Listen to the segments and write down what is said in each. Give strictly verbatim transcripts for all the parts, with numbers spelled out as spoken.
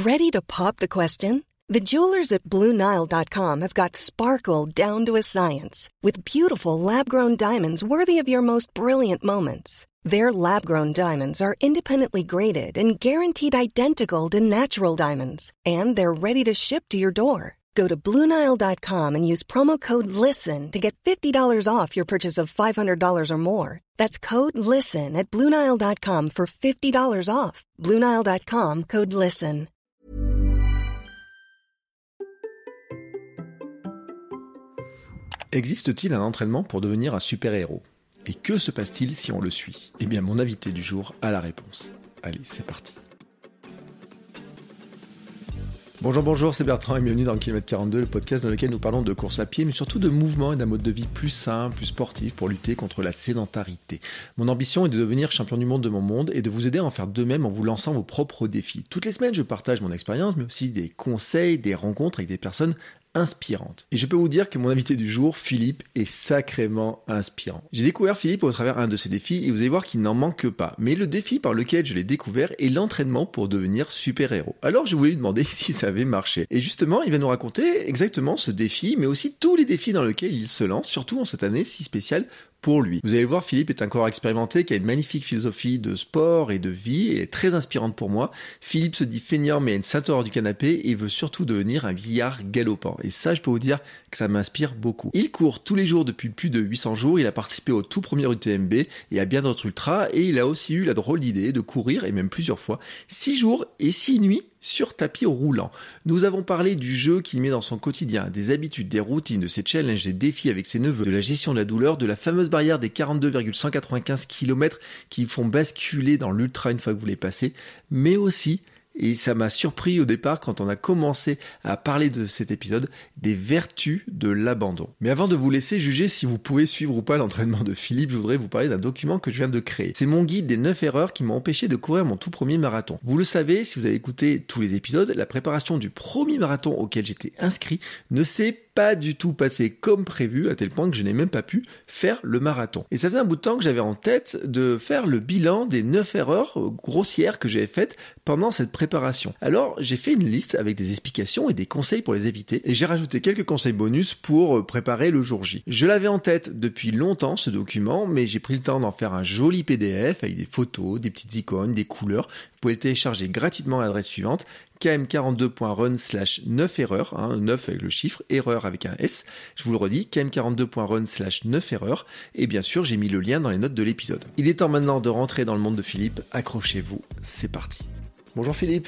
Ready to pop the question? The jewelers at Blue Nile dot com have got sparkle down to a science with beautiful lab-grown diamonds worthy of your most brilliant moments. Their lab-grown diamonds are independently graded and guaranteed identical to natural diamonds, and they're ready to ship to your door. Go to Blue Nile dot com and use promo code LISTEN to get fifty dollars off your purchase of five hundred dollars or more. That's code LISTEN at Blue Nile dot com for fifty dollars off. Blue Nile dot com, code LISTEN. Existe-t-il un entraînement pour devenir un super-héros ? Et que se passe-t-il si on le suit ? Eh bien, mon invité du jour a la réponse. Allez, c'est parti. Bonjour, bonjour, c'est Bertrand et bienvenue dans Kilomètre quarante-deux, le podcast dans lequel nous parlons de course à pied, mais surtout de mouvement et d'un mode de vie plus sain, plus sportif pour lutter contre la sédentarité. Mon ambition est de devenir champion du monde de mon monde et de vous aider à en faire de même en vous lançant vos propres défis. Toutes les semaines, je partage mon expérience, mais aussi des conseils, des rencontres avec des personnes inspirante. Et je peux vous dire que mon invité du jour, Philippe, est sacrément inspirant. J'ai découvert Philippe au travers un de ses défis et vous allez voir qu'il n'en manque pas. Mais le défi par lequel je l'ai découvert est l'entraînement pour devenir super-héros. Alors je voulais lui demander si ça avait marché. Et justement, il va nous raconter exactement ce défi, mais aussi tous les défis dans lesquels il se lance, surtout en cette année si spéciale pour lui. Vous allez voir, Philippe est un coureur expérimenté qui a une magnifique philosophie de sport et de vie et est très inspirante pour moi. Philippe se dit feignant mais a une ceinture du canapé et veut surtout devenir un vieillard galopant. Et ça, je peux vous dire que ça m'inspire beaucoup. Il court tous les jours depuis plus de huit cents jours, il a participé au tout premier U T M B et à bien d'autres ultras et il a aussi eu la drôle d'idée de courir, et même plusieurs fois, six jours et six nuits sur tapis roulant. Nous avons parlé du jeu qu'il met dans son quotidien, des habitudes, des routines, de ses challenges, des défis avec ses neveux, de la gestion de la douleur, de la fameuse barrière des quarante-deux virgule cent quatre-vingt-quinze kilomètres qui font basculer dans l'ultra une fois que vous les passez, mais aussi, et ça m'a surpris au départ quand on a commencé à parler de cet épisode, des vertus de l'abandon. Mais avant de vous laisser juger si vous pouvez suivre ou pas l'entraînement de Philippe, je voudrais vous parler d'un document que je viens de créer. C'est mon guide des neuf erreurs qui m'ont empêché de courir mon tout premier marathon. Vous le savez, si vous avez écouté tous les épisodes, la préparation du premier marathon auquel j'étais inscrit ne s'est pas du tout passé comme prévu, à tel point que je n'ai même pas pu faire le marathon. Et ça faisait un bout de temps que j'avais en tête de faire le bilan des neuf erreurs grossières que j'avais faites pendant cette préparation. Alors, j'ai fait une liste avec des explications et des conseils pour les éviter, et j'ai rajouté quelques conseils bonus pour préparer le jour J. Je l'avais en tête depuis longtemps, ce document, mais j'ai pris le temps d'en faire un joli P D F avec des photos, des petites icônes, des couleurs. Vous pouvez le télécharger gratuitement à l'adresse suivante, k m quarante-deux point run slash neuf erreurs, hein, neuf avec le chiffre, erreur avec un S. Je vous le redis, k m quarante-deux point run slash neuf erreurs. Et bien sûr, j'ai mis le lien dans les notes de l'épisode. Il est temps maintenant de rentrer dans le monde de Philippe. Accrochez-vous, c'est parti. Bonjour Philippe.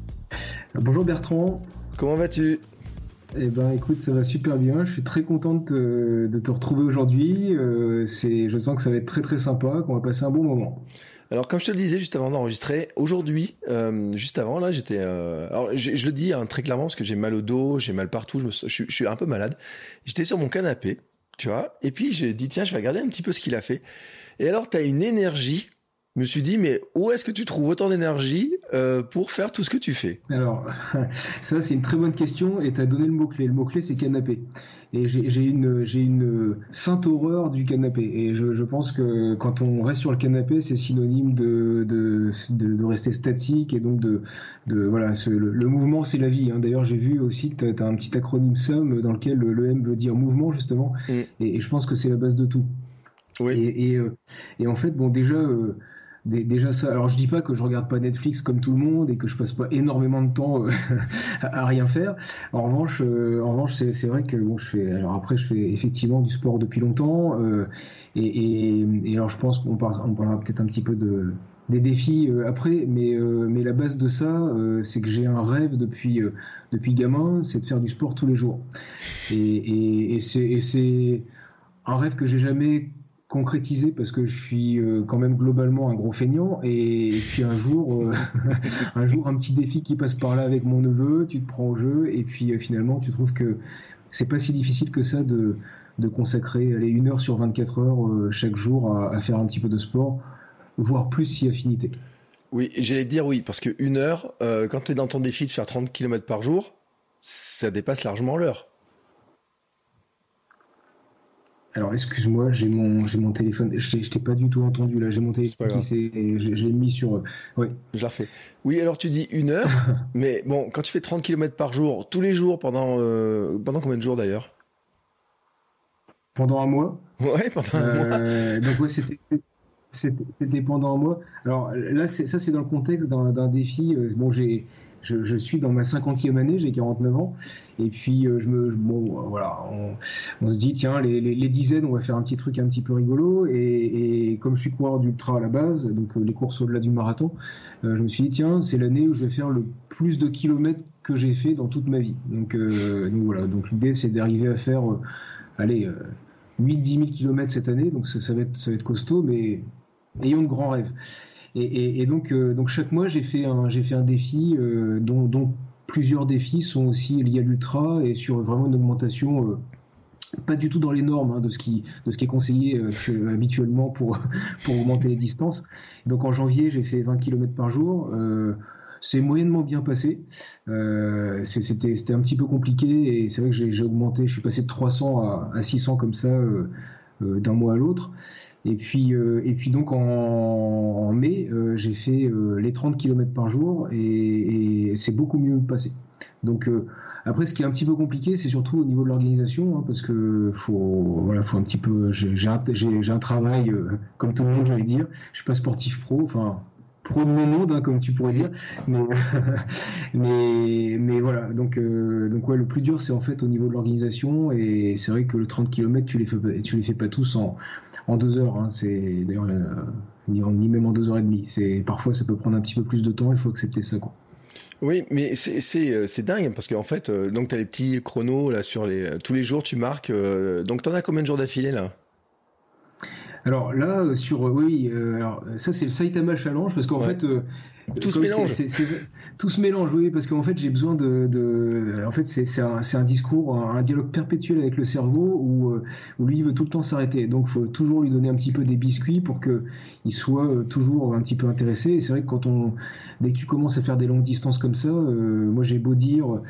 Bonjour Bertrand. Comment vas-tu ? Eh ben, écoute, ça va super bien. Je suis très content de te, de te retrouver aujourd'hui. Euh, c'est, je sens que ça va être très très sympa, qu'on va passer un bon moment. Alors, comme je te le disais juste avant d'enregistrer, aujourd'hui, euh, juste avant, là, j'étais... Euh, alors, je, je le dis hein, très clairement parce que j'ai mal au dos, j'ai mal partout, je, me, je, je suis un peu malade. J'étais sur mon canapé, tu vois, et puis j'ai dit, tiens, je vais regarder un petit peu ce qu'il a fait. Et alors, t'as une énergie. Je me suis dit, mais où est-ce que tu trouves autant d'énergie euh, pour faire tout ce que tu fais ? Alors, ça, c'est une très bonne question et tu as donné le mot-clé. Le mot-clé, c'est canapé. Et j'ai, j'ai, une, j'ai une sainte horreur du canapé. Et je, je pense que quand on reste sur le canapé, c'est synonyme de, de, de, de rester statique. Et donc, de, de, voilà, ce, le, le mouvement, c'est la vie. Hein. D'ailleurs, j'ai vu aussi que tu as un petit acronyme S O M dans lequel le, le M veut dire mouvement, justement. Mm. Et, et je pense que c'est la base de tout. Oui. Et, et, euh, et en fait, bon, déjà... Euh, Déjà ça, alors je dis pas que je regarde pas Netflix comme tout le monde et que je passe pas énormément de temps euh, à rien faire. En revanche, euh, en revanche, c'est, c'est vrai que bon, je fais. Alors après, je fais effectivement du sport depuis longtemps euh, et, et, et alors je pense qu'on parlera, on parlera peut-être un petit peu de des défis euh, après, mais euh, mais la base de ça, euh, c'est que j'ai un rêve depuis euh, depuis gamin, c'est de faire du sport tous les jours. Et, et, et c'est et c'est un rêve que j'ai jamais concrétisé parce que je suis euh, quand même globalement un gros feignant et, et puis un jour euh, un jour un petit défi qui passe par là avec mon neveu, tu te prends au jeu et puis euh, finalement tu trouves que c'est pas si difficile que ça de, de consacrer allez, une heure sur vingt-quatre heures euh, chaque jour à, à faire un petit peu de sport, voire plus si affinité. Oui, j'allais te dire oui, parce que une heure, euh, quand tu es dans ton défi de faire trente kilomètres par jour, ça dépasse largement l'heure. Alors, excuse-moi, j'ai mon, j'ai mon téléphone. Je t'ai, je t'ai pas du tout entendu là. J'ai mon téléphone qui s'est. J'ai, j'ai mis sur. Ouais. Je la refais. Oui, alors tu dis une heure, mais bon, quand tu fais trente kilomètres par jour, tous les jours, pendant, euh, pendant combien de jours d'ailleurs? Pendant un mois. Ouais, pendant un euh, mois. Donc, ouais, c'était. C'était c'était pendant un mois. Alors là, c'est, ça, c'est dans le contexte d'un, d'un défi. Euh, Bon, j'ai. Je, je suis dans ma cinquantième année, j'ai quarante-neuf ans, et puis euh, je me, je- bon, euh, voilà, on, on se dit tiens les, les, les dizaines, on va faire un petit truc un petit peu rigolo, et, et comme je suis coureur d'ultra à la base, donc euh, les courses au-delà du marathon, euh, je me suis dit tiens c'est l'année où je vais faire le plus de kilomètres que j'ai fait dans toute ma vie. Donc, euh, donc voilà, donc l'idée c'est d'arriver à faire, euh, allez, euh, huit dix mille kilomètres cette année, donc ça, ça va être, ça va être costaud, mais ayons de grands rêves. Et, et- et donc, euh, donc chaque mois, j'ai fait un, j'ai fait un défi euh, dont, dont plusieurs défis sont aussi liés à l'ultra et sur vraiment une augmentation, euh, pas du tout dans les normes hein, de, ce qui, de ce qui est conseillé euh, que- habituellement pour, pour augmenter les distances. Donc en janvier, j'ai fait vingt kilomètres par jour. Euh, c'est moyennement bien passé. Euh, c'est- c'était, c'était un petit peu compliqué et c'est vrai que j'ai, j'ai augmenté. Je suis passé de trois cents à, à six cents comme ça euh, euh, d'un mois à l'autre. Et puis, euh, et puis donc en, en mai, euh, j'ai fait euh, les trente kilomètres par jour et, et c'est beaucoup mieux passé. Donc euh, après, ce qui est un petit peu compliqué, c'est surtout au niveau de l'organisation, hein, parce que faut, voilà, faut un petit peu. J'ai j'ai un, j'ai- j'ai un travail euh, comme tout le monde, j'allais dire. Je suis pas sportif pro, enfin pro de mon monde, hein, comme tu pourrais dire. Mais, mais, mais voilà. Donc, euh, donc ouais, le plus dur, c'est en fait au niveau de l'organisation. Et c'est vrai que le trente kilomètres, tu les fais, pas- tu les fais pas tous en en deux heures. Hein. C'est d'ailleurs euh, ni, ni même en deux heures et demie. C'est parfois ça peut prendre un petit peu plus de temps. Il faut accepter ça, quoi. Oui, mais c'est c'est euh, c'est dingue parce qu'en fait, euh, donc t'as les petits chronos là sur les tous les jours tu marques. Euh, donc t'en as combien de jours d'affilée là? Alors là, euh, sur euh, oui, euh, alors ça c'est le Saitama Challenge parce qu'en Ouais. fait, euh, Tout se comme c'est, mélange. c'est, c'est- tout se mélange, oui, parce qu'en fait j'ai besoin de, de- en fait c'est, c'est un, c'est un discours, un, un dialogue perpétuel avec le cerveau où, euh, où lui il veut tout le temps s'arrêter. Donc faut toujours lui donner un petit peu des biscuits pour que il soit euh, toujours un petit peu intéressé. Et c'est vrai que quand on, dès que tu commences à faire des longues distances comme ça, euh, moi j'ai beau dire.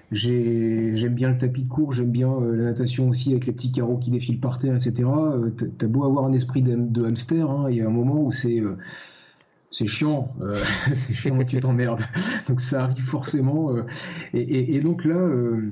J'ai, j'aime bien le tapis de course, j'aime bien euh, la natation aussi avec les petits carreaux qui défilent par terre, et cetera. Euh, t'as t'as beau avoir un esprit de, de hamster, hein, il y a un moment où c'est euh, c'est chiant, euh, c'est chiant que tu t'emmerdes. Donc ça arrive forcément. euh, et, et- et donc là, euh,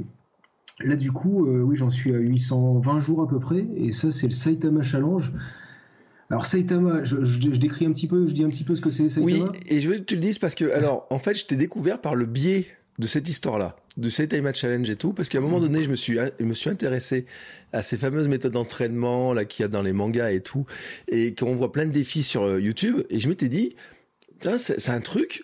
là du coup, euh, oui, j'en suis à huit cent vingt jours à peu près, et ça c'est le Saitama Challenge. Alors Saitama, je, je- je décris un petit peu, je dis un petit peu ce que c'est Oui, Saitama. et je veux que tu le dises parce que alors en fait je t'ai découvert par le biais de cette histoire-là, de cette Time Challenge et tout, parce qu'à un moment donné je me suis je me suis intéressé à ces fameuses méthodes d'entraînement là qu'il y a dans les mangas et tout, et qu'on voit plein de défis sur euh, YouTube, et je m'étais dit tiens, c'est c'est un truc,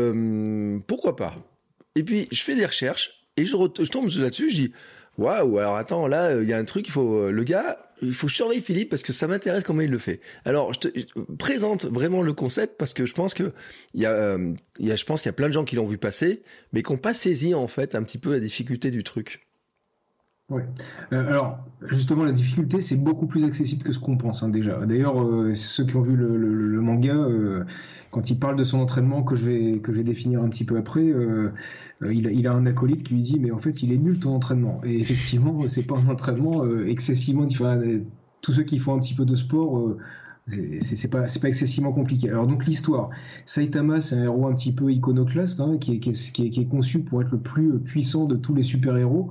euh, pourquoi pas? Et puis, je fais des recherches, et je, re- je tombe là-dessus, je dis, waouh, alors attends, là, euh, il y a un truc, il faut, euh, le gars, il faut surveiller Philippe parce que ça m'intéresse comment il le fait. Alors, je te je présente vraiment le concept parce que je pense que il y a, euh, il y a, je pense qu'il y a plein de gens qui l'ont vu passer, mais qui n'ont pas saisi, en fait, un petit peu la difficulté du truc. Ouais. Euh, alors, justement, la difficulté, c'est beaucoup plus accessible que ce qu'on pense, hein, déjà. D'ailleurs, euh, ceux qui ont vu le, le- le manga, euh, quand il parle de son entraînement, que je vais, que je vais définir un petit peu après, euh, euh, il, a, il a un acolyte qui lui dit, mais en fait, il est nul ton entraînement. Et effectivement, c'est pas un entraînement euh, excessivement différent. Tous ceux qui font un petit peu de sport, euh, c'est c'est- c'est pas, c'est pas excessivement compliqué. Alors, donc, l'histoire. Saitama, c'est un héros un petit peu iconoclaste, hein, qui est, qui est- qui est- qui est conçu pour être le plus puissant de tous les super-héros.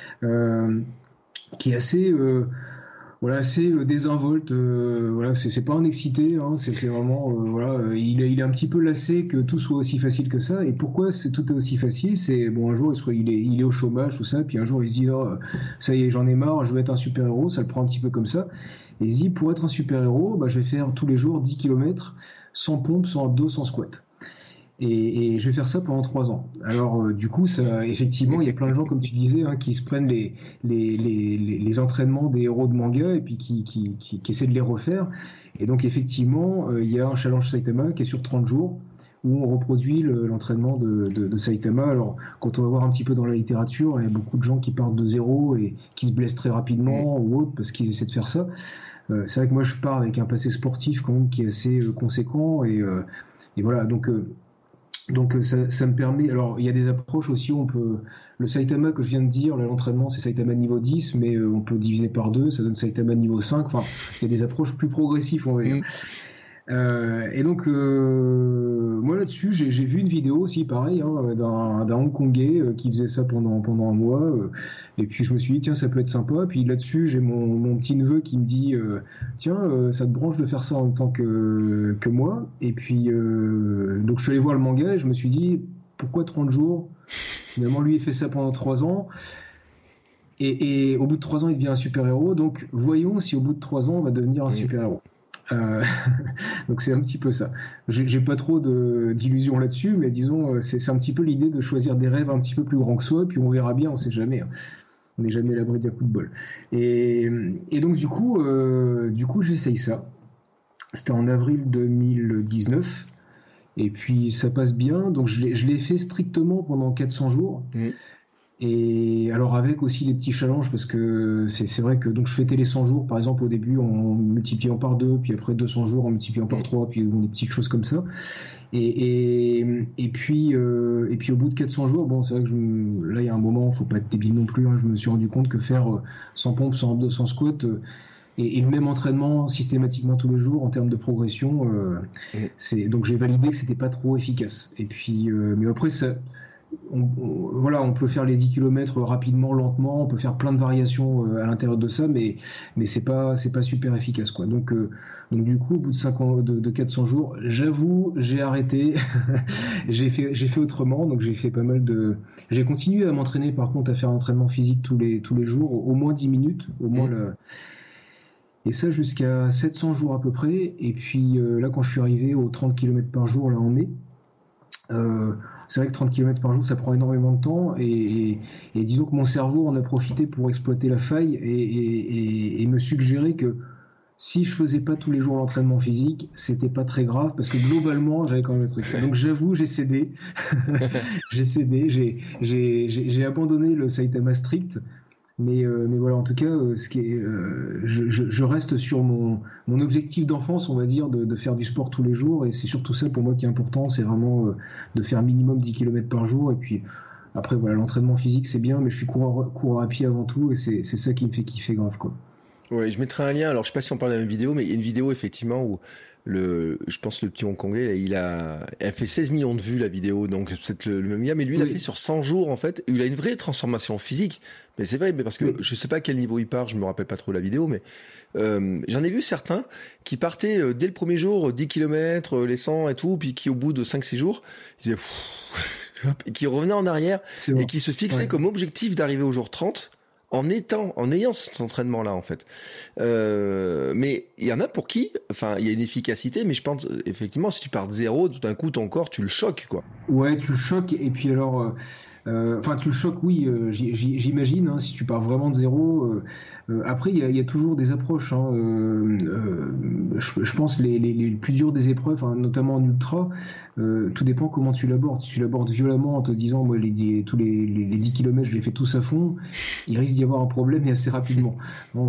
Euh, qui est assez, euh, voilà, assez euh, désinvolte. Euh, voilà, c'est c'est pas un excité, hein, c'est c'est vraiment, euh, voilà, euh, il, est, il est un petit peu lassé que tout soit aussi facile que ça. Et pourquoi c'est tout est aussi facile? C'est bon, un jour il, soit, il, est, il est au chômage, tout ça, puis un jour il se dit, oh, ça y est, j'en ai marre, je veux être un super héros. Ça le prend un petit peu comme ça. Et il se dit, pour être un super héros, bah, je vais faire tous les jours dix kilomètres sans pompe, sans abdos, sans squat. Et, et je vais faire ça pendant trois ans. Alors, euh, du coup, ça, effectivement, il y a plein de gens, comme tu disais, hein, qui se prennent les, les, les, les, les entraînements des héros de manga et puis qui, qui, qui, qui essaient de les refaire. Et donc, effectivement, euh, il y a un challenge Saitama qui est sur trente jours où on reproduit le- l'entraînement de, de, de Saitama. Alors, quand on va voir un petit peu dans la littérature, il y a beaucoup de gens qui partent de zéro et qui se blessent très rapidement ou autre parce qu'ils essaient de faire ça. Euh, c'est vrai que moi, je pars avec un passé sportif quand même qui est assez euh, conséquent et, euh, et voilà. Donc, euh, Donc ça, ça me permet. Alors il y a des approches aussi. On peut le Saitama que je viens de dire, là, l'entraînement c'est Saitama niveau dix, mais euh, on peut diviser par deux, ça donne Saitama niveau cinq. Enfin, il y a des approches plus progressives, on va dire. Mmh. Euh, et donc euh, moi là-dessus, j'ai, j'ai vu une vidéo aussi, pareil, hein, d'un, d'un Hongkongais euh, qui faisait ça pendant pendant un mois. Euh, et puis je me suis dit tiens, ça peut être sympa. Puis là-dessus, j'ai mon, mon petit neveu qui me dit euh, tiens, euh, ça te branche de faire ça en même temps que que moi. Et puis euh, donc je suis allé voir le manga et je me suis dit pourquoi trente jours? Finalement, lui il fait ça pendant trois ans. Et, et au bout de trois ans, il devient un super-héros. Donc voyons si au bout de trois ans, on va devenir un oui. super-héros. Euh, donc c'est un petit peu ça. J'ai, j'ai pas trop de, d'illusions là-dessus, mais disons, c'est, c'est un petit peu l'idée de choisir des rêves un petit peu plus grands que soi, puis on verra bien, on sait jamais. Hein. On n'est jamais à l'abri d'un coup de bol. Et, et donc du coup, euh, du coup, j'essaye ça. C'était en avril deux mille dix-neuf, et puis ça passe bien. Donc je l'ai, je l'ai fait strictement pendant quatre cents jours. Mmh. Et alors avec aussi des petits challenges parce que c'est, c'est vrai que donc je fêtais les cent jours par exemple au début en multipliant par deux, puis après deux cents jours en multipliant par trois, puis bon, des petites choses comme ça. Et, et, et, puis, euh, et puis au bout de quatre cents jours, bon c'est vrai que je, là il y a un moment, faut pas être débile non plus, hein, je me suis rendu compte que faire cent pompes, cent abdos, cent squats euh, et, et le même entraînement systématiquement tous les jours en termes de progression, euh, c'est, donc j'ai validé que c'était pas trop efficace. Et puis, euh, mais après ça... On, on, voilà, on peut faire les dix kilomètres rapidement, lentement, on peut faire plein de variations euh, à l'intérieur de ça, mais, mais c'est pas, c'est pas super efficace, quoi. Donc, euh, donc du coup, au bout de, cinq ans, de, de quatre cents jours, j'avoue, j'ai arrêté, j'ai fait, j'ai fait autrement, donc j'ai fait pas mal de, j'ai continué à m'entraîner, par contre, à faire un entraînement physique tous les, tous les jours, au, au moins dix minutes, au moins mmh. la... Et ça jusqu'à sept cents jours à peu près, et puis euh, là, quand je suis arrivé aux trente kilomètres par jour, là, en mai, euh, c'est vrai que trente kilomètres par jour, ça prend énormément de temps et, et, et disons que mon cerveau en a profité pour exploiter la faille et, et, et, et me suggérer que si je faisais pas tous les jours l'entraînement physique, c'était pas très grave parce que globalement, j'avais quand même le truc. Donc j'avoue, j'ai cédé, j'ai cédé, j'ai, j'ai, j'ai, j'ai abandonné le Saitama strict. Mais, euh, mais voilà, en tout cas, euh, ce qui est, euh, je, je, je reste sur mon, mon objectif d'enfance, on va dire, de, de faire du sport tous les jours. Et c'est surtout ça pour moi qui est important, c'est vraiment euh, de faire minimum dix kilomètres par jour. Et puis après, voilà, l'entraînement physique, c'est bien, mais je suis coureur, coureur à pied avant tout. Et c'est, c'est ça qui me fait kiffer grave, quoi. Ouais, je mettrai un lien. Alors, je sais pas si on parle de la même vidéo, mais il y a une vidéo, effectivement, où le, je pense le petit Hongkongais, il a, elle a fait seize millions de vues, la vidéo. Donc, c'est le, le même gars, mais lui, il oui. a fait sur cent jours, en fait. Et il a une vraie transformation physique. Mais c'est vrai, mais parce que oui. je sais pas à quel niveau il part, je me rappelle pas trop la vidéo, mais euh, j'en ai vu certains qui partaient euh, dès le premier jour, dix kilomètres, euh, les cent et tout, puis qui au bout de cinq six jours, ils disaient, pff, et qui revenaient en arrière c'est bon. Et qui se fixaient ouais. comme objectif d'arriver au jour trente en étant, en ayant cet entraînement-là, en fait. Euh, mais il y en a pour qui, enfin, il y a une efficacité, mais je pense, effectivement, si tu pars de zéro, tout d'un coup, ton corps, tu le choques, quoi. Ouais, tu le choques, et puis alors, euh... Enfin, euh, tu le choques, oui, euh, j'imagine, hein, si tu pars vraiment de zéro. Euh, euh, après, il y, y a toujours des approches. Hein, euh, euh, je, je pense les, les, les plus dures des épreuves, hein, notamment en ultra, euh, tout dépend comment tu l'abordes. Si tu l'abordes violemment en te disant, moi, les, tous les, les, les dix kilomètres, je les fais tous à fond, il risque d'y avoir un problème et assez rapidement. Bon,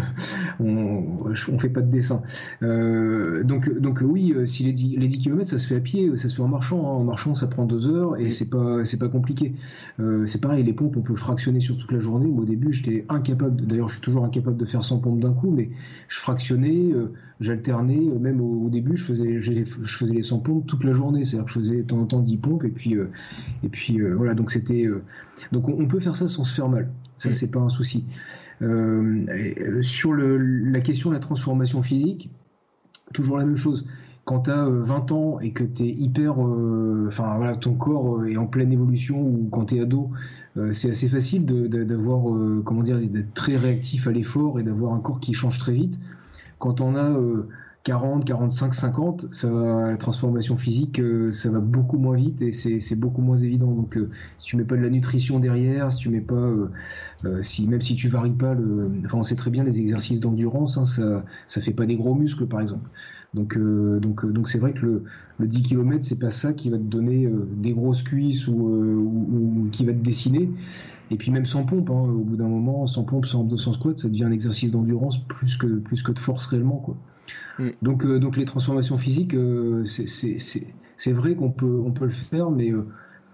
on on fait pas de dessin. Euh, donc, donc oui, si les dix, les dix kilomètres, ça se fait à pied, ça se fait en marchant. Hein. En marchant, ça prend deux heures et c'est pas, c'est pas compliqué. Euh, c'est pareil, les pompes on peut fractionner sur toute la journée. Moi, au début j'étais incapable de, d'ailleurs je suis toujours incapable de faire cent pompes d'un coup, mais je fractionnais, euh, j'alternais, euh, même au, au début je faisais, je faisais les cent pompes toute la journée, c'est-à-dire que je faisais de temps en temps dix pompes et puis, euh, et puis euh, voilà, donc c'était euh, donc on, on peut faire ça sans se faire mal, ça mmh. c'est pas un souci. Euh, et, sur le, la question de la transformation physique, toujours la même chose. Quand tu as vingt ans et que tu es hyper, euh, enfin voilà, ton corps est en pleine évolution, ou quand tu es ado, euh, c'est assez facile de, de, d'avoir, euh, comment dire, d'être très réactif à l'effort et d'avoir un corps qui change très vite. Quand on a euh, quarante, quarante-cinq, cinquante, ça va, la transformation physique, euh, ça va beaucoup moins vite et c'est, c'est beaucoup moins évident. Donc, euh, si tu mets pas de la nutrition derrière, si tu mets pas, euh, euh, si même si tu varies pas le, enfin, on sait très bien les exercices d'endurance, hein, ça, ça fait pas des gros muscles par exemple. Donc, euh, donc, donc c'est vrai que le, le dix kilomètres, c'est pas ça qui va te donner euh, des grosses cuisses ou, euh, ou, ou qui va te dessiner. Et puis même sans pompe, hein, au bout d'un moment, sans pompe, sans deux cents squats, ça devient un exercice d'endurance plus que, plus que de force réellement, quoi. Mm. Donc, euh, donc les transformations physiques, euh, c'est, c'est, c'est, c'est vrai qu'on peut, on peut le faire, mais euh,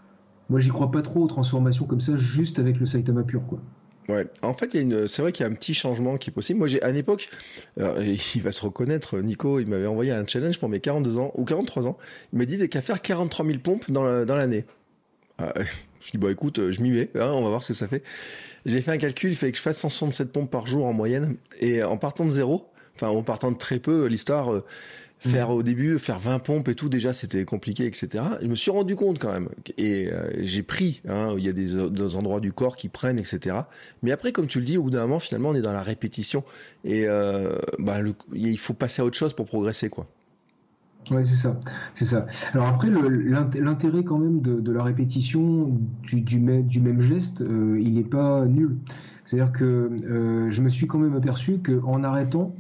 moi j'y crois pas trop aux transformations comme ça, juste avec le Saitama pur, quoi. Ouais, en fait, il y a une, c'est vrai qu'il y a un petit changement qui est possible. Moi, j'ai, à une époque, alors, il va se reconnaître, Nico, il m'avait envoyé un challenge pour mes quarante-deux ans, ou quarante-trois ans. Il m'a dit, t'as qu'à faire quarante-trois mille pompes dans, la, dans l'année. Ah, je dis, bah écoute, je m'y mets, hein, on va voir ce que ça fait. J'ai fait un calcul, il fallait que je fasse cent soixante-sept pompes par jour en moyenne. Et en partant de zéro, enfin, en partant de très peu, l'histoire, euh, faire au début, faire vingt pompes et tout, déjà c'était compliqué, et cetera. Je me suis rendu compte quand même. Et euh, j'ai pris, hein, il y a des, des endroits du corps qui prennent, et cetera. Mais après, comme tu le dis, au bout d'un moment, finalement, on est dans la répétition. Et euh, bah, le, il faut passer à autre chose pour progresser, quoi. Ouais, c'est ça, c'est ça. Alors après, le, l'intérêt quand même de, de la répétition du, du, même, du même geste, euh, il n'est pas nul. C'est-à-dire que euh, je me suis quand même aperçu qu'en arrêtant,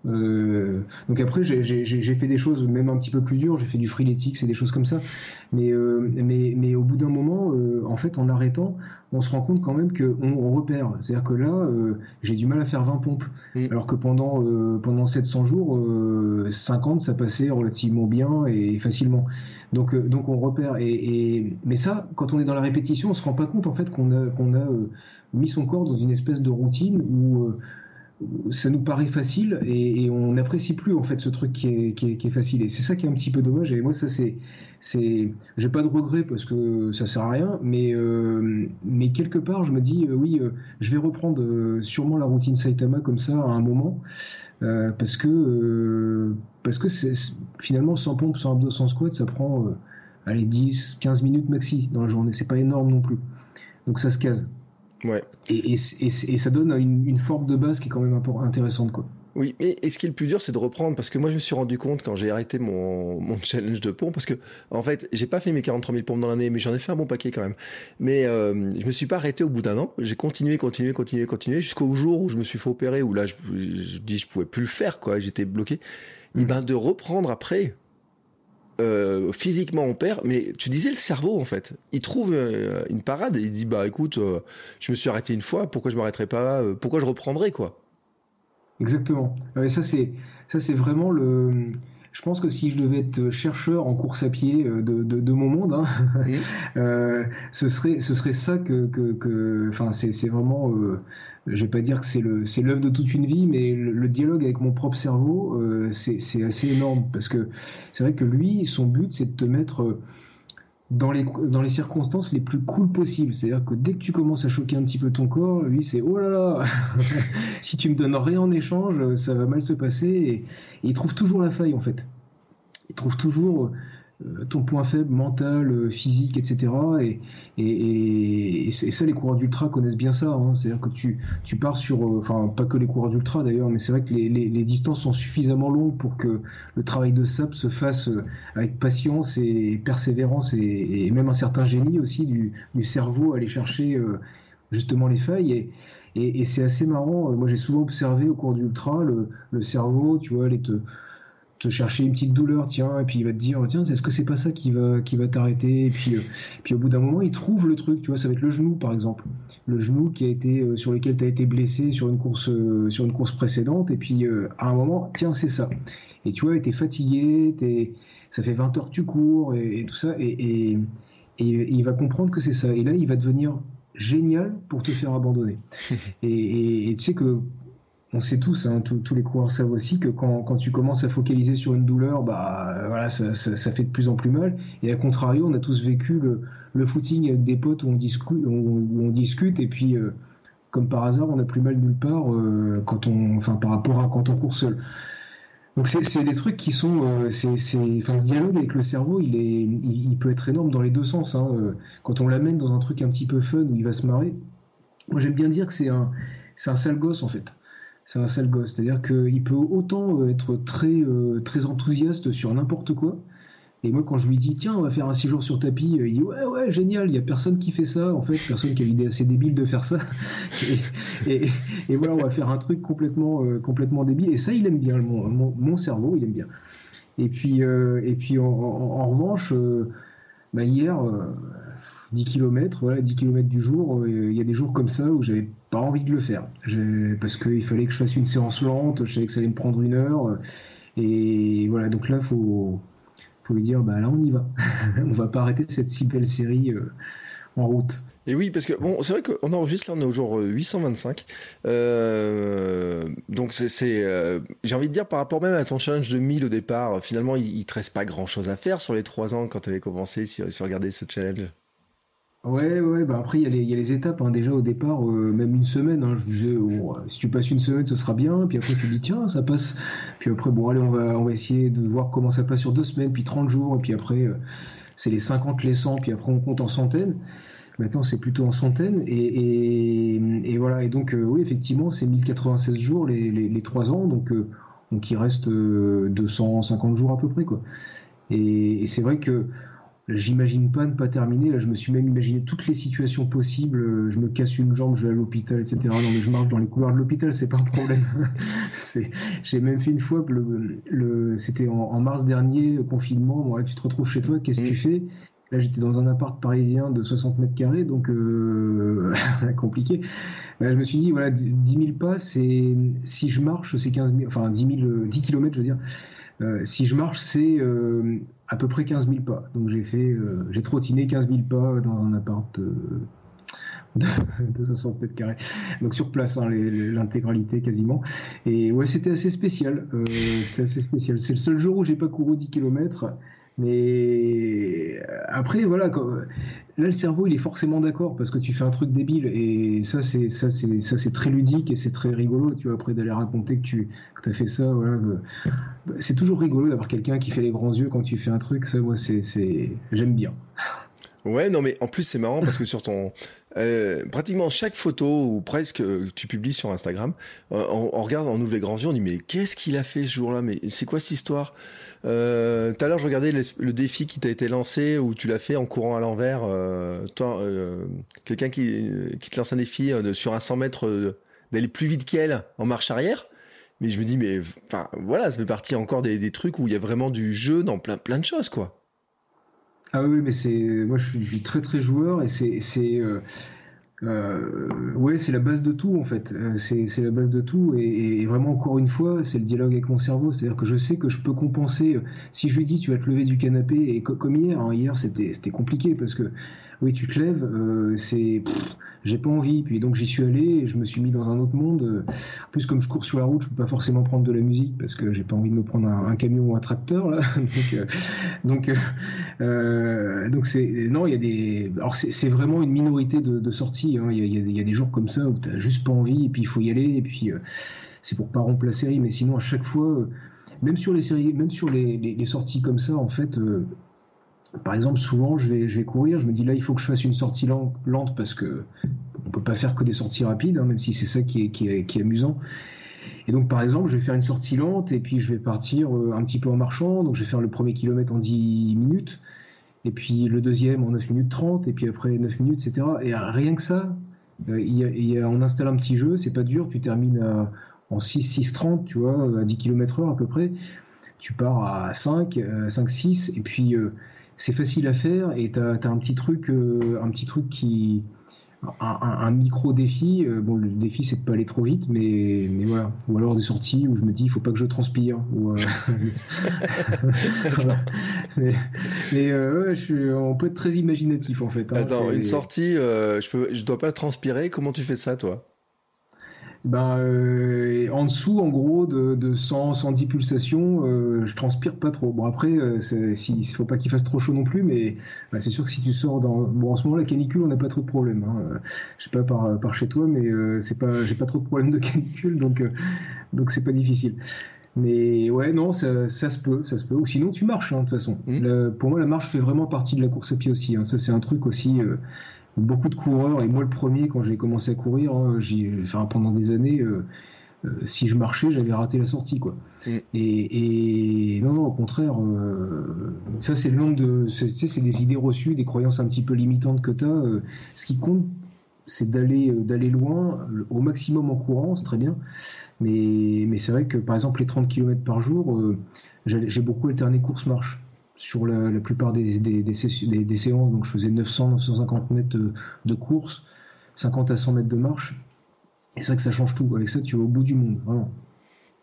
Euh, donc après j'ai, j'ai, j'ai fait des choses même un petit peu plus dures, j'ai fait du freeletics et des choses comme ça, mais, euh, mais, mais au bout d'un moment euh, en fait en arrêtant on se rend compte quand même qu'on on repère, c'est à dire que là euh, j'ai du mal à faire vingt pompes mmh. alors que pendant, euh, pendant sept cents jours euh, cinquante ça passait relativement bien et facilement, donc, euh, donc on repère et, et, mais ça quand on est dans la répétition on se rend pas compte en fait qu'on a, qu'on a euh, mis son corps dans une espèce de routine où euh, ça nous paraît facile et, et on n'apprécie plus en fait ce truc qui est, qui est, qui est facile et c'est ça qui est un petit peu dommage et moi ça c'est c'est j'ai pas de regret parce que ça sert à rien mais euh, mais quelque part je me dis euh, oui euh, je vais reprendre euh, sûrement la routine Saitama comme ça à un moment euh, parce que euh, parce que c'est, c'est, finalement cent pompes cent abdos cent squats ça prend euh, allez dix quinze minutes maxi dans la journée, c'est pas énorme non plus donc ça se case. Ouais. Et, et, et, et ça donne une, une forme de base qui est quand même intéressante, quoi. Oui, mais et ce qui est le plus dur, c'est de reprendre, parce que moi, je me suis rendu compte quand j'ai arrêté mon, mon challenge de pompe, parce que, en fait, j'ai pas fait mes quarante-trois mille pompes dans l'année, mais j'en ai fait un bon paquet quand même. Mais euh, je me suis pas arrêté au bout d'un an. J'ai continué, continué, continué, continué, jusqu'au jour où je me suis fait opérer, où là, je, je dis, je pouvais plus le faire, quoi. J'étais bloqué. Mmh. Et ben, de reprendre après. Euh, physiquement on perd, mais tu disais le cerveau en fait, il trouve euh, une parade et il dit bah écoute, euh, je me suis arrêté une fois, pourquoi je m'arrêterai pas, euh, pourquoi je reprendrai quoi. Exactement. Ouais, ça c'est ça c'est vraiment le. Je pense que si je devais être chercheur en course à pied de, de, de mon monde, hein, mmh. euh, ce serait ce serait ça que que, que enfin c'est c'est vraiment. Euh, je vais pas dire que c'est le c'est l'œuvre de toute une vie, mais le, le dialogue avec mon propre cerveau, euh, c'est c'est assez énorme parce que c'est vrai que lui, son but, c'est de te mettre dans les dans les circonstances les plus cool possibles. C'est-à-dire que dès que tu commences à choquer un petit peu ton corps, lui, c'est oh là là, si tu me donnes rien en échange, ça va mal se passer. Et, et il trouve toujours la faille en fait. Il trouve toujours ton point faible mental, physique, et cetera. Et, et, et, et ça, les coureurs d'ultra connaissent bien ça. Hein. C'est-à-dire que tu, tu pars sur, enfin pas que les coureurs d'ultra d'ailleurs, mais c'est vrai que les, les, les distances sont suffisamment longues pour que le travail de S A P se fasse avec patience et persévérance et, et même un certain génie aussi du, du cerveau à aller chercher justement les failles. Et, et, et c'est assez marrant. Moi, j'ai souvent observé au cours d'ultra le, le cerveau, tu vois, les te te chercher une petite douleur, tiens, et puis il va te dire, tiens, est-ce que c'est pas ça qui va, qui va t'arrêter, et puis, euh, puis au bout d'un moment, il trouve le truc, tu vois, ça va être le genou, par exemple, le genou qui a été, euh, sur lequel tu as été blessé sur une course, euh, sur une course précédente, et puis euh, à un moment, tiens, c'est ça. Et tu vois, t'es fatigué, t'es, ça fait vingt heures que tu cours, et, et tout ça, et, et, et, et il va comprendre que c'est ça. Et là, il va devenir génial pour te faire abandonner. et, et, et tu sais que on sait tous, hein, tous, tous les coureurs savent aussi que quand, quand tu commences à focaliser sur une douleur, bah voilà, ça, ça, ça fait de plus en plus mal. Et à contrario, on a tous vécu le, le footing avec des potes où on discute, où on discute et puis euh, comme par hasard, on a plus mal nulle part euh, quand on, enfin par rapport à quand on court seul. Donc c'est, c'est des trucs qui sont, euh, c'est, c'est, enfin ce dialogue avec le cerveau, il est, il, il peut être énorme dans les deux sens. Hein. Quand on l'amène dans un truc un petit peu fun où il va se marrer, moi j'aime bien dire que c'est un, c'est un sale gosse en fait. C'est un sale gosse, c'est-à-dire qu'il peut autant être très, euh, très enthousiaste sur n'importe quoi. Et moi, quand je lui dis, tiens, on va faire un six jours sur tapis, il dit, ouais, ouais, génial, il n'y a personne qui fait ça, en fait, personne qui a l'idée assez débile de faire ça. Et, et, et voilà, on va faire un truc complètement, euh, complètement débile. Et ça, il aime bien, mon, mon, mon cerveau, il aime bien. Et puis, euh, et puis en, en, en revanche, euh, bah, hier, euh, dix kilomètres, voilà, dix kilomètres du jour, il euh, y a des jours comme ça où j'avais pas envie de le faire. J'ai, parce qu'il fallait que je fasse une séance lente, je savais que ça allait me prendre une heure. Euh, et voilà, donc là, il faut, faut lui dire, bah là on y va. On va pas arrêter cette si belle série euh, en route. Et oui, parce que bon, c'est vrai qu'on enregistre là, on est au jour huit cent vingt-cinq. Euh, donc c'est, c'est euh, j'ai envie de dire par rapport même à ton challenge de mille au départ, finalement il, il te reste pas grand chose à faire sur les trois ans quand tu avais commencé, si, si regardais ce challenge. Ouais, ouais, bah après il y, a les- il y a les étapes, hein. Déjà au départ, euh, même une semaine, hein, je disais, oh, si tu passes une semaine, ce sera bien. Puis après tu te dis, tiens, ça passe. Puis après, bon, allez, on va, on va essayer de voir comment ça passe sur deux semaines, puis trente jours. Et puis après, euh, c'est les cinquante, les cent, puis après on compte en centaines. Maintenant, c'est plutôt en centaines. Et, et, et voilà. Et donc, euh, oui, effectivement, c'est mille quatre-vingt-seize jours les, les, les trois ans. Donc, euh, donc, il reste euh, deux cent cinquante jours à peu près, quoi. Et, et c'est vrai que j'imagine pas ne pas terminer. Là, je me suis même imaginé toutes les situations possibles. Euh, Je me casse une jambe, je vais à l'hôpital, et cetera. Non, mais je marche dans les couloirs de l'hôpital, c'est pas un problème. c'est... J'ai même fait une fois que le, le... c'était en, en mars dernier, confinement. Bon, là, tu te retrouves chez toi, qu'est-ce que tu fais? Là, j'étais dans un appart parisien de soixante mètres carrés, donc euh, compliqué. Bah, je me suis dit, voilà, dix mille pas, c'est, si je marche, c'est quinze mille, enfin dix mille, dix kilomètres, je veux dire. Euh, si je marche, c'est euh, à peu près quinze mille pas. Donc j'ai fait, euh, j'ai trottiné quinze mille pas dans un appart euh, de, de soixante mètres carrés. Donc sur place, hein, les- les- l'intégralité quasiment. Et ouais, c'était assez spécial. Euh, c'était assez spécial. C'est le seul jour où j'ai pas couru dix kilomètres. Mais après, voilà, quand- là le cerveau il est forcément d'accord parce que tu fais un truc débile et ça c'est ça c'est ça c'est très ludique et c'est très rigolo, tu vois, après d'aller raconter que tu que as fait ça, voilà. euh, C'est toujours rigolo d'avoir quelqu'un qui fait les grands yeux quand tu fais un truc, ça moi c'est c'est j'aime bien. Ouais, non, mais en plus, c'est marrant parce que sur ton. Euh, pratiquement chaque photo, ou presque, euh, que tu publies sur Instagram, euh, on, on regarde, on ouvre les grands yeux, on dit, mais qu'est-ce qu'il a fait ce jour-là? Mais c'est quoi cette histoire? Euh, Tout à l'heure, je regardais le, le défi qui t'a été lancé, où tu l'as fait en courant à l'envers. Euh, toi, euh, quelqu'un qui, qui te lance un défi euh, de- sur un cent mètres, euh, d'aller plus vite qu'elle en marche arrière. Mais je me dis, mais enfin, voilà, ça fait partie encore des, des trucs où il y a vraiment du jeu dans plein, plein de choses, quoi. Ah oui, mais c'est moi je suis, je suis très très joueur et c'est c'est euh, euh, ouais, c'est la base de tout en fait. Euh, c'est c'est la base de tout et, et vraiment encore une fois, c'est le dialogue avec mon cerveau. C'est-à-dire que je sais que je peux compenser. euh, Si je lui dis tu vas te lever du canapé et co- comme hier, hein, hier c'était c'était compliqué parce que oui tu te lèves, euh, c'est pff, j'ai pas envie. Puis donc j'y suis allé et je me suis mis dans un autre monde. Euh, En plus comme je cours sur la route, je peux pas forcément prendre de la musique parce que j'ai pas envie de me prendre un, un camion ou un tracteur là. donc euh, donc euh, euh, donc c'est non, il y a des alors c'est c'est vraiment une minorité de, de sorties, hein. Il y a, il y a des- il y a des jours comme ça où t'as juste pas envie et puis il faut y aller et puis euh, c'est pour pas rompre la série, mais sinon à chaque fois, euh, même sur les séries, même sur les, les, les sorties comme ça, en fait, euh, par exemple souvent je vais je vais courir, je me dis là il faut que je fasse une sortie lente, lente parce que on peut pas faire que des sorties rapides, hein, même si c'est ça qui est, qui est qui est amusant. Et donc, par exemple, je vais faire une sortie lente et puis je vais partir euh, un petit peu en marchant. Donc, je vais faire le premier kilomètre en dix minutes et puis le deuxième en neuf minutes trente et puis après neuf minutes, et cetera. Et euh, rien que ça, euh, il y a- il y a- on installe un petit jeu, c'est pas dur, tu termines à- en six, six trente, tu vois, à dix kilomètres heure à peu près. Tu pars à cinq, euh, cinq, six et puis euh, c'est facile à faire et tu as, un petit truc, euh, un petit truc qui un, un- un micro défi. Euh, bon, le défi c'est de pas aller trop vite, mais, mais voilà. Ou alors des sorties où je me dis il faut pas que je transpire. Ou, euh, voilà. Mais, mais, euh, ouais, je suis- on peut être très imaginatif en fait, hein. Attends, C'est- une sortie, euh, je peux, je dois pas transpirer. Comment tu fais ça, toi? Ben, euh, en dessous, en gros, de, de cent, cent dix pulsations, euh, je transpire pas trop. Bon, après, euh, c'est- si, il faut pas qu'il fasse trop chaud non plus, mais ben, c'est sûr que si tu sors dans. Bon, en ce moment, la canicule, on n'a pas trop de problème, hein. Euh, Je sais pas par, par chez toi, mais euh, c'est pas, j'ai pas trop de problème de canicule, donc euh, donc c'est pas difficile. Mais ouais, non, ça, ça se peut, ça se peut. Ou sinon, tu marches, hein, de toute façon. Hmm. Le- pour moi, la marche fait vraiment partie de la course à pied aussi, hein. Ça, c'est un truc aussi. Euh, beaucoup de coureurs, et moi le premier, quand j'ai commencé à courir, hein, j'y- enfin, pendant des années, euh, euh, si je marchais, j'avais raté la sortie, quoi. Mm. Et, et non, non, au contraire, euh, ça c'est le nombre de, c'est, c'est c'est des idées reçues, des croyances un petit peu limitantes que tu as. Ce qui compte, c'est d'aller euh, d'aller loin, le- au maximum en courant, c'est très bien. Mais, mais c'est vrai que par exemple les trente kilomètres par jour, euh, j'ai, j'ai beaucoup alterné course-marche sur la, la plupart des, des, des, sessions- des- des séances. Donc je faisais neuf cents, neuf cent cinquante mètres de, de course, cinquante à cent mètres de marche. Et c'est vrai que ça change tout. Avec ça, tu vas au bout du monde, vraiment.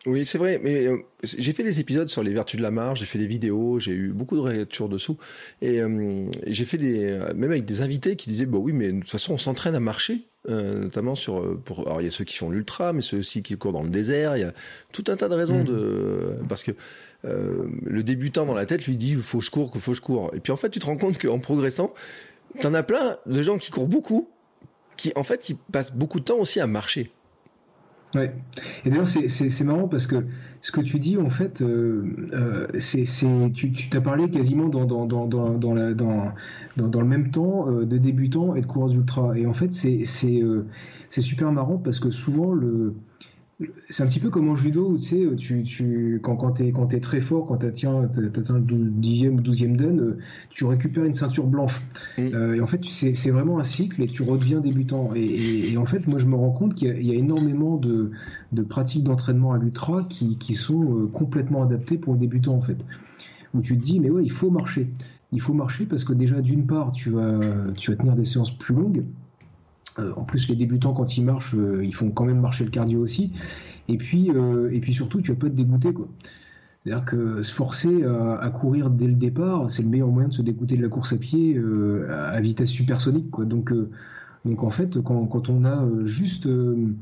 Oui, c'est vrai, mais euh, j'ai fait des épisodes sur les vertus de la marche, j'ai fait des vidéos, j'ai eu beaucoup de retours dessous, et euh, j'ai fait des, même avec des invités qui disaient, bah oui, mais de toute façon, on s'entraîne à marcher, euh, notamment sur, pour, alors il y a ceux qui font l'ultra, mais ceux aussi qui courent dans le désert, il y a tout un tas de raisons Mmh. de, parce que euh, le débutant dans la tête lui dit, faut que je cours, faut que je cours, et puis en fait, tu te rends compte qu'en progressant, t'en as plein de gens qui courent beaucoup, qui en fait, qui passent beaucoup de temps aussi à marcher. Ouais. Et d'ailleurs, c'est, c'est, c'est marrant parce que ce que tu dis, en fait, euh, euh, c'est, c'est, tu, tu t'as parlé quasiment dans, dans, dans, dans, dans, la, dans, dans, dans le même temps euh, de débutants et de coureurs d'ultra. Et en fait, c'est, c'est, euh, c'est super marrant parce que souvent, le, c'est un petit peu comme en judo où tu sais, tu, tu, quand, quand tu es quand t'es très fort, quand tu atteins le dixième ou douzième dan, euh, tu récupères une ceinture blanche. Mm. Euh, et en fait, c'est, c'est vraiment un cycle et tu redeviens débutant. Et, et, et en fait, moi, je me rends compte qu'il y a, il y a énormément de, de pratiques d'entraînement à l'ultra qui, qui sont euh, complètement adaptées pour le débutant, en fait. Où tu te dis, mais ouais, il faut marcher. Il faut marcher parce que déjà, d'une part, tu vas, tu vas tenir des séances plus longues. Euh, en plus, les débutants, quand ils marchent, euh, ils font quand même marcher le cardio aussi. Et puis, euh, et puis surtout, tu vas pas te dégoûter, quoi. C'est-à-dire que se forcer à, à courir dès le départ, c'est le meilleur moyen de se dégoûter de la course à pied euh, à vitesse supersonique, quoi. Donc, euh, donc en fait, quand, quand on a juste euh,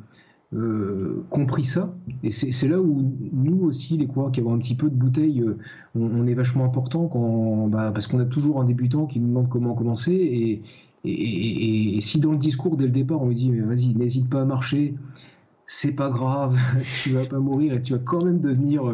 euh, compris ça, et c'est, c'est là où nous aussi, les coureurs qui avons un petit peu de bouteille, euh, on, on est vachement important quand, bah, parce qu'on a toujours un débutant qui nous demande comment commencer. Et, Et, et, et si dans le discours dès le départ on lui dit mais vas-y n'hésite pas à marcher, c'est pas grave, tu vas pas mourir et tu vas quand même devenir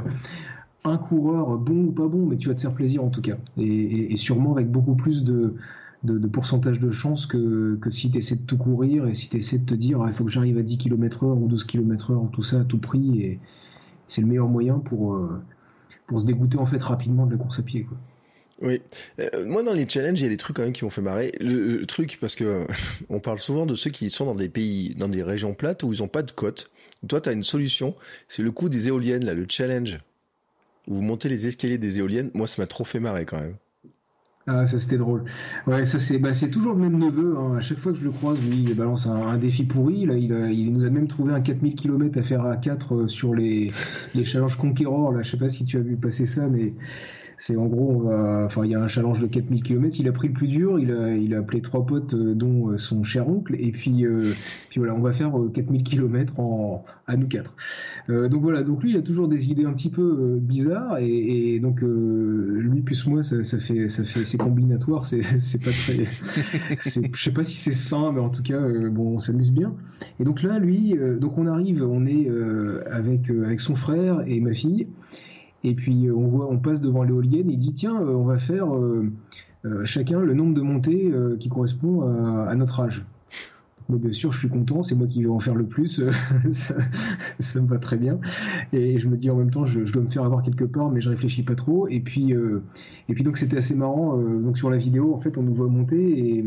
un coureur bon ou pas bon, mais tu vas te faire plaisir en tout cas, et, et, et sûrement avec beaucoup plus de, de, de pourcentage de chance que, que si tu essaies de tout courir et si tu essaies de te dire il ah, faut que j'arrive à dix kilomètres heure ou douze kilomètres heure ou tout ça à tout prix, et c'est le meilleur moyen pour, pour se dégoûter en fait rapidement de la course à pied, quoi. Oui, euh, moi dans les challenges, il y a des trucs quand même qui m'ont fait marrer. Le, le truc, parce que euh, on parle souvent de ceux qui sont dans des pays, dans des régions plates où ils n'ont pas de côte. Toi, tu as une solution, c'est le coup des éoliennes, là, le challenge, où vous montez les escaliers des éoliennes. Moi, ça m'a trop fait marrer quand même. Ah, ça c'était drôle. Ouais, ça c'est, bah, c'est toujours le même neveu, hein. À chaque fois que je le croise, lui, il balance un, un défi pourri. Là, il, a, il nous a même trouvé un quatre mille kilomètres à faire à quatre sur les, les challenges Conqueror. Là, je sais pas si tu as vu passer ça, mais c'est en gros, on va, enfin, il y a un challenge de quatre mille kilomètres. Il a pris le plus dur. Il a, il a appelé trois potes, dont son cher oncle. Et puis, euh, puis voilà, on va faire quatre mille kilomètres en, à nous quatre. Euh, donc voilà, donc lui, il a toujours des idées un petit peu euh, bizarres. Et, et donc, euh, lui plus moi, ça, ça fait, ça fait, c'est combinatoire. C'est, c'est pas très, c'est, je sais pas si c'est sain, mais en tout cas, euh, bon, on s'amuse bien. Et donc là, lui, euh, donc on arrive, on est euh, avec, euh, avec son frère et ma fille. Et puis on voit, on passe devant l'éolienne et il dit tiens, on va faire euh, euh, chacun le nombre de montées euh, qui correspond à, à notre âge. Moi, bien sûr, je suis content, c'est moi qui vais en faire le plus, ça, ça me va très bien. Et je me dis en même temps, je, je dois me faire avoir quelque part, mais je réfléchis pas trop. Et puis, euh, et puis donc c'était assez marrant. Euh, donc sur la vidéo, en fait, on nous voit monter et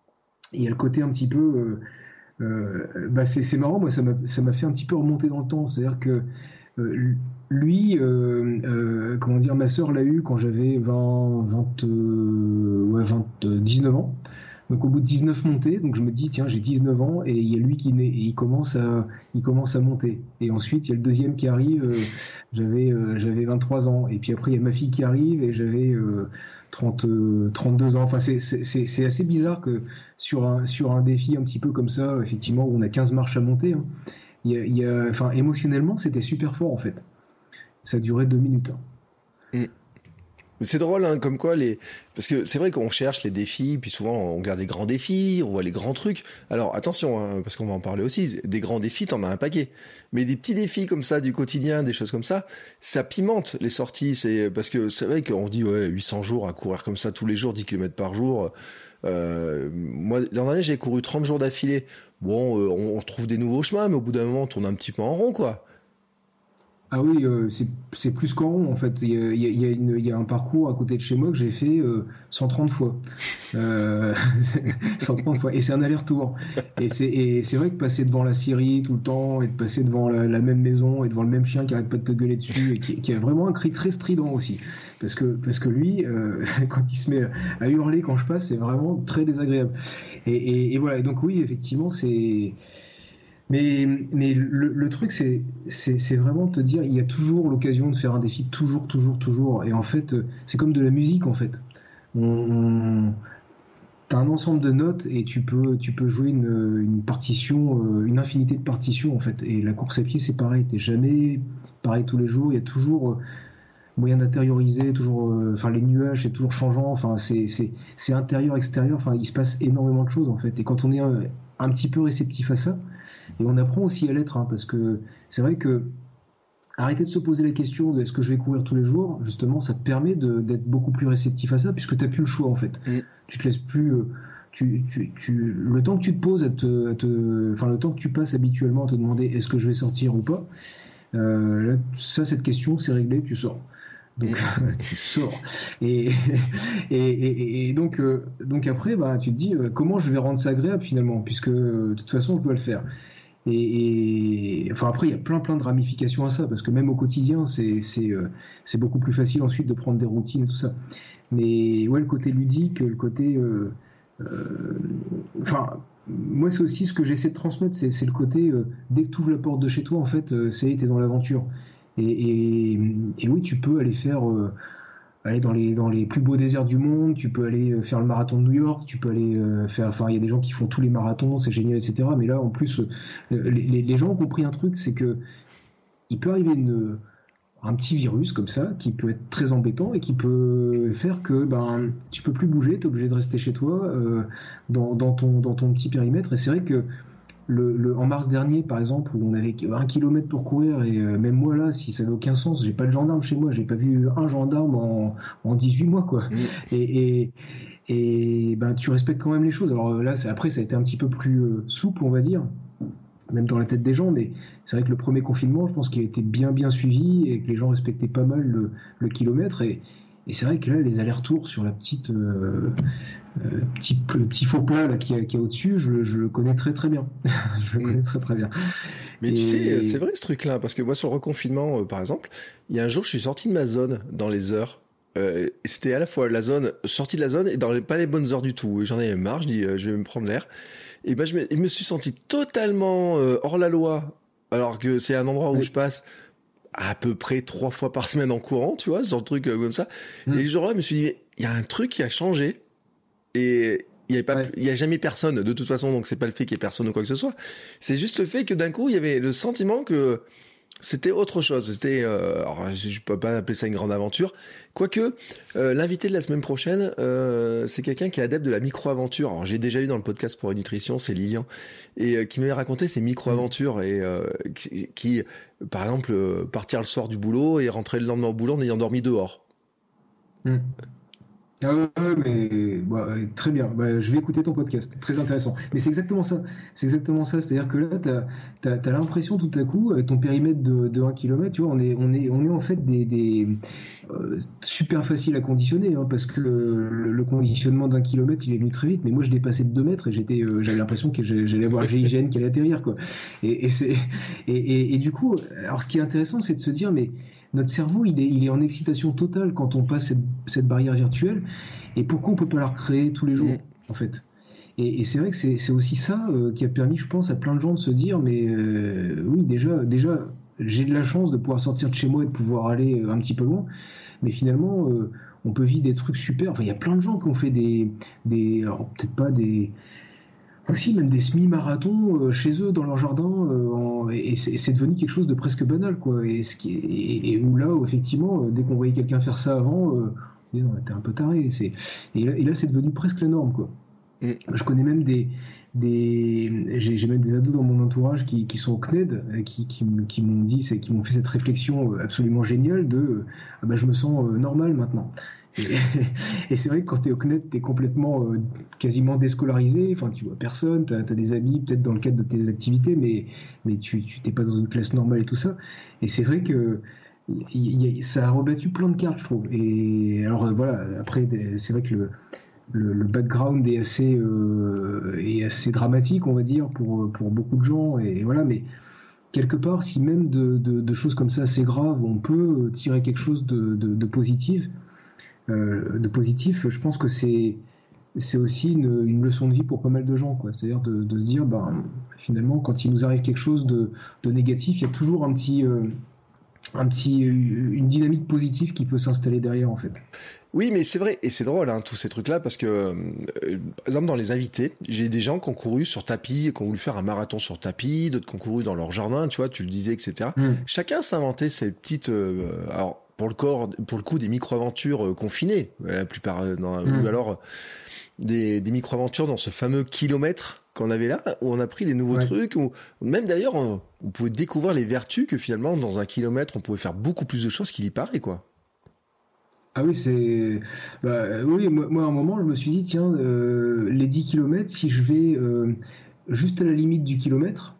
il y a le côté un petit peu, euh, euh, bah c'est, c'est marrant. Moi, ça m'a, ça m'a fait un petit peu remonter dans le temps. C'est-à-dire que euh, lui, euh, euh, comment dire, ma sœur l'a eu quand j'avais vingt, vingt, euh, ouais, vingt, euh, dix-neuf ans. Donc au bout de dix-neuf montées, donc je me dis tiens j'ai dix-neuf ans et il y a lui qui naît et il commence à il commence à monter. Et ensuite il y a le deuxième qui arrive, euh, j'avais euh, j'avais vingt-trois ans et puis après il y a ma fille qui arrive et j'avais euh, trente, euh, trente-deux ans. Enfin c'est c'est c'est assez bizarre que sur un sur un défi un petit peu comme ça, effectivement où on a quinze marches à monter, hein, il y a, il y a enfin émotionnellement c'était super fort en fait. Ça a duré deux minutes. Hein. Mm. C'est drôle, hein, comme quoi les. Parce que c'est vrai qu'on cherche les défis, puis souvent on regarde les grands défis, on voit les grands trucs. Alors attention, hein, parce qu'on va en parler aussi, des grands défis, t'en as un paquet. Mais des petits défis comme ça, du quotidien, des choses comme ça, ça pimente les sorties. C'est... Parce que c'est vrai qu'on dit, ouais, huit cents jours à courir comme ça tous les jours, dix kilomètres par jour. Euh, moi, l'an dernier, j'ai couru trente jours d'affilée. Bon, euh, on, on trouve des nouveaux chemins, mais au bout d'un moment, on tourne un petit peu en rond, quoi. Ah oui, euh, c'est, c'est plus qu'en rond en fait. Il y a, il y, a, il y, a une, il y a un parcours à côté de chez moi que j'ai fait euh, cent trente fois. Euh, cent trente fois. Et c'est un aller-retour. Et c'est, et c'est vrai que passer devant la scierie tout le temps et de passer devant la, la même maison et devant le même chien qui arrête pas de te gueuler dessus et qui, qui a vraiment un cri très strident aussi. Parce que, parce que lui, euh, quand il se met à hurler quand je passe, c'est vraiment très désagréable. Et, et, et voilà. Et donc oui, effectivement, c'est... Mais, mais le, le truc, c'est, c'est, c'est vraiment te dire, il y a toujours l'occasion de faire un défi, toujours, toujours, toujours. Et en fait, c'est comme de la musique, en fait. On, on, t'as un ensemble de notes et tu peux, tu peux jouer une, une partition, une infinité de partitions, en fait. Et la course à pied, c'est pareil. T'es jamais pareil tous les jours. Il y a toujours moyen d'intérioriser, toujours, enfin, les nuages, c'est toujours changeant. Enfin, c'est, c'est, c'est intérieur, extérieur. Enfin, il se passe énormément de choses, en fait. Et quand on est un, un petit peu réceptif à ça, et on apprend aussi à l'être, hein, parce que c'est vrai que arrêter de se poser la question de est-ce que je vais courir tous les jours, justement, ça te permet de, d'être beaucoup plus réceptif à ça, puisque tu n'as plus le choix, en fait. Mm. Tu te laisses plus... Euh, tu, tu, tu, le temps que tu te poses, à te, à te, enfin, le temps que tu passes habituellement à te demander est-ce que je vais sortir ou pas, euh, là, ça, cette question, c'est réglé, tu sors. Donc mmh. tu sors et, et, et, et donc, euh, donc après bah, tu te dis euh, comment je vais rendre ça agréable finalement, puisque euh, de toute façon je dois le faire. Et, et enfin après il y a plein plein de ramifications à ça, parce que même au quotidien c'est, c'est, euh, c'est beaucoup plus facile ensuite de prendre des routines et tout ça. Mais ouais, le côté ludique, le côté euh, euh, enfin moi c'est aussi ce que j'essaie de transmettre, c'est, c'est le côté euh, dès que tu ouvres la porte de chez toi en fait euh, c'est t'es dans l'aventure. Et, et, et oui, tu peux aller faire euh, aller dans les dans les plus beaux déserts du monde, tu peux aller faire le marathon de New York, tu peux aller euh, faire, enfin il y a des gens qui font tous les marathons, c'est génial, et cetera. Mais là en plus euh, les, les gens ont compris un truc, c'est que il peut arriver une, un petit virus comme ça qui peut être très embêtant et qui peut faire que ben tu peux plus bouger, t'es obligé de rester chez toi euh, dans, dans ton dans ton petit périmètre. Et c'est vrai que Le, le, en mars dernier, par exemple, où on avait un kilomètre pour courir, et euh, même moi là, si ça n'a aucun sens, j'ai pas de gendarme chez moi, j'ai pas vu un gendarme en, en dix-huit mois, quoi. Mmh. Et, et, et ben, tu respectes quand même les choses. Alors là, c'est, après, ça a été un petit peu plus euh, souple, on va dire, même dans la tête des gens, mais c'est vrai que le premier confinement, je pense qu'il a été bien, bien suivi et que les gens respectaient pas mal le, le kilomètre. Et, Et c'est vrai que là, les allers-retours sur la petite, euh, euh, petit, le petit faux plat là, qui est qui au-dessus, je, je le connais très très bien. je le connais très très bien. Mais et... tu sais, c'est vrai ce truc-là, parce que moi, sur le reconfinement, euh, par exemple, il y a un jour, je suis sorti de ma zone dans les heures. Euh, c'était à la fois la zone, sortie de la zone et dans les, pas les bonnes heures du tout. Et j'en avais marre, je dis, euh, je vais me prendre l'air. Et ben, je me, je me suis senti totalement euh, hors la loi, alors que c'est un endroit où oui. je passe à peu près trois fois par semaine en courant, tu vois, ce genre de truc comme ça. Mmh. Et ce jour-là, je me suis dit, il y a un truc qui a changé et il y avait pas, ouais. il y a jamais personne de toute façon, donc c'est pas le fait qu'il y ait personne ou quoi que ce soit. C'est juste le fait que d'un coup, il y avait le sentiment que c'était autre chose. C'était, euh, alors, je peux pas appeler ça une grande aventure. Quoique, euh, l'invité de la semaine prochaine, euh, c'est quelqu'un qui est adepte de la micro-aventure. Alors, j'ai déjà eu dans le podcast pour une nutrition, c'est Lilian, et euh, qui m'avait raconté ces micro-aventures et euh, qui, qui, par exemple, euh, partir le soir du boulot et rentrer le lendemain au boulot en ayant dormi dehors. Mmh. Ah ouais, mais bah, très bien. Bah, je vais écouter ton podcast. Très intéressant. Mais c'est exactement ça. C'est exactement ça. C'est-à-dire que là, t'as, t'as, t'as l'impression tout à coup, avec ton périmètre de, de un kilomètre, tu vois, on est, on est, on est en fait des, des euh, super facile à conditionner, hein, parce que le, le conditionnement d'un kilomètre, il est venu très vite. Mais moi, je dépassais de deux mètres et j'étais, euh, j'avais l'impression que j'allais voir G I G N qui allait atterrir, quoi. Et, et c'est, et, et, et du coup, alors ce qui est intéressant, c'est de se dire, mais notre cerveau, il est, il est en excitation totale quand on passe cette, cette barrière virtuelle. Et pourquoi on peut pas la recréer tous les jours, mmh. en fait ? Et, et c'est vrai que c'est, c'est aussi ça euh, qui a permis, je pense, à plein de gens de se dire, mais euh, oui, déjà, déjà, j'ai de la chance de pouvoir sortir de chez moi et de pouvoir aller un petit peu loin. Mais finalement, euh, on peut vivre des trucs super. Enfin, il y a plein de gens qui ont fait des, des alors peut-être pas des... aussi même des semi-marathons euh, chez eux dans leur jardin euh, en, et, c'est, et c'est devenu quelque chose de presque banal, quoi. Et, ce qui est, et, et où là où effectivement euh, dès qu'on voyait quelqu'un faire ça avant euh, on disait, non, t'es un peu taré, c'est, et, là, et là c'est devenu presque la norme, quoi. Mm. Je connais même des, des j'ai, j'ai même des ados dans mon entourage qui, qui sont au C N E D qui, qui, qui m'ont dit c'est, qui m'ont fait cette réflexion absolument géniale de ah bah, je me sens euh, normal maintenant. Et, et c'est vrai que quand t'es au C N E D, t'es complètement euh, quasiment déscolarisé, enfin tu vois personne, t'as, t'as des amis peut-être dans le cadre de tes activités, mais, mais tu, tu t'es pas dans une classe normale et tout ça. Et c'est vrai que y, y, ça a rebattu plein de cartes, je trouve. Et alors euh, voilà, après c'est vrai que le, le, le background est assez, euh, est assez dramatique, on va dire, pour, pour beaucoup de gens, et, et voilà, mais quelque part, si même de, de, de choses comme ça assez graves, on peut tirer quelque chose de, de, de positif, Euh, de positif, je pense que c'est c'est aussi une, une leçon de vie pour pas mal de gens, quoi. C'est-à-dire de, de se dire, ben, finalement, quand il nous arrive quelque chose de, de négatif, il y a toujours un petit, euh, un petit, une dynamique positive qui peut s'installer derrière, en fait. Oui, mais c'est vrai, et c'est drôle, hein, tous ces trucs-là, parce que, euh, par exemple, dans les invités, j'ai des gens qui ont couru sur tapis, qui ont voulu faire un marathon sur tapis, d'autres qui ont couru dans leur jardin, tu vois, tu le disais, et cetera. Mm. Chacun s'inventait ses petites... Euh, alors, pour le corps, pour le coup, des micro-aventures euh, confinées, la plupart, euh, dans, mm. ou alors des, des micro-aventures dans ce fameux kilomètre qu'on avait là, où on a pris des nouveaux ouais. trucs, où même d'ailleurs, on, on pouvait découvrir les vertus que finalement, dans un kilomètre, on pouvait faire beaucoup plus de choses qu'il y paraît, quoi. Ah oui, c'est. Bah, oui, moi, moi, à un moment, je me suis dit, tiens, euh, les dix kilomètres, si je vais euh, juste à la limite du kilomètre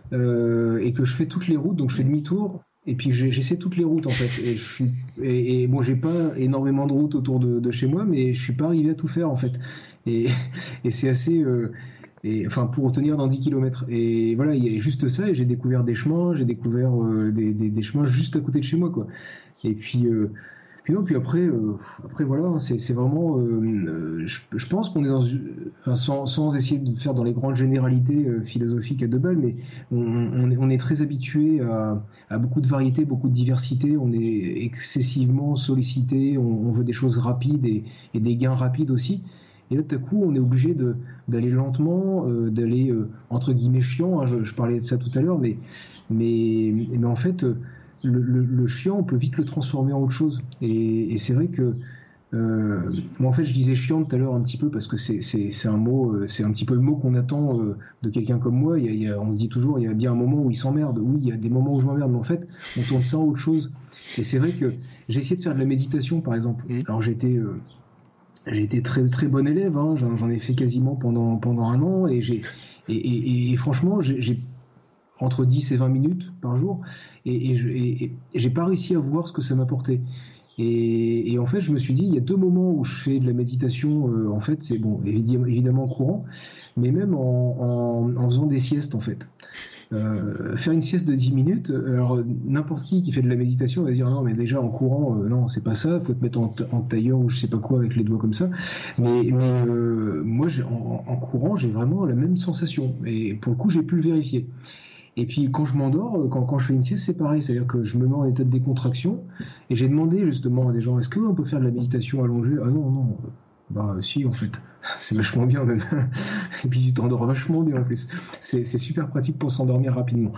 euh, et que je fais toutes les routes, donc je fais demi-tour, et puis j'essaie toutes les routes, en fait. Et, je suis, et, et bon, j'ai pas énormément de routes autour de, de chez moi, mais je suis pas arrivé à tout faire, en fait. Et, et c'est assez. Euh, et, enfin, pour tenir dans dix kilomètres. Et voilà, il y a juste ça, et j'ai découvert des chemins, j'ai découvert euh, des, des, des chemins juste à côté de chez moi, quoi. Et puis. Euh, Puis non, puis après, euh, après voilà, c'est, c'est vraiment, euh, je, je pense qu'on est dans, enfin, sans, sans essayer de faire dans les grandes généralités euh, philosophiques à deux balles, mais on, on, est, on est très habitué à, à beaucoup de variété, beaucoup de diversité. On est excessivement sollicité, on, on veut des choses rapides et, et des gains rapides aussi. Et là, tout à coup, on est obligé de, d'aller lentement, euh, d'aller euh, entre guillemets chiant. Hein, je, je parlais de ça tout à l'heure, mais, mais, mais en fait. Euh, Le, le, le chiant, on peut vite le transformer en autre chose. Et, et c'est vrai que euh, moi, en fait, je disais chiant tout à l'heure un petit peu parce que c'est, c'est, c'est un mot, c'est un petit peu le mot qu'on attend euh, de quelqu'un comme moi. Il y a, il y a, on se dit toujours, il y a bien un moment où il s'emmerde. Oui, il y a des moments où je m'emmerde, mais en fait, on tourne ça en autre chose. Et c'est vrai que j'ai essayé de faire de la méditation, par exemple. Mmh. Alors, j'ai été, euh, j'ai été très, très bon élève. Hein. J'en, j'en ai fait quasiment pendant, pendant un an. Et, j'ai, et, et, et franchement, j'ai, j'ai entre dix et vingt minutes par jour, et, et, et, et j'ai pas réussi à voir ce que ça m'apportait. Et, et en fait, je me suis dit, il y a deux moments où je fais de la méditation, euh, en fait, c'est bon, évidemment, évidemment en courant, mais même en, en, en faisant des siestes, en fait. Euh, faire une sieste de dix minutes, alors n'importe qui qui fait de la méditation va dire non, mais déjà en courant, euh, non, c'est pas ça, faut te mettre en, en tailleur ou je sais pas quoi avec les doigts comme ça. Mais, mais euh, moi, j'ai, en, en courant, j'ai vraiment la même sensation. Et pour le coup, j'ai pu le vérifier. Et puis quand je m'endors, quand, quand je fais une sieste, c'est pareil, c'est-à-dire que je me mets en état de décontraction et j'ai demandé justement à des gens, est-ce qu'on peut faire de la méditation allongée ? Ah non, non, bah si en fait, c'est vachement bien même. Et puis tu t'endors vachement bien en plus. C'est, c'est super pratique pour s'endormir rapidement.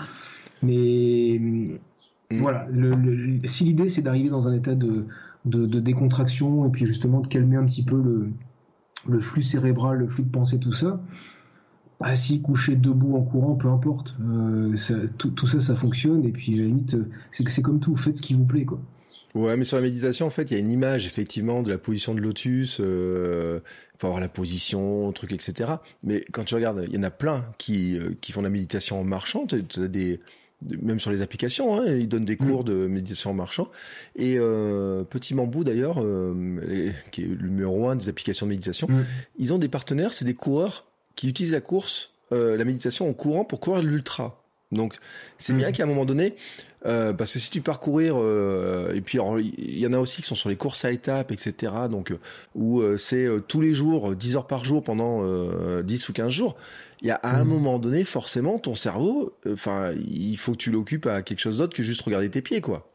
Mais mmh. voilà, le, le, si l'idée c'est d'arriver dans un état de, de, de décontraction et puis justement de calmer un petit peu le, le flux cérébral, le flux de pensée, tout ça, assis, couché, debout, en courant, peu importe. Euh, ça, tout, tout ça, ça fonctionne. Et puis, à la limite, c'est, c'est comme tout. Faites ce qui vous plaît, quoi. Ouais, mais sur la méditation, en fait, il y a une image, effectivement, de la position de lotus. Il euh, faut avoir la position, truc, et cetera. Mais quand tu regardes, il y en a plein qui, euh, qui font de la méditation en marchant. Tu as des... Même sur les applications, hein, ils donnent des cours mmh. de méditation en marchant. Et euh, Petit Bambou, d'ailleurs, euh, les, qui est le numéro un des applications de méditation, mmh. ils ont des partenaires, c'est des coureurs qui utilisent la course, euh, la méditation en courant pour courir l'ultra. Donc, c'est mmh. bien qu'à un moment donné, euh, parce que si tu pars courir, euh, et puis il y en a aussi qui sont sur les courses à étapes, et cetera, donc, euh, où euh, c'est euh, tous les jours, dix heures par jour pendant euh, dix ou quinze jours, il y a à mmh. un moment donné, forcément, ton cerveau, enfin, euh, il faut que tu l'occupes à quelque chose d'autre que juste regarder tes pieds, quoi.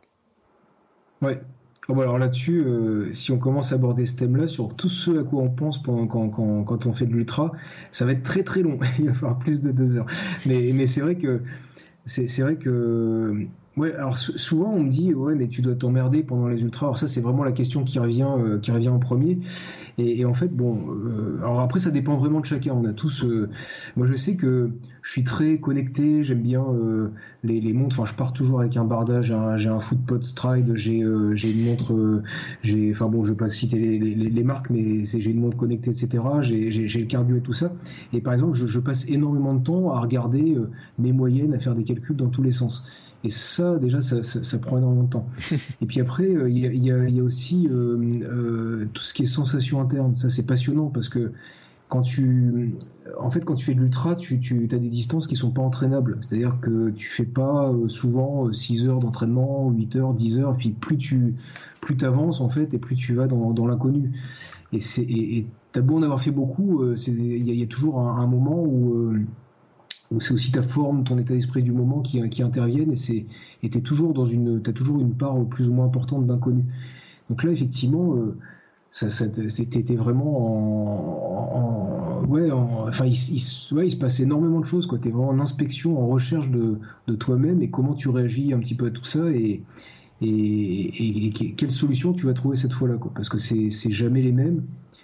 Ouais. Bon, alors là-dessus, euh, si on commence à aborder ce thème-là, sur tout ce à quoi on pense pendant, quand, quand, quand on fait de l'ultra, ça va être très très long. Il va falloir plus de deux heures. Mais, mais c'est vrai que c'est, c'est vrai que ouais. Alors souvent on me dit ouais, mais tu dois t'emmerder pendant les ultras. Alors ça, c'est vraiment la question qui revient, euh, qui revient en premier. Et, et en fait, bon, euh, alors après, ça dépend vraiment de chacun. On a tous. Euh, moi, je sais que je suis très connecté. J'aime bien euh, les, les montres. Enfin, je pars toujours avec un Barda. J'ai un, j'ai un Footpod Stride. J'ai, euh, j'ai une montre. Euh, j'ai, enfin bon, je vais pas citer les, les, les marques, mais c'est, j'ai une montre connectée, et cetera. J'ai, j'ai, j'ai le cardio et tout ça. Et par exemple, je, je passe énormément de temps à regarder euh, mes moyennes, à faire des calculs dans tous les sens. Et ça, déjà, ça, ça, ça prend énormément de temps. Et puis après, il euh, y, y, a, y a aussi euh, euh, tout ce qui est sensation interne. Ça, c'est passionnant parce que quand tu, en fait, quand tu fais de l'ultra, tu, tu as des distances qui sont pas entraînables. C'est-à-dire que tu fais pas euh, souvent six heures d'entraînement, huit heures, dix heures. Et puis plus tu plus t'avances, en fait, et plus tu vas dans, dans l'inconnu. Et, c'est, et, et t'as beau en avoir fait beaucoup, il y, y a toujours un, un moment où, euh, où c'est aussi ta forme, ton état d'esprit du moment qui, qui interviennent, et c'est et t'es toujours dans une, t'as toujours une part plus ou moins importante d'inconnu. Donc là, effectivement, euh, ça, ça, t'étais vraiment en, en ouais, en, enfin, il, il, ouais, il se passe énormément de choses, quoi. T'es vraiment en inspection, en recherche de, de toi-même et comment tu réagis un petit peu à tout ça et et, et, et quelle solution tu vas trouver cette fois-là, quoi. Parce que c'est c'est jamais les mêmes.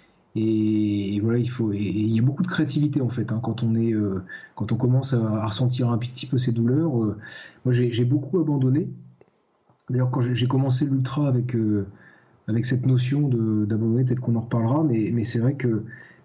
Et, et voilà, il faut. Et il y a beaucoup de créativité en fait hein, quand on est, euh, quand on commence à, à ressentir un petit peu ces douleurs. Euh, moi, j'ai, j'ai beaucoup abandonné. D'ailleurs, quand j'ai, j'ai commencé l'ultra avec euh, avec cette notion de, d'abandonner, peut-être qu'on en reparlera, mais mais c'est vrai que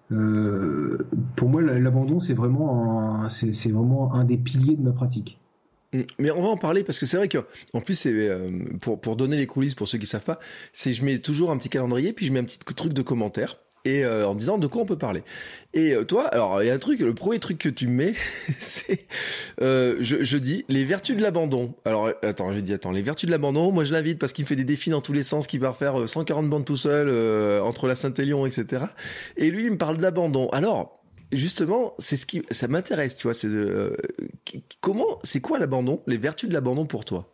euh, pour moi, l'abandon, c'est vraiment un, c'est, c'est vraiment un des piliers de ma pratique. Mais on va en parler parce que c'est vrai que en plus c'est euh, pour pour donner les coulisses pour ceux qui savent pas, c'est je mets toujours un petit calendrier puis je mets un petit truc de commentaires et euh, en disant de quoi on peut parler. Et euh, toi, alors il y a un truc, le premier truc que tu mets, c'est euh, je, je dis les vertus de l'abandon. Alors attends, j'ai dit attends les vertus de l'abandon. Moi je l'invite parce qu'il me fait des défis dans tous les sens, qu'il va refaire cent quarante bandes tout seul euh, entre la Saint-Élion et cetera. Et lui il me parle d'abandon. Alors justement, c'est ce qui, ça m'intéresse, tu vois. C'est de, euh, comment, c'est quoi l'abandon, les vertus de l'abandon pour toi?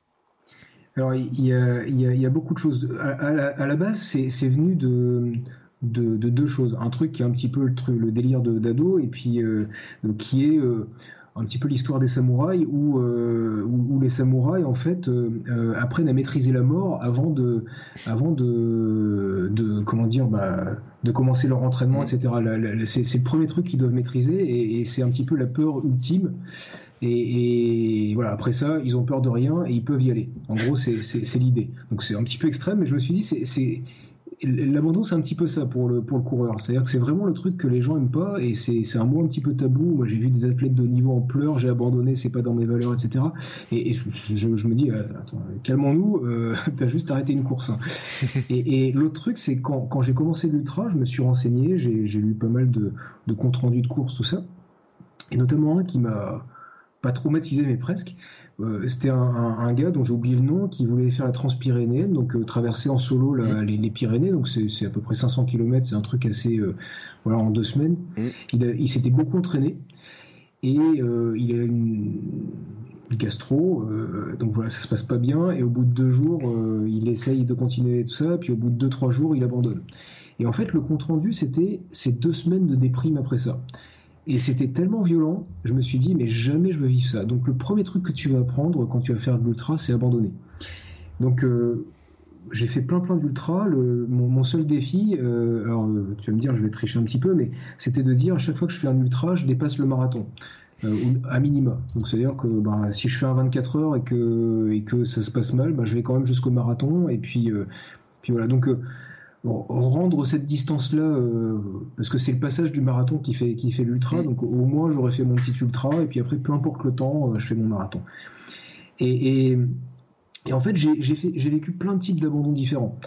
Alors, il y a, il y a, il y a beaucoup de choses. À, à, la, à la base, c'est, c'est venu de, de, de deux choses. Un truc qui est un petit peu le, truc, le délire de, d'ado, et puis euh, qui est euh, un petit peu l'histoire des samouraïs, où, euh, où, où les samouraïs, en fait, euh, apprennent à maîtriser la mort avant de, avant de, de comment dire, bah, de commencer leur entraînement, et cetera. La, la, c'est, c'est le premier truc qu'ils doivent maîtriser, et, et c'est un petit peu la peur ultime. Et, et voilà, après ça, ils ont peur de rien et ils peuvent y aller. En gros, c'est, c'est, c'est l'idée. Donc c'est un petit peu extrême, mais je me suis dit, c'est, c'est l'abandon, c'est un petit peu ça pour le, pour le coureur. C'est-à-dire que c'est vraiment le truc que les gens aiment pas et c'est, c'est un mot un petit peu tabou. Moi, j'ai vu des athlètes de haut niveau en pleurs, j'ai abandonné, c'est pas dans mes valeurs, et cetera. Et, et je, je me dis, attends, calmons-nous, euh, t'as juste arrêté une course. Hein. Et, et l'autre truc, c'est quand, quand j'ai commencé l'ultra, je me suis renseigné, j'ai, j'ai lu pas mal de, de comptes rendus de course, tout ça. Et notamment un qui m'a pas traumatisé, mais presque. Euh, c'était un, un, un gars dont j'ai oublié le nom qui voulait faire la transpyrénéenne, donc euh, traverser en solo la, les, les Pyrénées, donc c'est, c'est à peu près cinq cents kilomètres, c'est un truc assez euh, voilà en deux semaines. Mmh. Il, a, il s'était beaucoup entraîné et euh, il a une, une gastro, euh, donc voilà, ça se passe pas bien. Et au bout de deux jours, euh, il essaye de continuer tout ça, puis au bout de deux trois jours, il abandonne. Et en fait, le compte rendu, c'était ces deux semaines de déprime après ça. Et c'était tellement violent, je me suis dit, mais jamais je veux vivre ça. Donc le premier truc que tu vas apprendre quand tu vas faire de l'ultra, c'est abandonner. Donc euh, j'ai fait plein plein d'ultra. Le, mon, mon seul défi, euh, alors tu vas me dire, je vais tricher un petit peu, mais c'était de dire à chaque fois que je fais un ultra, je dépasse le marathon. Euh, à minima. Donc c'est-à-dire que bah, si je fais un vingt-quatre heures et que, et que ça se passe mal, bah, je vais quand même jusqu'au marathon. Et puis, euh, puis voilà. Donc euh, rendre cette distance-là, euh, parce que c'est le passage du marathon qui fait, qui fait l'ultra, donc au moins j'aurais fait mon petit ultra, et puis après, peu importe le temps, euh, je fais mon marathon. Et, et, et en fait, j'ai, j'ai, fait, j'ai vécu plein de types d'abandons différents.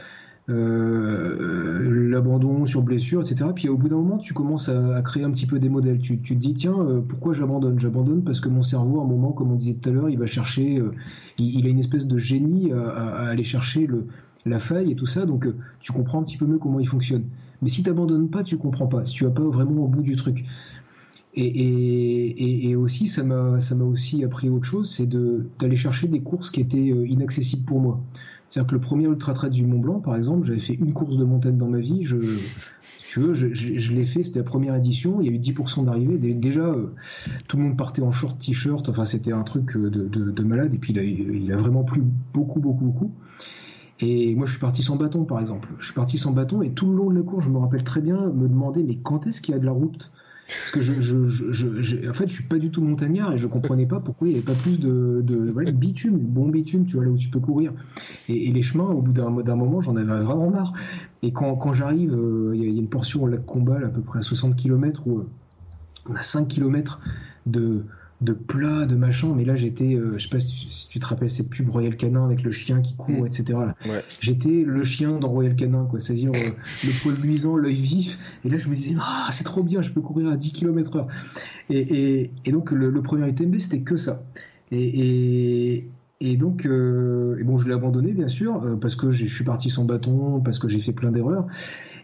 Euh, l'abandon sur blessure, et cetera. Puis au bout d'un moment, tu commences à, à créer un petit peu des modèles. Tu, tu te dis, tiens, euh, pourquoi j'abandonne ? J'abandonne parce que mon cerveau, à un moment, comme on disait tout à l'heure, il va chercher, euh, il, il a une espèce de génie à, à, à aller chercher le la faille et tout ça, donc euh, tu comprends un petit peu mieux comment il fonctionne. Mais si tu n'abandonnes pas, tu comprends pas, si tu vas pas vraiment au bout du truc. Et, et, et, et aussi, ça m'a, ça m'a aussi appris autre chose, c'est de, d'aller chercher des courses qui étaient euh, inaccessibles pour moi. C'est-à-dire que le premier Ultra Trail du Mont Blanc, par exemple, j'avais fait une course de montagne dans ma vie, je, si tu veux, je, je, je l'ai fait, c'était la première édition, il y a eu dix pour cent d'arrivée, déjà, euh, tout le monde partait en short, t-shirt, enfin c'était un truc de, de, de malade, et puis il a, il a vraiment plu beaucoup, beaucoup, beaucoup. Et moi, je suis parti sans bâton, par exemple. Je suis parti sans bâton et tout le long de la course, je me rappelle très bien me demander mais quand est-ce qu'il y a de la route ? Parce que je, je, je, je, je, en fait, je suis pas du tout montagnard et je comprenais pas pourquoi il n'y avait pas plus de, de, voilà, de bitume, bon bitume, tu vois, là où tu peux courir. Et, et les chemins, au bout d'un, d'un moment, j'en avais vraiment marre. Et quand, quand j'arrive, il euh, y, y a une portion au lac Combal, à peu près à soixante kilomètres, où euh, on a cinq kilomètres de de plat, de machin, mais là j'étais, euh, je sais pas si tu, si tu te rappelles cette pub Royal Canin avec le chien qui court, mmh. et cetera. Là. Ouais. J'étais le chien dans Royal Canin, quoi, c'est-à-dire euh, le poil luisant, l'œil vif, et là je me disais, ah, c'est trop bien, je peux courir à dix kilomètres heure. Et, et, et donc le, le premier U T M B c'était que ça. Et, et, et donc, euh, et bon, je l'ai abandonné bien sûr, euh, parce que je suis parti sans bâton, parce que j'ai fait plein d'erreurs.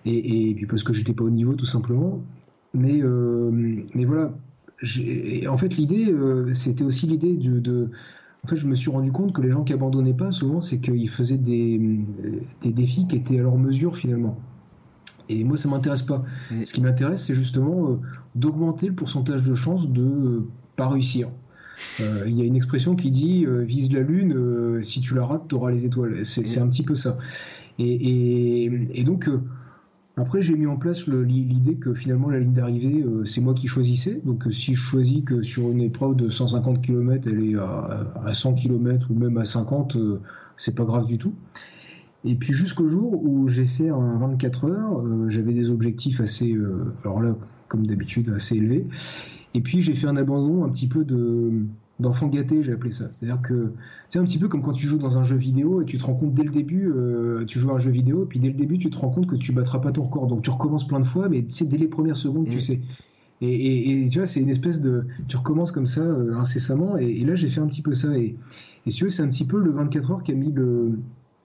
et, et puis parce que j'étais pas au niveau tout simplement. Mais, euh, mais voilà, j'ai, en fait l'idée, euh, c'était aussi l'idée de, de... En fait, je me suis rendu compte que les gens qui abandonnaient pas, souvent, c'est qu'ils faisaient des, des défis qui étaient à leur mesure finalement. Et moi, ça m'intéresse pas. Mmh. Ce qui m'intéresse, c'est justement euh, d'augmenter le pourcentage de chances de euh, pas réussir. Il euh, y a une expression qui dit euh, vise la lune, euh, si tu la rates, tu auras les étoiles. C'est, mmh. c'est un petit peu ça. Et, et, et donc, euh, après, j'ai mis en place le, l'idée que finalement, la ligne d'arrivée, euh, c'est moi qui choisissais. Donc, euh, si je choisis que sur une épreuve de cent cinquante kilomètres, elle est à, à cent kilomètres ou même à cinquante, euh, c'est pas grave du tout. Et puis jusqu'au jour où j'ai fait un vingt-quatre heures, euh, j'avais des objectifs assez, euh, alors là, comme d'habitude, assez élevés. Et puis j'ai fait un abandon un petit peu de, d'enfant gâté, j'ai appelé ça. C'est-à-dire que c'est un petit peu comme quand tu joues dans un jeu vidéo et tu te rends compte dès le début, euh, tu joues à un jeu vidéo, et puis dès le début, tu te rends compte que tu battras pas ton record. Donc tu recommences plein de fois, mais c'est dès les premières secondes, mmh. tu sais. Et, et, et tu vois, c'est une espèce de... Tu recommences comme ça euh, incessamment, et, et là j'ai fait un petit peu ça. Et, et si tu veux, c'est un petit peu le vingt-quatre heures qui a mis le...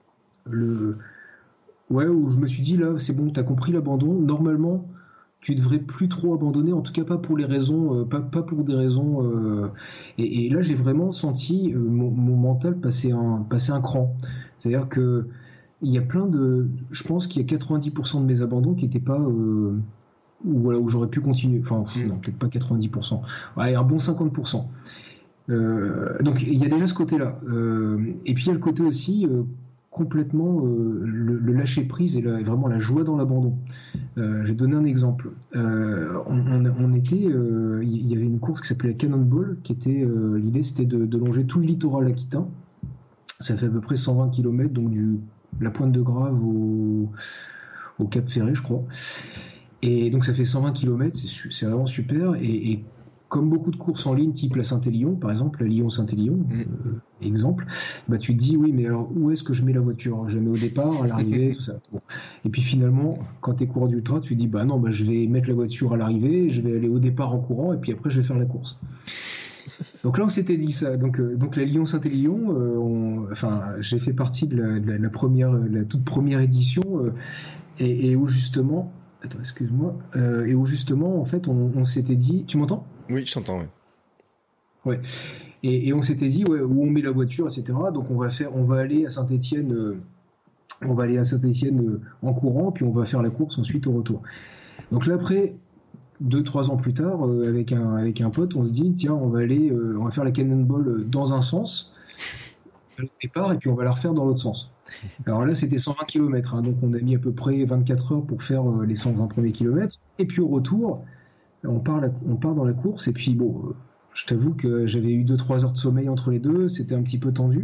Le... Ouais, où je me suis dit là, c'est bon, t'as compris l'abandon. Normalement, tu devrais plus trop abandonner, en tout cas pas pour les raisons, euh, pas, pas pour des raisons. Euh... Et, et là, j'ai vraiment senti euh, mon, mon mental passer un, passer un cran. C'est-à-dire que il y a plein de, je pense qu'il y a quatre-vingt-dix pour cent de mes abandons qui n'étaient pas, euh... où, voilà, où j'aurais pu continuer. Enfin, mmh. non, peut-être pas quatre-vingt-dix pour cent. Ouais, un bon cinquante pour cent. Euh... Donc il y a déjà ce côté-là. Euh... Et puis il y a le côté aussi. Euh... complètement euh, le, le lâcher prise et, la, et vraiment la joie dans l'abandon. Euh, je vais donner un exemple. Euh, on, on, on était, il euh, y, y avait une course qui s'appelait la Cannonball, qui était euh, l'idée c'était de, de longer tout le littoral aquitain. Ça fait à peu près cent vingt kilomètres, donc du la Pointe de Grave au, au Cap Ferret, je crois. Et donc ça fait cent vingt kilomètres, c'est, c'est vraiment super. Et, et comme beaucoup de courses en ligne, type la Saint-Élion, par exemple, la Lyon-Saint-Élion, mmh. euh, exemple, bah tu te dis, oui, mais alors où est-ce que je mets la voiture ? Je la mets au départ, à l'arrivée, tout ça. Bon. Et puis finalement, quand tu es coureur d'ultra, tu te dis, bah non, bah, je vais mettre la voiture à l'arrivée, je vais aller au départ en courant, et puis après, je vais faire la course. Donc là, on s'était dit ça. Donc, euh, donc la Lyon-Saint-Élion, euh, on, enfin, j'ai fait partie de la, de la, la, première, la toute première édition, euh, et, et où justement... Attends, excuse-moi. Euh, et où justement, en fait, on, on s'était dit... Tu m'entends ? Oui, je t'entends, oui. Ouais. Et, et on s'était dit, ouais, où on met la voiture, et cetera. Donc on va faire, on va aller à Saint-Étienne, euh, on va aller à Saint-Étienne euh, en courant, puis on va faire la course ensuite au retour. Donc là, après, deux, trois ans plus tard, euh, avec un avec un pote, on se dit, tiens, on va aller, euh, on va faire la Cannonball dans un sens, au départ, et puis on va la refaire dans l'autre sens. Alors là, c'était cent vingt kilomètres, hein, donc on a mis à peu près vingt-quatre heures pour faire euh, les cent vingt premiers kilomètres. Et puis au retour, on part, la, on part dans la course, et puis bon, euh, je t'avoue que j'avais eu deux trois heures de sommeil entre les deux, c'était un petit peu tendu.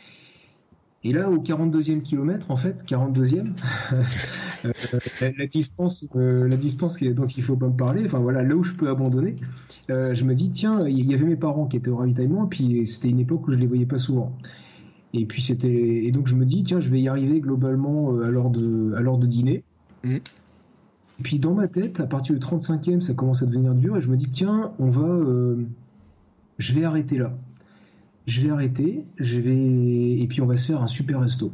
Et là, au quarante-deuxième kilomètre, en fait, quarante-deuxième, euh, la, la distance, euh, la distance dont il ne faut pas me parler, enfin voilà, là où je peux abandonner, euh, je me dis, tiens, il y avait mes parents qui étaient au ravitaillement, puis c'était une époque où je ne les voyais pas souvent. Et puis c'était, et donc je me dis, tiens, je vais y arriver globalement à l'heure de, à l'heure de dîner. Mmh. Et puis dans ma tête, à partir du trente-cinquième, ça commence à devenir dur, et je me dis, tiens, on va, euh, je vais arrêter là. Je vais arrêter, je vais, et puis on va se faire un super resto.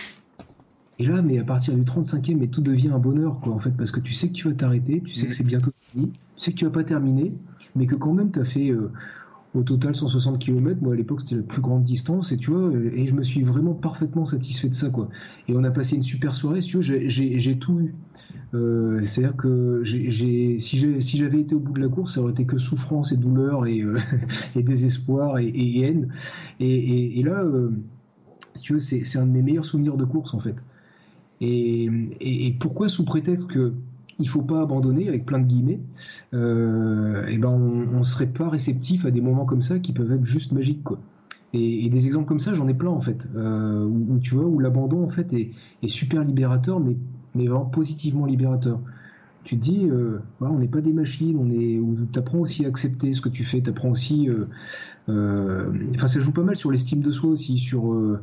Et là, mais à partir du trente-cinquième, mais tout devient un bonheur, quoi, en fait, parce que tu sais que tu vas t'arrêter, tu sais mmh. que c'est bientôt fini, tu sais que tu vas pas terminer, mais que quand même tu as fait euh, au total cent soixante kilomètres. Moi à l'époque c'était la plus grande distance, et tu vois, et je me suis vraiment parfaitement satisfait de ça, quoi. Et on a passé une super soirée, si tu veux, j'ai, j'ai, j'ai tout eu. Euh, c'est-à-dire que j'ai, j'ai, si, j'ai, si j'avais été au bout de la course, ça aurait été que souffrance et douleur et, euh, et désespoir et, et haine. Et, et, et là, euh, si tu veux, c'est, c'est un de mes meilleurs souvenirs de course, en fait. Et, et, et pourquoi, sous prétexte que il faut pas abandonner, avec plein de guillemets, euh, et ben on, on serait pas réceptif à des moments comme ça qui peuvent être juste magiques, quoi. Et, et des exemples comme ça, j'en ai plein, en fait, euh, où, où tu vois, où l'abandon, en fait, est, est super libérateur, mais mais vraiment positivement libérateur. Tu te dis, euh, voilà, on n'est pas des machines, on est, tu apprends aussi à accepter ce que tu fais, tu apprends aussi, euh, euh, enfin ça joue pas mal sur l'estime de soi aussi, sur, euh,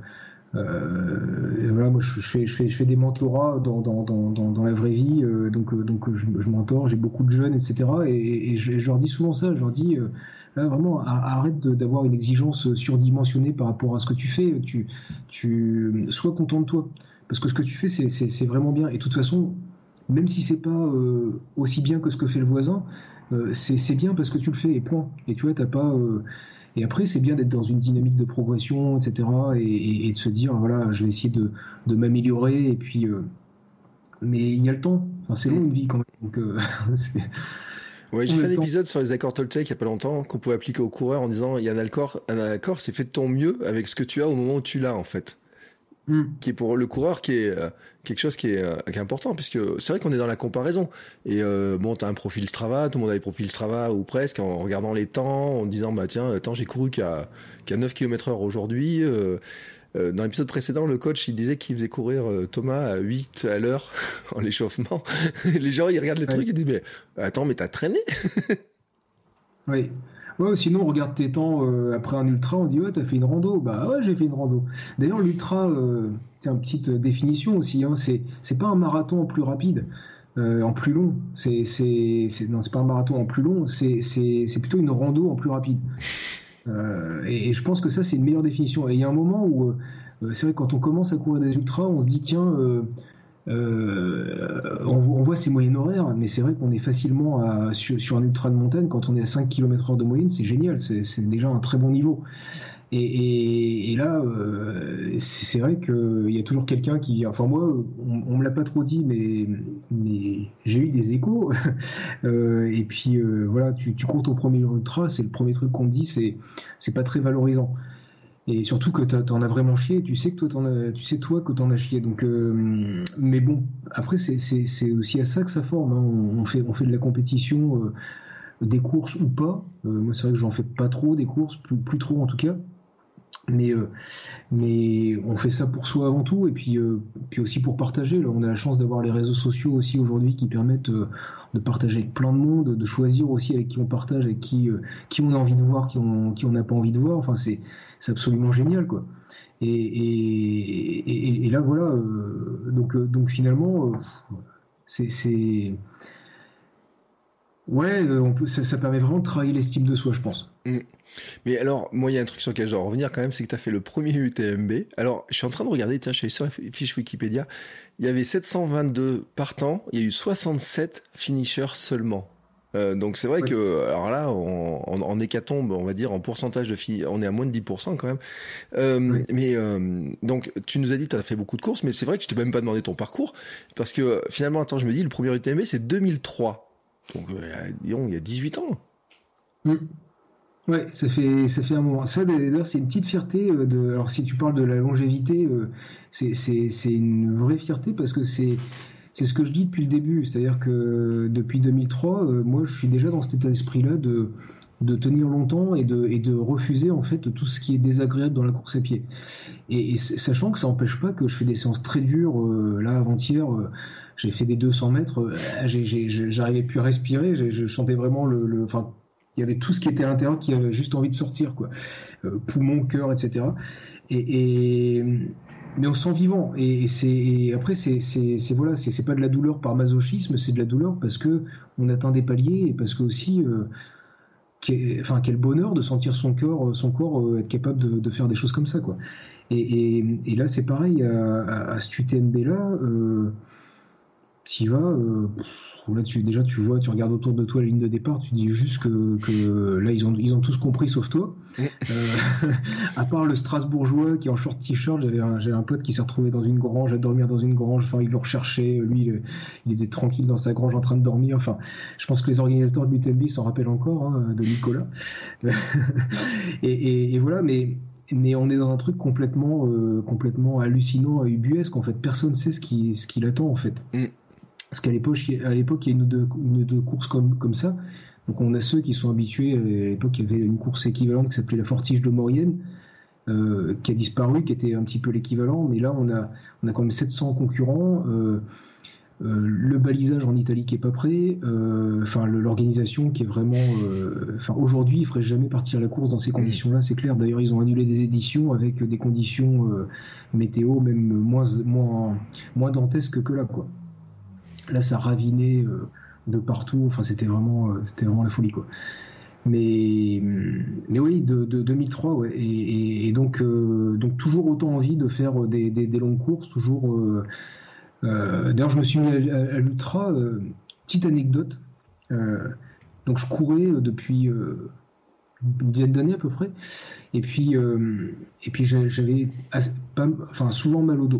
euh, voilà, moi je, je, fais, je, fais, je fais des mentorats dans, dans, dans, dans, dans la vraie vie, euh, donc, donc je, je mentore, j'ai beaucoup de jeunes, et cetera. Et, et je, je leur dis souvent ça, je leur dis, euh, là vraiment, arrête de, d'avoir une exigence surdimensionnée par rapport à ce que tu fais, tu, tu sois content de toi. Parce que ce que tu fais, c'est, c'est, c'est vraiment bien. Et de toute façon, même si c'est pas euh, aussi bien que ce que fait le voisin, euh, c'est, c'est bien parce que tu le fais et point. Et tu vois, t'as pas. Euh, et après, c'est bien d'être dans une dynamique de progression, et cetera. Et, et, et de se dire, voilà, je vais essayer de, de m'améliorer. Et puis, euh, mais il y a le temps. Enfin, c'est long une vie quand même. Donc, euh, c'est... Ouais, j'ai fait un épisode sur les accords Toltec il y a pas longtemps qu'on pouvait appliquer aux coureurs en disant il y a un accord, un accord, c'est fait de ton mieux avec ce que tu as au moment où tu l'as en fait. Mm. Qui est pour le coureur qui est euh, quelque chose qui est, euh, qui est important, puisque c'est vrai qu'on est dans la comparaison. Et euh, bon, t'as un profil Strava, tout le monde a des profils Strava ou presque, en regardant les temps, en disant bah tiens, attends, j'ai couru qu'à, qu'à neuf kilomètres heure aujourd'hui. Euh, euh, dans l'épisode précédent, le coach il disait qu'il faisait courir euh, Thomas à huit à l'heure en l'échauffement. Les gens ils regardent les ouais. trucs et ils disent mais attends, mais t'as traîné. Oui. Ouais, sinon on regarde tes temps euh, après un ultra, on dit ouais t'as fait une rando, bah ouais j'ai fait une rando. D'ailleurs l'ultra, euh, c'est une petite définition aussi, hein, c'est c'est pas un marathon en plus rapide, euh, en plus long, c'est c'est c'est non c'est pas un marathon en plus long, c'est c'est c'est plutôt une rando en plus rapide. Euh, et, et je pense que ça c'est une meilleure définition. Et il y a un moment où euh, c'est vrai que quand on commence à courir des ultras, on se dit tiens euh, Euh, on, on voit ces moyennes horaires, mais c'est vrai qu'on est facilement à, sur, sur un ultra de montagne, quand on est à cinq kilomètres heure de moyenne, c'est génial, c'est, c'est déjà un très bon niveau. Et, et, et là, euh, c'est, c'est vrai qu'il y a toujours quelqu'un qui... Enfin moi, on, on me l'a pas trop dit, mais, mais j'ai eu des échos. euh, et puis euh, voilà, tu, tu cours ton premier ultra, c'est le premier truc qu'on te dit, c'est, c'est pas très valorisant. Et surtout que t'en as vraiment chié, tu sais que toi t'en as, tu sais toi que t'en as chié. Donc, euh, mais bon, après c'est, c'est, c'est aussi à ça que ça forme. Hein. On, on fait, on fait de la compétition, euh, des courses ou pas. Euh, moi c'est vrai que j'en fais pas trop des courses, plus, plus trop en tout cas. Mais, euh, mais on fait ça pour soi avant tout, et puis, euh, puis aussi pour partager. Là, on a la chance d'avoir les réseaux sociaux aussi aujourd'hui qui permettent euh, de partager avec plein de monde, de choisir aussi avec qui on partage, avec qui, euh, qui on a envie de voir, qui on qui on n'a pas envie de voir. Enfin, c'est, c'est absolument génial, quoi. Et, et, et, et là, voilà. Euh, donc, euh, donc finalement, euh, c'est, c'est... Ouais, on peut, ça, ça permet vraiment de travailler l'estime de soi, je pense. Mmh. Mais alors, moi, il y a un truc sur lequel je dois revenir quand même, c'est que tu as fait le premier U T M B. Alors, je suis en train de regarder, tiens, je suis sur la fiche Wikipédia. Il y avait sept cent vingt-deux partants, il y a eu soixante-sept finishers seulement. Euh, donc c'est vrai oui. que, alors là, en, en, en hécatombe, on va dire, en pourcentage de filles, on est à moins de dix pour cent quand même. Euh, oui. Mais euh, donc, tu nous as dit que tu as fait beaucoup de courses, mais c'est vrai que je t'ai même pas demandé ton parcours, parce que finalement, attends, je me dis, le premier U T M B, c'est deux mille trois. Donc, euh, disons, il y a dix-huit ans. Mmh. Ouais, ça fait ça fait un moment. Ça d'ailleurs, c'est une petite fierté de. Alors si tu parles de la longévité, c'est c'est c'est une vraie fierté parce que c'est c'est ce que je dis depuis le début, c'est-à-dire que depuis deux mille trois, moi je suis déjà dans cet état d'esprit-là de de tenir longtemps et de et de refuser en fait tout ce qui est désagréable dans la course à pied. Et, et sachant que ça n'empêche pas que je fais des séances très dures. Euh, là avant-hier, euh, j'ai fait des deux cents mètres, euh, j'ai, j'ai, j'arrivais plus à respirer, j'ai, je chantais vraiment le, le enfin. Il y avait tout ce qui était à l'intérieur qui avait juste envie de sortir, quoi. Euh, poumon, cœur, et cetera. Et, et mais on se sent vivant. Et, c'est et après c'est c'est c'est voilà, c'est c'est pas de la douleur par masochisme, c'est de la douleur parce que on atteint des paliers et parce que aussi, euh, quel, enfin quel bonheur de sentir son corps, son corps euh, être capable de, de faire des choses comme ça, quoi. Et, et, et là c'est pareil à, à, à ce U T M B là, euh, s'il va. Euh, Là, tu, déjà, tu vois, tu regardes autour de toi la ligne de départ, tu dis juste que, que là, ils ont, ils ont tous compris, sauf toi. euh, à part le Strasbourgeois qui est en short t-shirt, j'avais un, j'avais un pote qui s'est retrouvé dans une grange, à dormir dans une grange. Enfin, ils l'ont recherché. Lui, il, il était tranquille dans sa grange en train de dormir. Enfin, je pense que les organisateurs de l'U T M B s'en rappellent encore, hein, de Nicolas. et, et, et voilà, mais. Mais on est dans un truc complètement, euh, complètement hallucinant, ubuesque. En fait, personne ne sait ce qui, ce qui l'attend, en fait. Mm. Parce qu'à l'époque, à l'époque, il y a une ou deux, une ou deux courses comme, comme ça. Donc on a ceux qui sont habitués. À l'époque, il y avait une course équivalente qui s'appelait la Fortige de Maurienne, euh, qui a disparu, qui était un petit peu l'équivalent. Mais là, on a, on a quand même sept cents concurrents. Euh, euh, le balisage en Italie qui est pas prêt. Enfin, euh, l'organisation qui est vraiment. Enfin, euh, aujourd'hui, il ferait jamais partir la course dans ces conditions-là, c'est clair. D'ailleurs, ils ont annulé des éditions avec des conditions euh, météo même moins, moins, moins dantesques que là, quoi. Là, ça ravinait euh, de partout. Enfin, c'était vraiment, euh, c'était vraiment la folie, quoi. Mais, mais oui, de, de deux mille trois, ouais. Et, et, et donc, euh, donc toujours autant envie de faire des, des, des longues courses, toujours, euh, Euh, d'ailleurs, je me suis mis à, à, à l'ultra. Euh, petite anecdote. Euh, donc, je courais depuis euh, une dizaine d'années à peu près. Et puis, euh, et puis j'avais assez, pas, enfin, souvent mal au dos.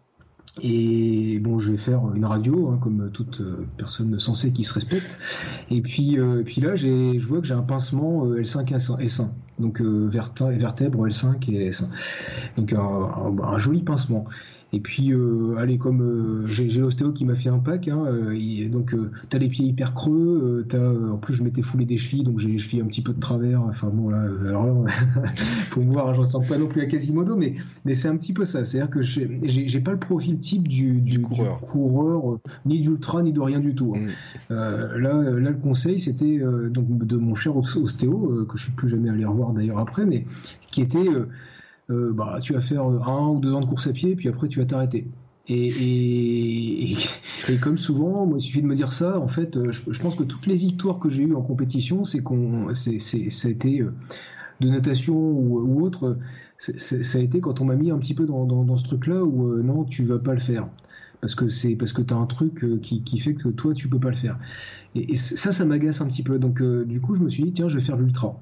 Et bon, je vais faire une radio, hein, comme toute personne sensée qui se respecte. Et puis, euh, et puis là, j'ai, je vois que j'ai un pincement L cinq S un. Donc euh, vertèbre L cinq et S un. Donc un, un, un joli pincement. Et puis, euh, allez, comme euh, j'ai, j'ai l'ostéo qui m'a fait un pack, hein, euh, il, donc euh, t'as les pieds hyper creux, euh, t'as, euh, en plus je m'étais foulé des chevilles, donc j'ai les chevilles un petit peu de travers. Enfin bon, là, alors là, faut me voir, je ressemble pas non plus à Quasimodo, mais, mais c'est un petit peu ça. C'est-à-dire que j'ai, j'ai, j'ai pas le profil type du, du, du coureur, du coureur euh, ni d'ultra, ni de rien du tout. Hein. Mmh. Euh, là, là, le conseil, c'était euh, donc de mon cher ostéo, euh, que je suis plus jamais allé revoir d'ailleurs après, mais qui était. Euh, Euh, bah, tu vas faire un ou deux ans de course à pied, puis après tu vas t'arrêter. Et, et, et, et comme souvent, moi, il suffit de me dire ça. En fait, je, je pense que toutes les victoires que j'ai eues en compétition, c'est qu'on, c'est, c'est, ça a été de natation ou, ou autre. C'est, c'est, ça a été quand on m'a mis un petit peu dans, dans, dans ce truc-là où euh, non, tu vas pas le faire. Parce que c'est parce que t'as un truc qui, qui fait que toi, tu peux pas le faire. Et, et ça, ça m'agace un petit peu. Donc, euh, du coup, je me suis dit, tiens, je vais faire l'ultra.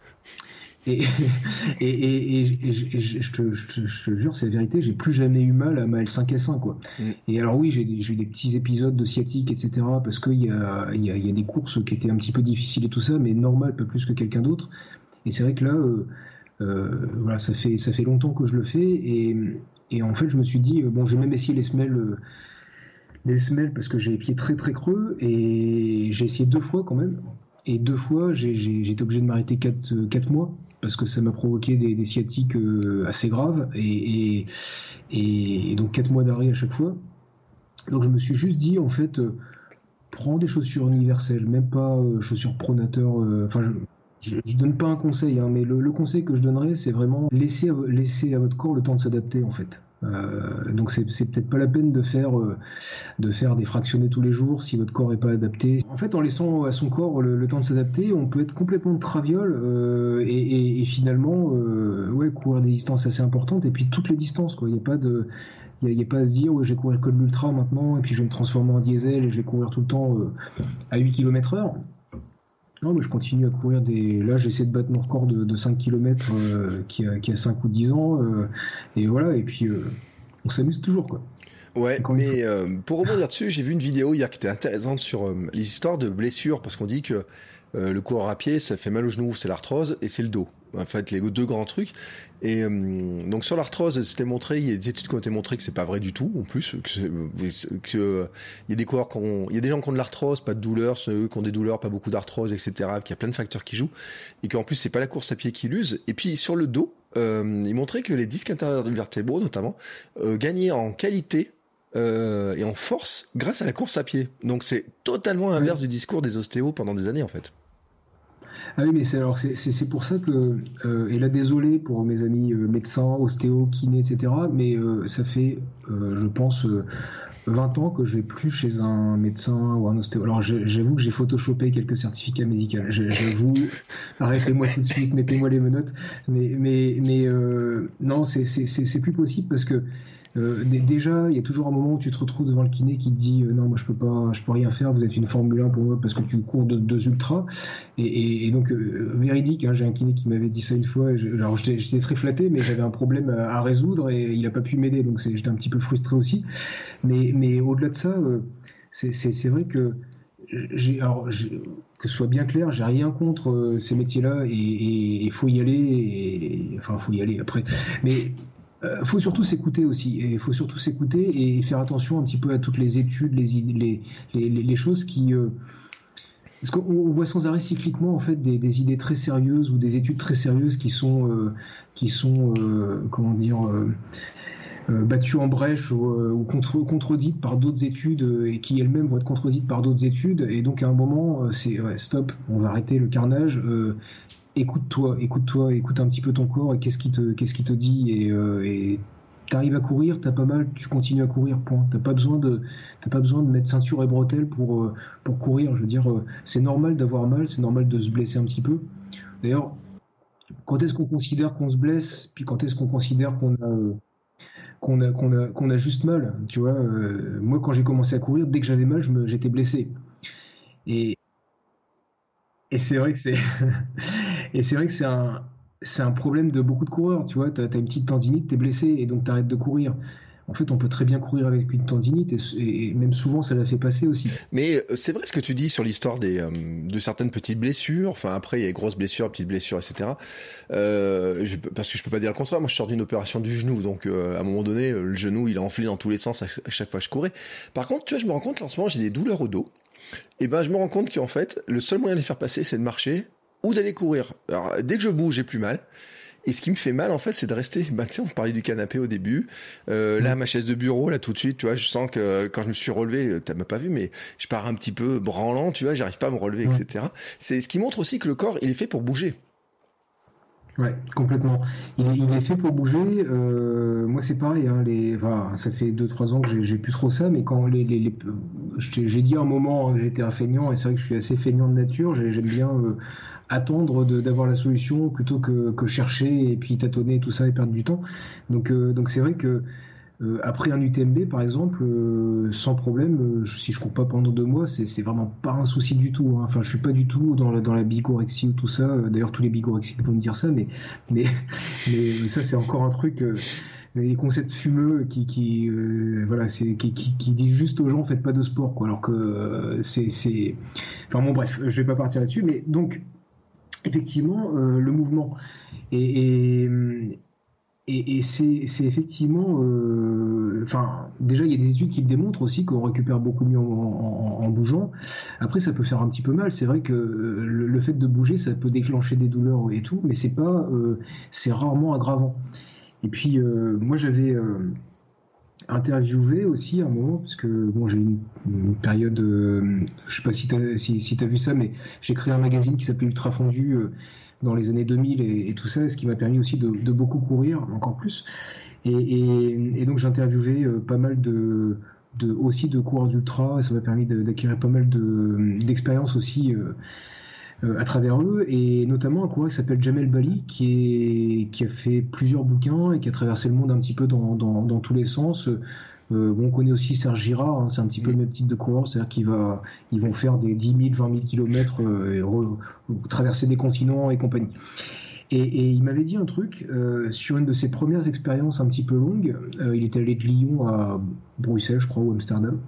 Et, et, et, et, et je, je, te, je, te, je te jure, c'est la vérité, j'ai plus jamais eu mal à ma L cinq S un, quoi. Mm. Et alors oui, j'ai, j'ai eu des petits épisodes de sciatique, et cetera, parce qu'il y a, y, a, y a des courses qui étaient un petit peu difficiles et tout ça, mais normal, pas plus que quelqu'un d'autre. Et c'est vrai que là, euh, euh, voilà, ça fait, ça fait longtemps que je le fais, et, et en fait, je me suis dit, bon, j'ai même essayé les semelles, euh, les semelles, parce que j'ai les pieds très très creux, et j'ai essayé deux fois quand même. Et deux fois, j'ai, j'ai, j'ai été obligé de m'arrêter quatre, quatre mois. Parce que ça m'a provoqué des, des sciatiques euh, assez graves et, et, et donc quatre mois d'arrêt à chaque fois. Donc je me suis juste dit en fait, euh, prends des chaussures universelles, même pas euh, chaussures pronateur. Enfin, euh, je, je, je donne pas un conseil, hein, mais le, le conseil que je donnerais, c'est vraiment laisser à, laisser à votre corps le temps de s'adapter en fait. Euh, donc c'est, c'est peut-être pas la peine de faire euh, de faire des fractionnés tous les jours si votre corps est pas adapté. En fait, en laissant à son corps le, le temps de s'adapter, on peut être complètement de traviole euh, et, et, et finalement euh, ouais, courir des distances assez importantes et puis toutes les distances, quoi. Il n'y a pas de il n'y a, a pas à se dire ouais, je vais courir que de l'ultra maintenant et puis je vais me transformer en diesel et je vais courir tout le temps euh, à huit kilomètres heure. Non, mais je continue à courir des. Là, j'essaie de battre mon record de, de cinq kilomètres euh, qui, a, qui a cinq ou dix ans. Euh, et voilà, et puis euh, on s'amuse toujours, quoi. Ouais, mais euh, pour rebondir dessus, j'ai vu une vidéo hier qui était intéressante sur euh, les histoires de blessures, parce qu'on dit que euh, le coureur à pied, ça fait mal au genou, c'est l'arthrose, et c'est le dos. En fait, les deux grands trucs. Et euh, donc sur l'arthrose, c'était montré, il y a des études qui ont été montrées que c'est pas vrai du tout, en plus, que, que euh, il y a des coureurs qui ont, il y a des gens qui ont de l'arthrose, pas de douleur, ceux qui ont des douleurs, pas beaucoup d'arthrose, et cetera, qu'il y a plein de facteurs qui jouent, et qu'en plus c'est pas la course à pied qui l'use. Et puis sur le dos, euh, il montrait que les disques intervertébraux, notamment, euh, gagnaient en qualité euh, et en force grâce à la course à pied. Donc c'est totalement inverse ouais. du discours des ostéos pendant des années, en fait. Ah oui, mais c'est, alors c'est, c'est, c'est pour ça que, euh, et là désolé pour mes amis euh, médecins, ostéos, kinés, et cetera, mais euh, ça fait, euh, je pense, euh, vingt ans que je vais plus chez un médecin ou un ostéo. Alors j'avoue que j'ai photoshopé quelques certificats médicaux, j'avoue, arrêtez-moi tout de suite, mettez-moi les menottes, mais, mais, mais euh, non, c'est, c'est, c'est, c'est plus possible parce que Euh, d- déjà, il y a toujours un moment où tu te retrouves devant le kiné qui te dit euh, non, moi je peux pas, je peux rien faire. Vous êtes une Formule un pour moi parce que tu cours de deux ultras. Et, et, et donc euh, véridique, hein, j'ai un kiné qui m'avait dit ça une fois. Et je, alors j'étais, j'étais très flatté, mais j'avais un problème à, à résoudre et il a pas pu m'aider. Donc c'est, j'étais un petit peu frustré aussi. Mais, mais au-delà de ça, euh, c'est, c'est, c'est vrai que j'ai, alors, j'ai, que ce soit bien clair, j'ai rien contre euh, ces métiers-là et il faut y aller. Et, enfin, faut y aller après. Mais il euh, faut surtout s'écouter aussi, et il faut surtout s'écouter et faire attention un petit peu à toutes les études, les, les, les, les choses qui... Euh, parce qu'on on voit sans arrêt cycliquement en fait des, des idées très sérieuses ou des études très sérieuses qui sont, euh, qui sont euh, comment dire, euh, euh, battues en brèche ou, euh, ou contre, contredites par d'autres études euh, et qui elles-mêmes vont être contredites par d'autres études. Et donc à un moment, euh, c'est ouais, stop, on va arrêter le carnage. Euh, Écoute-toi, écoute-toi, écoute un petit peu ton corps et qu'est-ce qui te, qu'est-ce qui te dit et, euh, et t'arrives à courir, t'as pas mal, tu continues à courir, point. T'as pas besoin de, t'as pas besoin de mettre ceinture et bretelles pour, euh, pour courir. Je veux dire, euh, c'est normal d'avoir mal, c'est normal de se blesser un petit peu. D'ailleurs, quand est-ce qu'on considère qu'on se blesse, puis quand est-ce qu'on considère qu'on a, euh, qu'on a, qu'on a, qu'on a juste mal. Tu vois, euh, moi, quand j'ai commencé à courir, dès que j'avais mal, je me, j'étais blessé. Et, et c'est vrai que c'est, et c'est vrai que c'est un, c'est un problème de beaucoup de coureurs. Tu vois, t'as, as une petite tendinite, t'es blessé, et donc t'arrêtes de courir. En fait, on peut très bien courir avec une tendinite, et, et même souvent, ça la fait passer aussi. Mais euh, c'est vrai ce que tu dis sur l'histoire des, euh, de certaines petites blessures. Enfin, après, il y a grosses blessures, petites blessures, et cetera. Euh, je, parce que je peux pas dire le contraire. Moi, je sors d'une opération du genou. Donc, euh, à un moment donné, le genou, il a enflé dans tous les sens à, à chaque fois que je courais. Par contre, tu vois, je me rends compte, là, en ce moment, j'ai des douleurs au dos. Et ben, je me rends compte qu'en fait, le seul moyen de les faire passer, c'est de marcher ou d'aller courir. Alors, dès que je bouge, j'ai plus mal. Et ce qui me fait mal, en fait, c'est de rester. Bah, tu sais, on parlait du canapé au début. Euh, là, ma chaise de bureau, là, tout de suite, tu vois, je sens que quand je me suis relevé, tu m'as pas vu, mais je pars un petit peu branlant, tu vois, j'arrive pas à me relever, Ouais. et cetera. C'est ce qui montre aussi que le corps, il est fait pour bouger. Ouais, complètement. Il est, il est fait pour bouger. Euh, moi, c'est pareil. Hein, les, enfin, ça fait deux trois ans que j'ai, j'ai plus trop ça, mais quand les, les, les j'ai, j'ai dit à un moment hein, que j'étais un feignant, et c'est vrai que je suis assez feignant de nature. J'ai, j'aime bien euh, attendre de, d'avoir la solution plutôt que, que chercher et puis tâtonner tout ça et perdre du temps. Donc, euh, donc c'est vrai que euh, après un U T M B, par exemple, euh, sans problème, euh, si je cours pas pendant deux mois, c'est, c'est vraiment pas un souci du tout. Hein. Enfin, je suis pas du tout dans la, dans la bigorexie ou tout ça. Euh, D'ailleurs, tous les bigorexiques vont me dire ça, mais, mais, mais ça, c'est encore un truc. Euh, les concepts fumeux qui, qui euh, voilà, c'est qui, qui, qui disent juste aux gens faites pas de sport, quoi. Alors que euh, c'est, c'est, enfin bon, bref, je vais pas partir là-dessus, mais donc effectivement, euh, le mouvement et, et et, et c'est, c'est effectivement, euh, enfin, déjà il y a des études qui le démontrent aussi qu'on récupère beaucoup mieux en, en- en bougeant. Après, ça peut faire un petit peu mal. C'est vrai que euh, le, le fait de bouger, ça peut déclencher des douleurs et tout, mais c'est pas, euh, c'est rarement aggravant. Et puis, euh, moi, j'avais euh, interviewé aussi à un moment, parce que bon, j'ai eu une, une période, euh, je sais pas si t'as si, si t'as vu ça, mais j'ai créé un magazine qui s'appelait Ultra Fondu euh, dans les années deux mille et, et tout ça, ce qui m'a permis aussi de, de beaucoup courir, encore plus. Et, et, et donc j'ai interviewé euh, pas mal de, de aussi de coureurs d'ultra, et ça m'a permis de- d'acquérir pas mal de d'expérience aussi euh, euh, à travers eux, et notamment un coureur qui s'appelle Jamel Bali, qui, est, qui a fait plusieurs bouquins et qui a traversé le monde un petit peu dans, dans, dans tous les sens. Euh, bon, on connaît aussi Serge Girard, hein, c'est un petit peu le même type de coureur, c'est-à-dire qu'ils va, ils vont faire des dix mille, vingt mille kilomètres, euh, et re- traverser des continents et compagnie. Et, et il m'avait dit un truc, euh, sur une de ses premières expériences un petit peu longues, euh, il était allé de Lyon à Bruxelles, je crois, ou Amsterdam,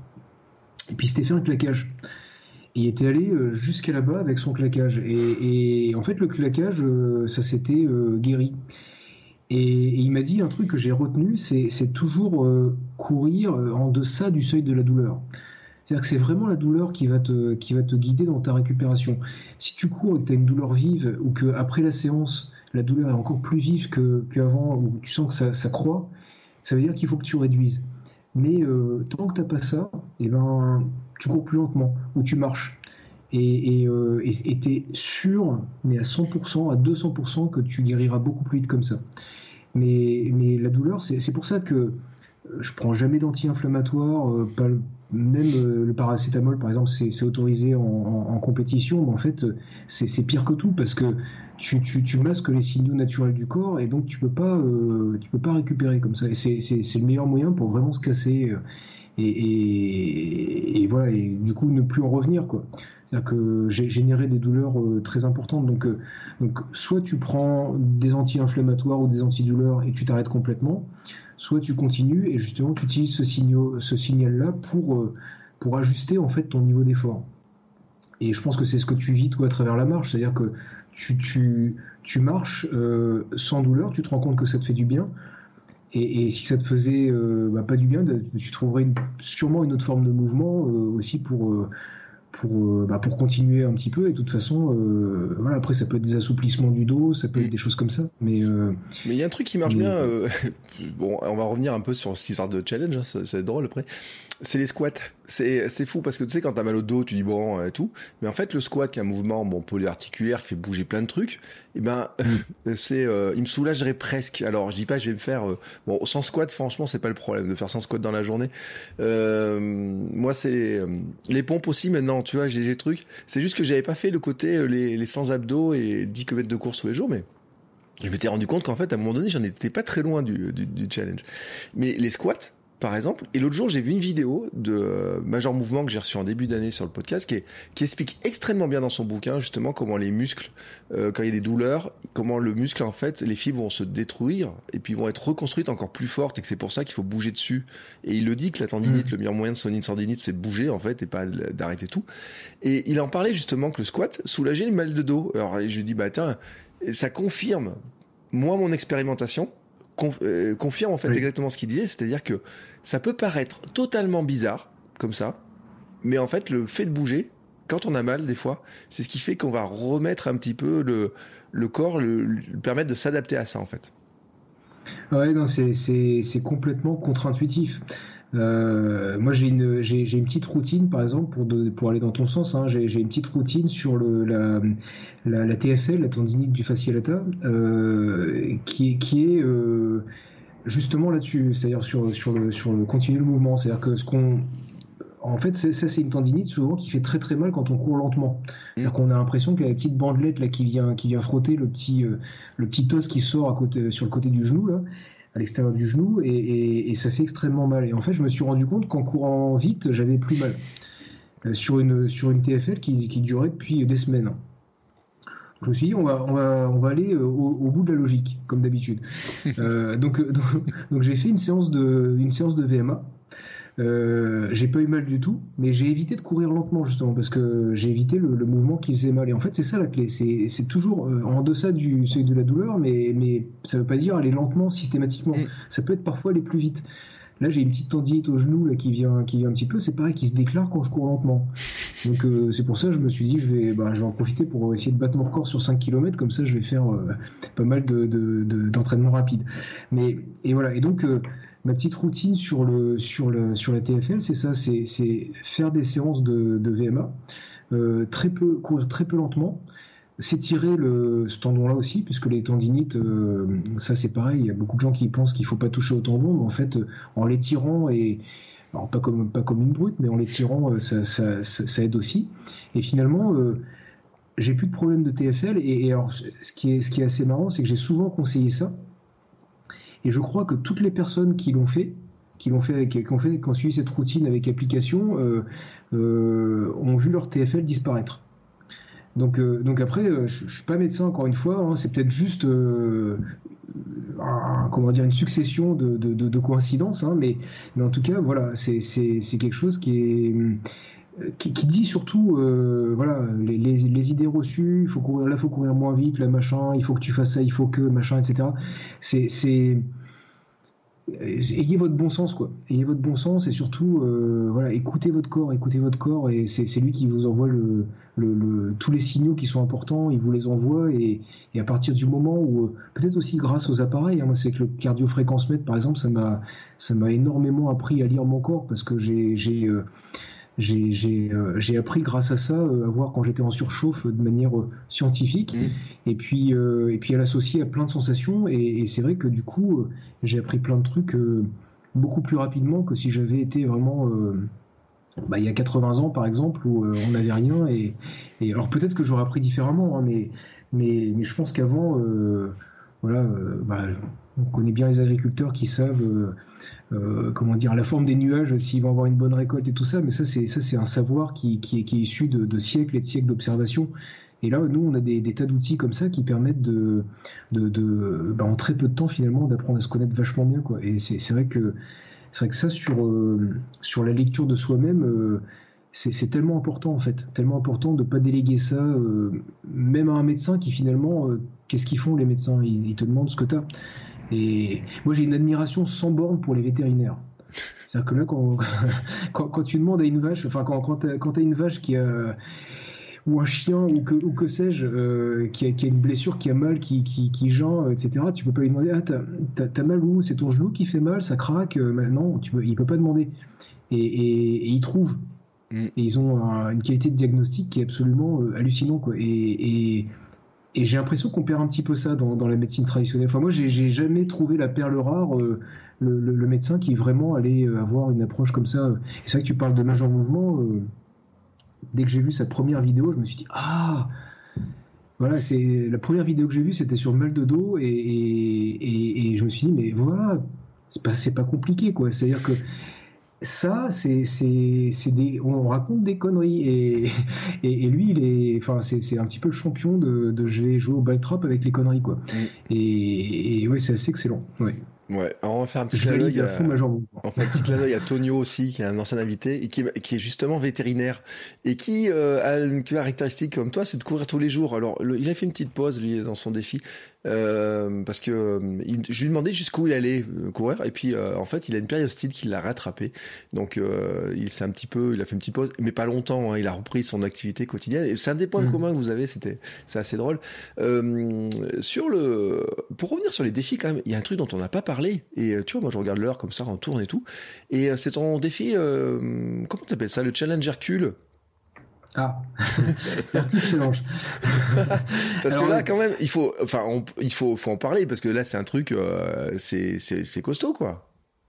et puis il s'était fait un claquage. Il était allé euh, jusqu'à là-bas avec son claquage. Et, et en fait, le claquage, euh, ça s'était euh, guéri. Et, et il m'a dit un truc que j'ai retenu, c'est, c'est toujours euh, courir euh, en deçà du seuil de la douleur. C'est-à-dire que c'est vraiment la douleur qui va te, qui va te guider dans ta récupération. Si tu cours et que tu as une douleur vive, ou qu'après la séance, la douleur est encore plus vive que, qu'avant, ou tu sens que ça, ça croît, ça veut dire qu'il faut que tu réduises. Mais euh, tant que tu n'as pas ça, eh ben, tu cours plus lentement, ou tu marches. Et euh, tu es sûr, mais à cent pour cent, à deux cents pour cent, que tu guériras beaucoup plus vite comme ça. Mais, mais la douleur, c'est, c'est pour ça que euh, je prends jamais d'anti-inflammatoire, euh, pas le- même euh, le paracétamol par exemple, c'est, c'est autorisé en, en- en compétition, mais en fait euh, c'est, c'est pire que tout parce que tu, tu, tu masques les signaux naturels du corps et donc tu peux pas, euh, tu peux pas récupérer comme ça. Et c'est, c'est, c'est le meilleur moyen pour vraiment se casser euh, et, et, et voilà, et du coup ne plus en revenir quoi. C'est-à-dire que j'ai généré des douleurs euh, très importantes. Donc, euh, donc, soit tu prends des anti-inflammatoires ou des antidouleurs et tu t'arrêtes complètement, soit tu continues et justement tu utilises ce, signal, ce signal-là pour, euh, pour ajuster en fait ton niveau d'effort. Et je pense que c'est ce que tu vis toi à travers la marche, c'est-à-dire que tu, tu, tu marches euh, sans douleur, tu te rends compte que ça te fait du bien. Et, et si ça te faisait euh, bah, pas du bien, tu trouverais une, sûrement une autre forme de mouvement euh, aussi pour, euh, pour, euh, bah, pour continuer un petit peu. Et de toute façon, euh, voilà, après, ça peut être des assouplissements du dos, ça peut être des choses comme ça. Mais euh, Mais il y a un truc qui marche mais, bien. euh, bon, on va revenir un peu sur cette histoire de challenge, hein, ça, ça va être drôle après. C'est les squats. C'est, c'est fou parce que tu sais, quand t'as mal au dos, tu dis bon, et tout. Mais en fait, le squat, qui est un mouvement bon, polyarticulaire, qui fait bouger plein de trucs, et ben, c'est, euh, il me soulagerait presque. Alors, je dis pas, je vais me faire, euh, bon, sans squat, franchement, c'est pas le problème de faire sans squat dans la journée. Euh, moi, c'est euh, les pompes aussi maintenant, tu vois, j'ai des trucs. C'est juste que j'avais pas fait le côté, euh, les, les sans abdos et dix kilomètres de course tous les jours, mais je m'étais rendu compte qu'en fait, à un moment donné, j'en étais pas très loin du, du, du challenge. Mais les squats, par exemple, et l'autre jour, j'ai vu une vidéo de euh, Major Mouvement que j'ai reçu en début d'année sur le podcast qui, est, qui explique extrêmement bien dans son bouquin, justement, comment les muscles, euh, quand il y a des douleurs, comment le muscle, en fait, les fibres vont se détruire et puis vont être reconstruites encore plus fortes et que c'est pour ça qu'il faut bouger dessus. Et il le dit que la tendinite, mmh. le meilleur moyen de soigner une tendinite, c'est de bouger, en fait, et pas d'arrêter tout. Et il en parlait, justement, que le squat soulageait le mal de dos. Alors, je lui dis, bah, tiens, ça confirme, moi, mon expérimentation, confirme en fait oui. exactement ce qu'il disait, c'est-à-dire que ça peut paraître totalement bizarre comme ça, mais en fait le fait de bouger quand on a mal des fois, c'est ce qui fait qu'on va remettre un petit peu le, le corps, le, le permettre de s'adapter à ça en fait. Ouais, non, c'est, c'est, c'est complètement contre-intuitif. Euh, moi j'ai une, j'ai, j'ai une petite routine par exemple pour, de, pour aller dans ton sens, hein, j'ai, j'ai une petite routine sur le, la, la, la T F L, la tendinite du fascia lata, euh, qui, qui est euh, justement là-dessus, c'est-à-dire sur, sur, le, sur le continuer le mouvement, c'est-à-dire que ce qu'on en fait, c'est, ça c'est une tendinite souvent qui fait très très mal quand on court lentement. C'est-à-dire qu'on a l'impression qu'il y a la petite bandelette là qui vient, qui vient frotter le petit, euh, le petit os qui sort à côté, sur le côté du genou là, à l'extérieur du genou, et, et, et ça fait extrêmement mal. Et en fait, je me suis rendu compte qu'en courant vite, j'avais plus mal euh, sur une sur une T F L qui, qui durait depuis des semaines. Je me suis dit, on va on va on va aller au, au bout de la logique, comme d'habitude. euh, donc, donc donc j'ai fait une séance de une séance de V M A. Euh, j'ai pas eu mal du tout, mais j'ai évité de courir lentement justement parce que j'ai évité le, le mouvement qui faisait mal. Et en fait, c'est ça la clé, c'est, c'est toujours euh, en deçà du seuil de la douleur, mais, mais ça veut pas dire aller lentement systématiquement. Mmh. Ça peut être parfois aller plus vite. Là, j'ai une petite tendinite au genou là, qui vient, qui vient un petit peu. C'est pareil, qui se déclare quand je cours lentement. Donc euh, c'est pour ça que je me suis dit, je vais, bah, je vais en profiter pour essayer de battre mon record sur cinq kilomètres. Comme ça, je vais faire euh, pas mal de, de, de, d'entraînement rapide. Mais et voilà. Et donc euh, ma petite routine sur le sur le sur la T F L, c'est ça, c'est c'est faire des séances de, de V M A, euh, très peu courir très peu lentement, s'étirer le ce tendon-là aussi, puisque les tendinites, euh, ça c'est pareil, il y a beaucoup de gens qui pensent qu'il faut pas toucher au tendon, mais en fait en l'étirant et alors pas comme pas comme une brute, mais en l'étirant ça ça, ça, ça aide aussi. Et finalement euh, j'ai plus de problème de T F L et, et alors ce qui est ce qui est assez marrant, c'est que j'ai souvent conseillé ça. Et je crois que toutes les personnes qui l'ont fait, qui l'ont fait, avec, qui ont fait, qui ont suivi cette routine avec application, euh, euh, ont vu leur T F L disparaître. Donc, euh, donc après, euh, je, je suis pas médecin encore une fois, hein, c'est peut-être juste, euh, un, comment dire, une succession de, de, de, de coïncidences, hein, mais, mais en tout cas, voilà, c'est, c'est, c'est quelque chose qui est Qui, qui dit surtout euh, voilà les, les, les idées reçues, il faut courir, là faut courir moins vite, là machin, il faut que tu fasses ça, il faut que machin, et cetera. C'est, c'est ayez votre bon sens quoi, ayez votre bon sens et surtout euh, voilà écoutez votre corps, écoutez votre corps et c'est, c'est lui qui vous envoie le, le, le, tous les signaux qui sont importants, il vous les envoie et, et à partir du moment où peut-être aussi grâce aux appareils, hein, moi c'est que le cardio-fréquence-mètre par exemple, ça m'a ça m'a énormément appris à lire mon corps parce que j'ai j'ai euh, J'ai, j'ai, euh, j'ai appris grâce à ça euh, à voir quand j'étais en surchauffe de manière euh, scientifique mmh. et puis euh, et puis à l'associer à plein de sensations et, et c'est vrai que du coup euh, j'ai appris plein de trucs euh, beaucoup plus rapidement que si j'avais été vraiment euh, bah, il y a quatre-vingts ans par exemple où euh, on n'avait rien et, et alors peut-être que j'aurais appris différemment hein, mais, mais mais je pense qu'avant euh, voilà euh, bah, on connaît bien les agriculteurs qui savent euh, Euh, comment dire, la forme des nuages, s'ils vont avoir une bonne récolte et tout ça, mais ça c'est ça c'est un savoir qui, qui, est, qui est issu de, de siècles et de siècles d'observation. Et là, nous, on a des, des tas d'outils comme ça qui permettent de, de, de bah, en très peu de temps finalement, d'apprendre à se connaître vachement bien, quoi. Et c'est, c'est vrai que c'est vrai que ça sur euh, sur la lecture de soi-même, euh, c'est, c'est tellement important en fait, tellement important de pas déléguer ça, euh, même à un médecin qui finalement, euh, qu'est-ce qu'ils font les médecins ? Ils, ils te demandent ce que t'as. Et moi, j'ai une admiration sans borne pour les vétérinaires. C'est-à-dire que là, quand, quand, quand tu demandes à une vache, enfin, quand, quand t'as, quand t'as une vache qui a, ou un chien, ou que, ou que sais-je, euh, qui, a, qui a une blessure, qui a mal, qui, qui, qui geint, et cetera, tu peux pas lui demander, ah, t'as, t'as, t'as mal où ? C'est ton genou qui fait mal, ça craque ? Non, tu peux, il peut pas demander. Et, et, et ils trouvent. Mm. Et ils ont un, une qualité de diagnostic qui est absolument euh, hallucinant, quoi. Et, et Et j'ai l'impression qu'on perd un petit peu ça dans, dans la médecine traditionnelle. Enfin, moi, j'ai, j'ai jamais trouvé la perle rare, euh, le, le, le médecin qui vraiment allait avoir une approche comme ça. Et c'est vrai que tu parles de Major Mouvement. Euh, dès que j'ai vu sa première vidéo, je me suis dit, ah, Voilà, c'est la première vidéo que j'ai vue, c'était sur le mal de dos, et, et, et, et je me suis dit, mais voilà, c'est pas, c'est pas compliqué, quoi. C'est-à-dire que ça, c'est, c'est, c'est des, on raconte des conneries, et, et, et lui, il est, enfin, c'est, c'est un petit peu le champion de, de je vais jouer au ball trap avec les conneries, quoi. Mm. Et, et ouais, c'est assez excellent. Ouais. Ouais, alors on va faire un petit clin d'œil à, on fait un petit clin d'œil à Tonio aussi, qui est un ancien invité et qui est, qui est justement vétérinaire et qui euh, a une caractéristique comme toi, c'est de courir tous les jours. Alors, le, il a fait une petite pause lui dans son défi euh, parce que euh, il, je lui demandais jusqu'où il allait euh, courir et puis euh, en fait, il a une périostite qui l'a rattrapé. Donc, euh, il s'est un petit peu, il a fait une petite pause, mais pas longtemps. Hein, il a repris son activité quotidienne. Et c'est un des points mmh. communs que vous avez. C'était, c'est assez drôle. Euh, sur le, pour revenir sur les défis quand même, il y a un truc dont on n'a pas parlé. Et tu vois, moi je regarde l'heure comme ça, on tourne et tout. Et c'est ton défi, euh, comment t'appelles ça, le challenge Hercule? Ah, Hercule Challenge. Parce Alors, que là, quand même, il faut, enfin, on, il faut, faut en parler parce que là, c'est un truc, euh, c'est, c'est, c'est costaud, quoi.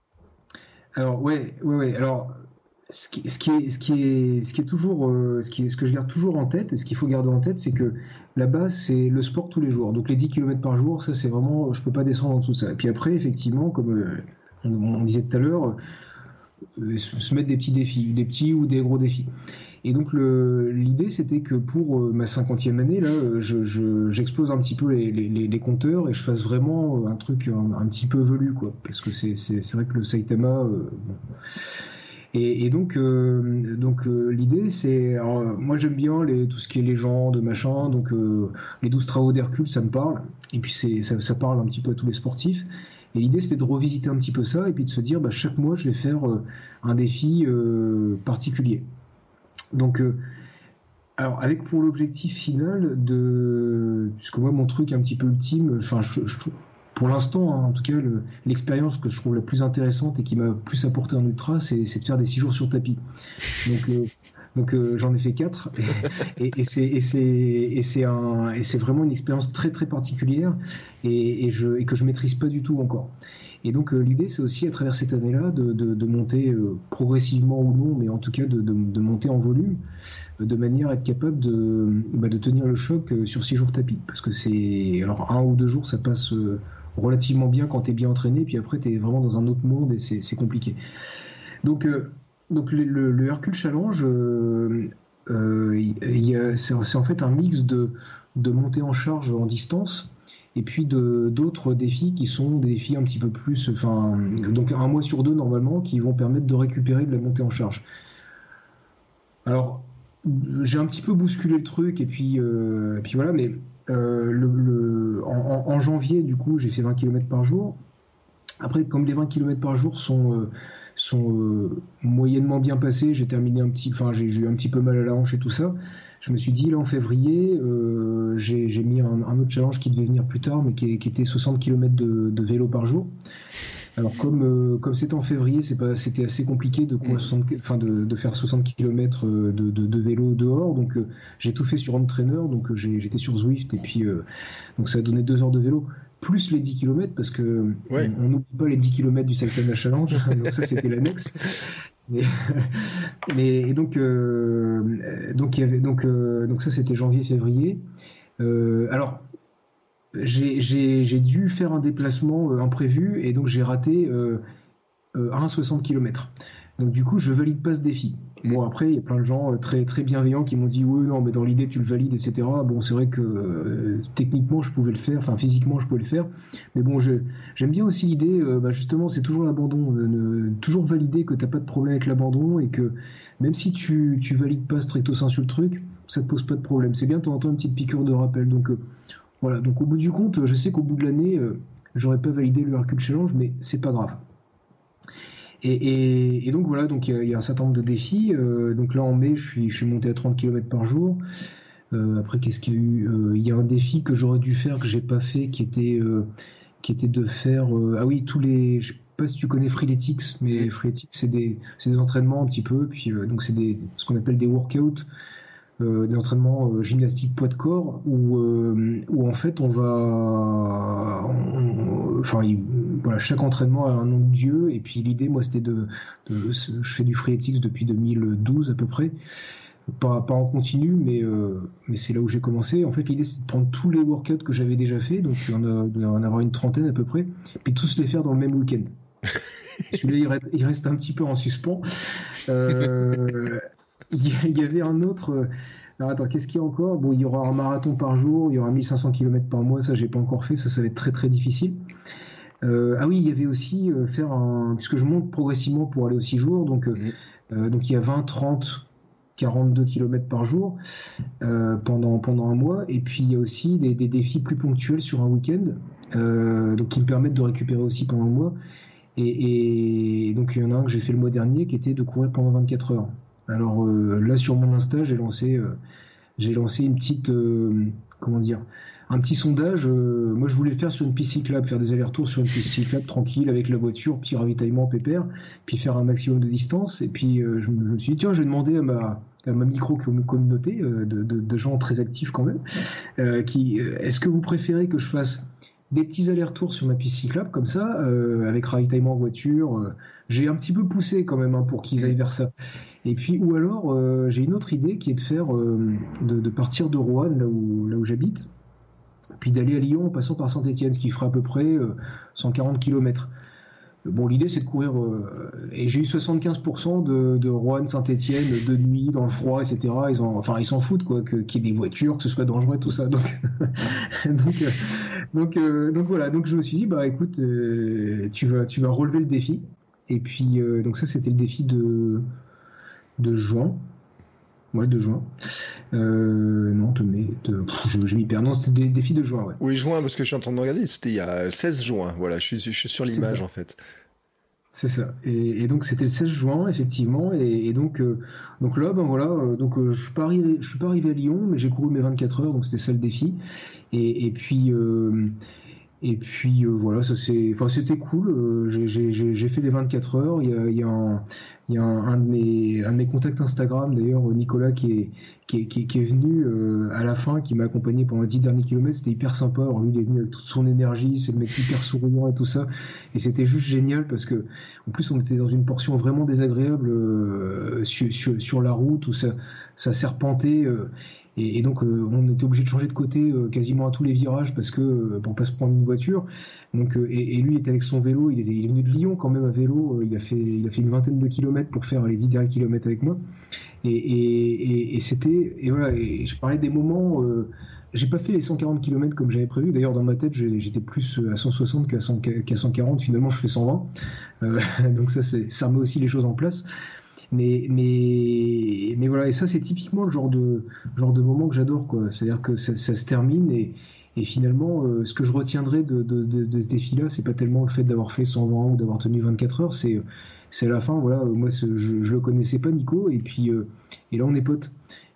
Alors ouais, ouais, ouais. Alors, ce qui, ce qui est, ce qui est, ce qui est toujours, euh, ce qui est, ce que je garde toujours en tête et ce qu'il faut garder en tête, c'est que la base, c'est le sport tous les jours. Donc les dix kilomètres par jour, ça c'est vraiment, je peux pas descendre en dessous de ça. Et puis après, effectivement, comme euh, on, on disait tout à l'heure, euh, se mettre des petits défis, des petits ou des gros défis. Et donc le, l'idée, c'était que pour euh, ma cinquantième année, là, je, je, j'explose un petit peu les, les, les compteurs et je fasse vraiment un truc un, un petit peu velu, quoi. Parce que c'est, c'est, c'est vrai que le Saitama... Euh, bon. Et, et donc, euh, donc euh, l'idée, c'est, alors, moi j'aime bien les, tout ce qui est légende, machin. Donc euh, les douze travaux d'Hercule, ça me parle. Et puis c'est, ça, ça parle un petit peu à tous les sportifs. Et l'idée, c'était de revisiter un petit peu ça et puis de se dire, bah, chaque mois, je vais faire euh, un défi euh, particulier. Donc, euh, alors avec pour l'objectif final de, puisque moi mon truc un petit peu ultime, enfin, je, je trouve. Pour l'instant, hein, en tout cas, le, l'expérience que je trouve la plus intéressante et qui m'a plus apporté en ultra, c'est, c'est de faire des six jours sur tapis. Donc, euh, donc euh, j'en ai fait quatre et, et, et, c'est, et, c'est, et, c'est un, et c'est vraiment une expérience très très particulière et, et, je, et que je maîtrise pas du tout encore. Et donc euh, l'idée, c'est aussi à travers cette année-là de, de, de monter euh, progressivement ou non, mais en tout cas de, de, de monter en volume, de manière à être capable de, bah, de tenir le choc sur six jours tapis. Parce que c'est, alors un ou deux jours, ça passe euh, relativement bien quand tu es bien entraîné, puis après tu es vraiment dans un autre monde et c'est, c'est compliqué. Donc, euh, donc le, le, le Hercule Challenge, euh, euh, y a, c'est, c'est en fait un mix de, de montée en charge en distance et puis de, d'autres défis qui sont des défis un petit peu plus, enfin, donc un mois sur deux normalement, qui vont permettre de récupérer de la montée en charge. Alors, j'ai un petit peu bousculé le truc et puis, euh, et puis voilà, mais euh, le, le, en, en janvier, du coup, j'ai fait vingt kilomètres par jour. Après, comme les vingt kilomètres par jour sont, euh, sont euh, moyennement bien passés, j'ai terminé un petit, enfin, j'ai, j'ai eu un petit peu mal à la hanche et tout ça. Je me suis dit, là, en février, euh, j'ai, j'ai mis un, un autre challenge qui devait venir plus tard, mais qui, qui était soixante kilomètres de, de vélo par jour. Alors comme euh, comme c'était en février, c'est pas, c'était assez compliqué de, quoi, soixante, enfin de, de faire soixante kilomètres de, de, de vélo dehors, donc euh, j'ai tout fait sur Home Trainer, donc euh, j'ai, j'étais sur Zwift et puis euh, donc ça a donné deux heures de vélo plus les dix kilomètres parce que ouais. on n'oublie pas les dix kilomètres du Saitama Challenge, donc ça c'était l'annexe. Mais, mais et donc euh, donc il y avait donc euh, donc ça c'était janvier-février. Euh, alors J'ai, j'ai, j'ai dû faire un déplacement euh, imprévu et donc j'ai raté euh, euh, un soixante kilomètres. Donc du coup, je valide pas ce défi. Bon, après, il y a plein de gens euh, très, très bienveillants qui m'ont dit « Oui, non, mais dans l'idée, tu le valides, et cetera » Bon, c'est vrai que euh, techniquement, je pouvais le faire, enfin physiquement, je pouvais le faire. Mais bon, je, j'aime bien aussi l'idée, euh, bah, justement, c'est toujours l'abandon. Euh, ne, toujours valider que tu n'as pas de problème avec l'abandon et que même si tu tu valides pas stricto sensu le truc, ça te pose pas de problème. C'est bien de temps en temps une petite piqûre de rappel. Donc, euh, Voilà, donc au bout du compte, je sais qu'au bout de l'année, euh, j'aurais pas validé le Hercule Challenge, mais c'est pas grave. Et, et, et donc voilà, donc il y, y a un certain nombre de défis. Euh, donc là en mai, je suis, je suis monté à trente kilomètres par jour. Euh, après, qu'est-ce qu'il y a eu ? euh, Il y a un défi que j'aurais dû faire que j'ai pas fait, qui était, euh, qui était de faire. Euh, ah oui, tous les. Je sais pas si tu connais Freeletics, mais Freeletics, c'est des, c'est des entraînements un petit peu. Puis euh, donc c'est des, ce qu'on appelle des workouts. Euh, des entraînements euh, gymnastiques poids de corps où, euh, où en fait on va on, enfin il, voilà, chaque entraînement a un nom de dieu et puis l'idée moi c'était de, de je fais du freeletics depuis deux mille douze à peu près Pas, pas en continu, mais, euh, mais c'est là où j'ai commencé. En fait, l'idée, c'est de prendre tous les workouts que j'avais déjà fait, donc il y en a, il y en avoir une trentaine à peu près, puis tous les faire dans le même week-end. Celui-là, il reste, il reste un petit peu en suspens. Euh, il y avait un autre... Alors attends, qu'est-ce qu'il y a encore? Bon, il y aura un marathon par jour, il y aura mille cinq cents kilomètres par mois, ça, j'ai pas encore fait, ça, ça va être très très difficile. Euh, ah oui, il y avait aussi euh, faire un... Puisque je monte progressivement pour aller aux six jours, donc, euh, euh, donc il y a vingt, trente... quarante-deux kilomètres par jour euh, pendant, pendant un mois. Et puis il y a aussi des, des défis plus ponctuels sur un week-end, euh, donc qui me permettent de récupérer aussi pendant le mois. Et, et donc il y en a un que j'ai fait le mois dernier qui était de courir pendant vingt-quatre heures. Alors euh, là sur mon Insta, j'ai lancé, euh, j'ai lancé une petite, euh, comment dire, un petit sondage. Euh, moi je voulais le faire sur une piste cyclable, faire des allers-retours sur une piste cyclable tranquille avec la voiture, petit ravitaillement pépère, puis faire un maximum de distance. Et puis euh, je, je me suis dit tiens, je vais demander à ma à ma micro-communauté euh, de, de, de gens très actifs quand même, euh, qui, euh, est-ce que vous préférez que je fasse des petits allers-retours sur ma piste cyclable comme ça, euh, avec ravitaillement en voiture, euh, j'ai un petit peu poussé quand même hein, pour qu'ils aillent vers ça. Et puis, ou alors, euh, j'ai une autre idée qui est de faire, euh, de, de partir de Roanne, là où, là où j'habite, puis d'aller à Lyon en passant par Saint-Étienne, ce qui fera à peu près euh, cent quarante kilomètres. Bon, l'idée c'est de courir, euh, et j'ai eu soixante-quinze pour cent de, de Roanne, Saint-Étienne, de nuit, dans le froid, et cetera. Ils en, enfin, ils s'en foutent, quoi, que, qu'il y ait des voitures, que ce soit dangereux, tout ça. Donc, donc, euh, donc, euh, donc voilà. Donc je me suis dit, bah écoute, euh, tu vas, tu vas relever le défi. Et puis, euh, donc ça, c'était le défi de, de juin. Ouais, de juin. Euh, non, de mai. De, pff, je, je m'y perds. Non, c'était des défis de juin, ouais. Oui, juin, parce que je suis en train de regarder, c'était il y a seize juin. Voilà, je suis, je suis sur l'image, en fait. C'est ça. Et, et donc, c'était le seize juin, effectivement. Et, et donc, euh, donc là, ben voilà, euh, donc, euh, je suis pas arrivé, je suis pas arrivé à Lyon, mais j'ai couru mes vingt-quatre heures, donc c'était ça le défi. Et, et puis... Euh, Et puis euh, voilà, ça c'est, enfin c'était cool. Euh, j'ai, j'ai, j'ai fait les vingt-quatre heures. Il y a, il y a, un, il y a un, un de mes, un de mes contacts Instagram d'ailleurs, Nicolas, qui est, qui est, qui est, qui est venu euh, à la fin, qui m'a accompagné pendant les dix derniers kilomètres. C'était hyper sympa. Alors lui, il est venu avec toute son énergie, c'est le mec hyper souriant et tout ça. Et c'était juste génial parce que, en plus, on était dans une portion vraiment désagréable euh, sur, sur, sur la route où ça, ça serpentait. Euh, Et, et donc euh, on était obligé de changer de côté euh, quasiment à tous les virages parce que euh, pour pas se prendre une voiture. Donc euh, et, et lui il était avec son vélo, il, était, il est venu de Lyon quand même à vélo. Euh, il a fait il a fait une vingtaine de kilomètres pour faire les dix derniers kilomètres avec moi. Et, et, et, et c'était et voilà. Et je parlais des moments. Euh, j'ai pas fait les cent quarante kilomètres comme j'avais prévu. D'ailleurs dans ma tête j'étais plus à cent soixante qu'à, cent, qu'à cent quarante. Finalement je fais cent vingt. Euh, donc ça c'est ça remet aussi les choses en place. Mais, mais, mais voilà, et ça c'est typiquement le genre de, genre de moment que j'adore, quoi. C'est-à-dire que ça, ça se termine et, et finalement, euh, ce que je retiendrai de, de, de, de ce défi-là, c'est pas tellement le fait d'avoir fait cent vingt ou d'avoir tenu vingt-quatre heures, c'est, c'est à la fin, voilà, moi je, je le connaissais pas, Nico, et puis euh, et là on est potes.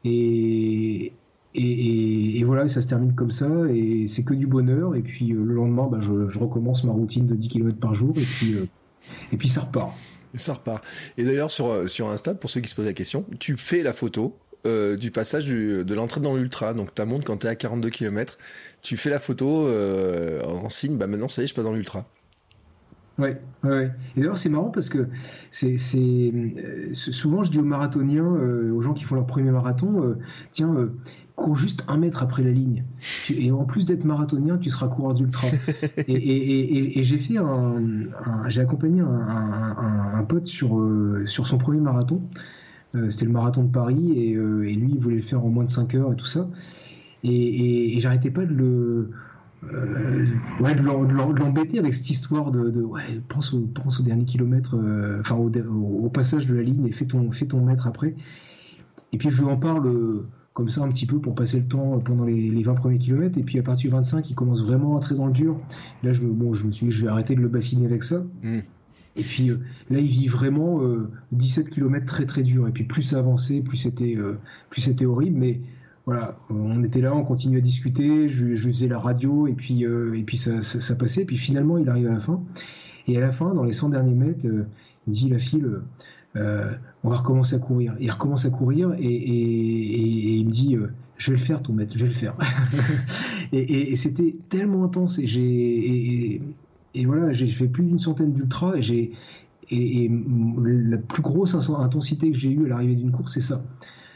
Et, et, et, et voilà, ça se termine comme ça, et c'est que du bonheur, et puis euh, le lendemain, bah, je, je recommence ma routine de dix kilomètres par jour, et puis, euh, et puis ça repart. Ça repart. Et d'ailleurs, sur, sur Insta, pour ceux qui se posent la question, tu fais la photo euh, du passage du, de l'entrée dans l'ultra. Donc, ta montre, quand tu es à quarante-deux kilomètres, tu fais la photo euh, en signe, bah maintenant, ça y est, je passe dans l'ultra. Ouais, ouais. Et d'ailleurs, c'est marrant parce que c'est, c'est euh, souvent, je dis aux marathoniens, euh, aux gens qui font leur premier marathon, euh, tiens, euh, cours juste un mètre après la ligne. Et en plus d'être marathonien, tu seras coureur d'ultra. et, et, et, et j'ai fait un, un j'ai accompagné un, un, un, un pote sur, euh, sur son premier marathon. Euh, c'était le marathon de Paris et, euh, et lui, il voulait le faire en moins de cinq heures et tout ça. Et, et, et j'arrêtais pas de le Euh, ouais, de l'embêter avec cette histoire de, de ouais, pense au, pense au dernier kilomètre, euh, enfin au, au, au passage de la ligne et fais ton, fais ton mètre après. Et puis je lui en parle euh, comme ça un petit peu pour passer le temps pendant les, les vingt premiers kilomètres. Et puis à partir du vingt-cinq, il commence vraiment à entrer dans le dur. Là, je me, bon, je me suis dit, je vais arrêter de le bassiner avec ça. Mm. Et puis euh, là, il vit vraiment euh, dix-sept kilomètres très très dur. Et puis plus ça avançait, plus c'était, euh, plus c'était horrible. Mais voilà, on était là, on continuait à discuter, je, je faisais la radio et puis, euh, et puis ça, ça, ça passait. Et puis finalement, il arrive à la fin. Et à la fin, dans les cent derniers mètres, euh, il me dit, la file, euh, on va recommencer à courir. Et il recommence à courir et, et, et, et il me dit, euh, je vais le faire ton mètre, je vais le faire. et, et, et c'était tellement intense. Et, j'ai, et, et, et voilà, j'ai fait plus d'une centaine d'ultras et, j'ai, et, et la plus grosse intensité que j'ai eue à l'arrivée d'une course, c'est ça.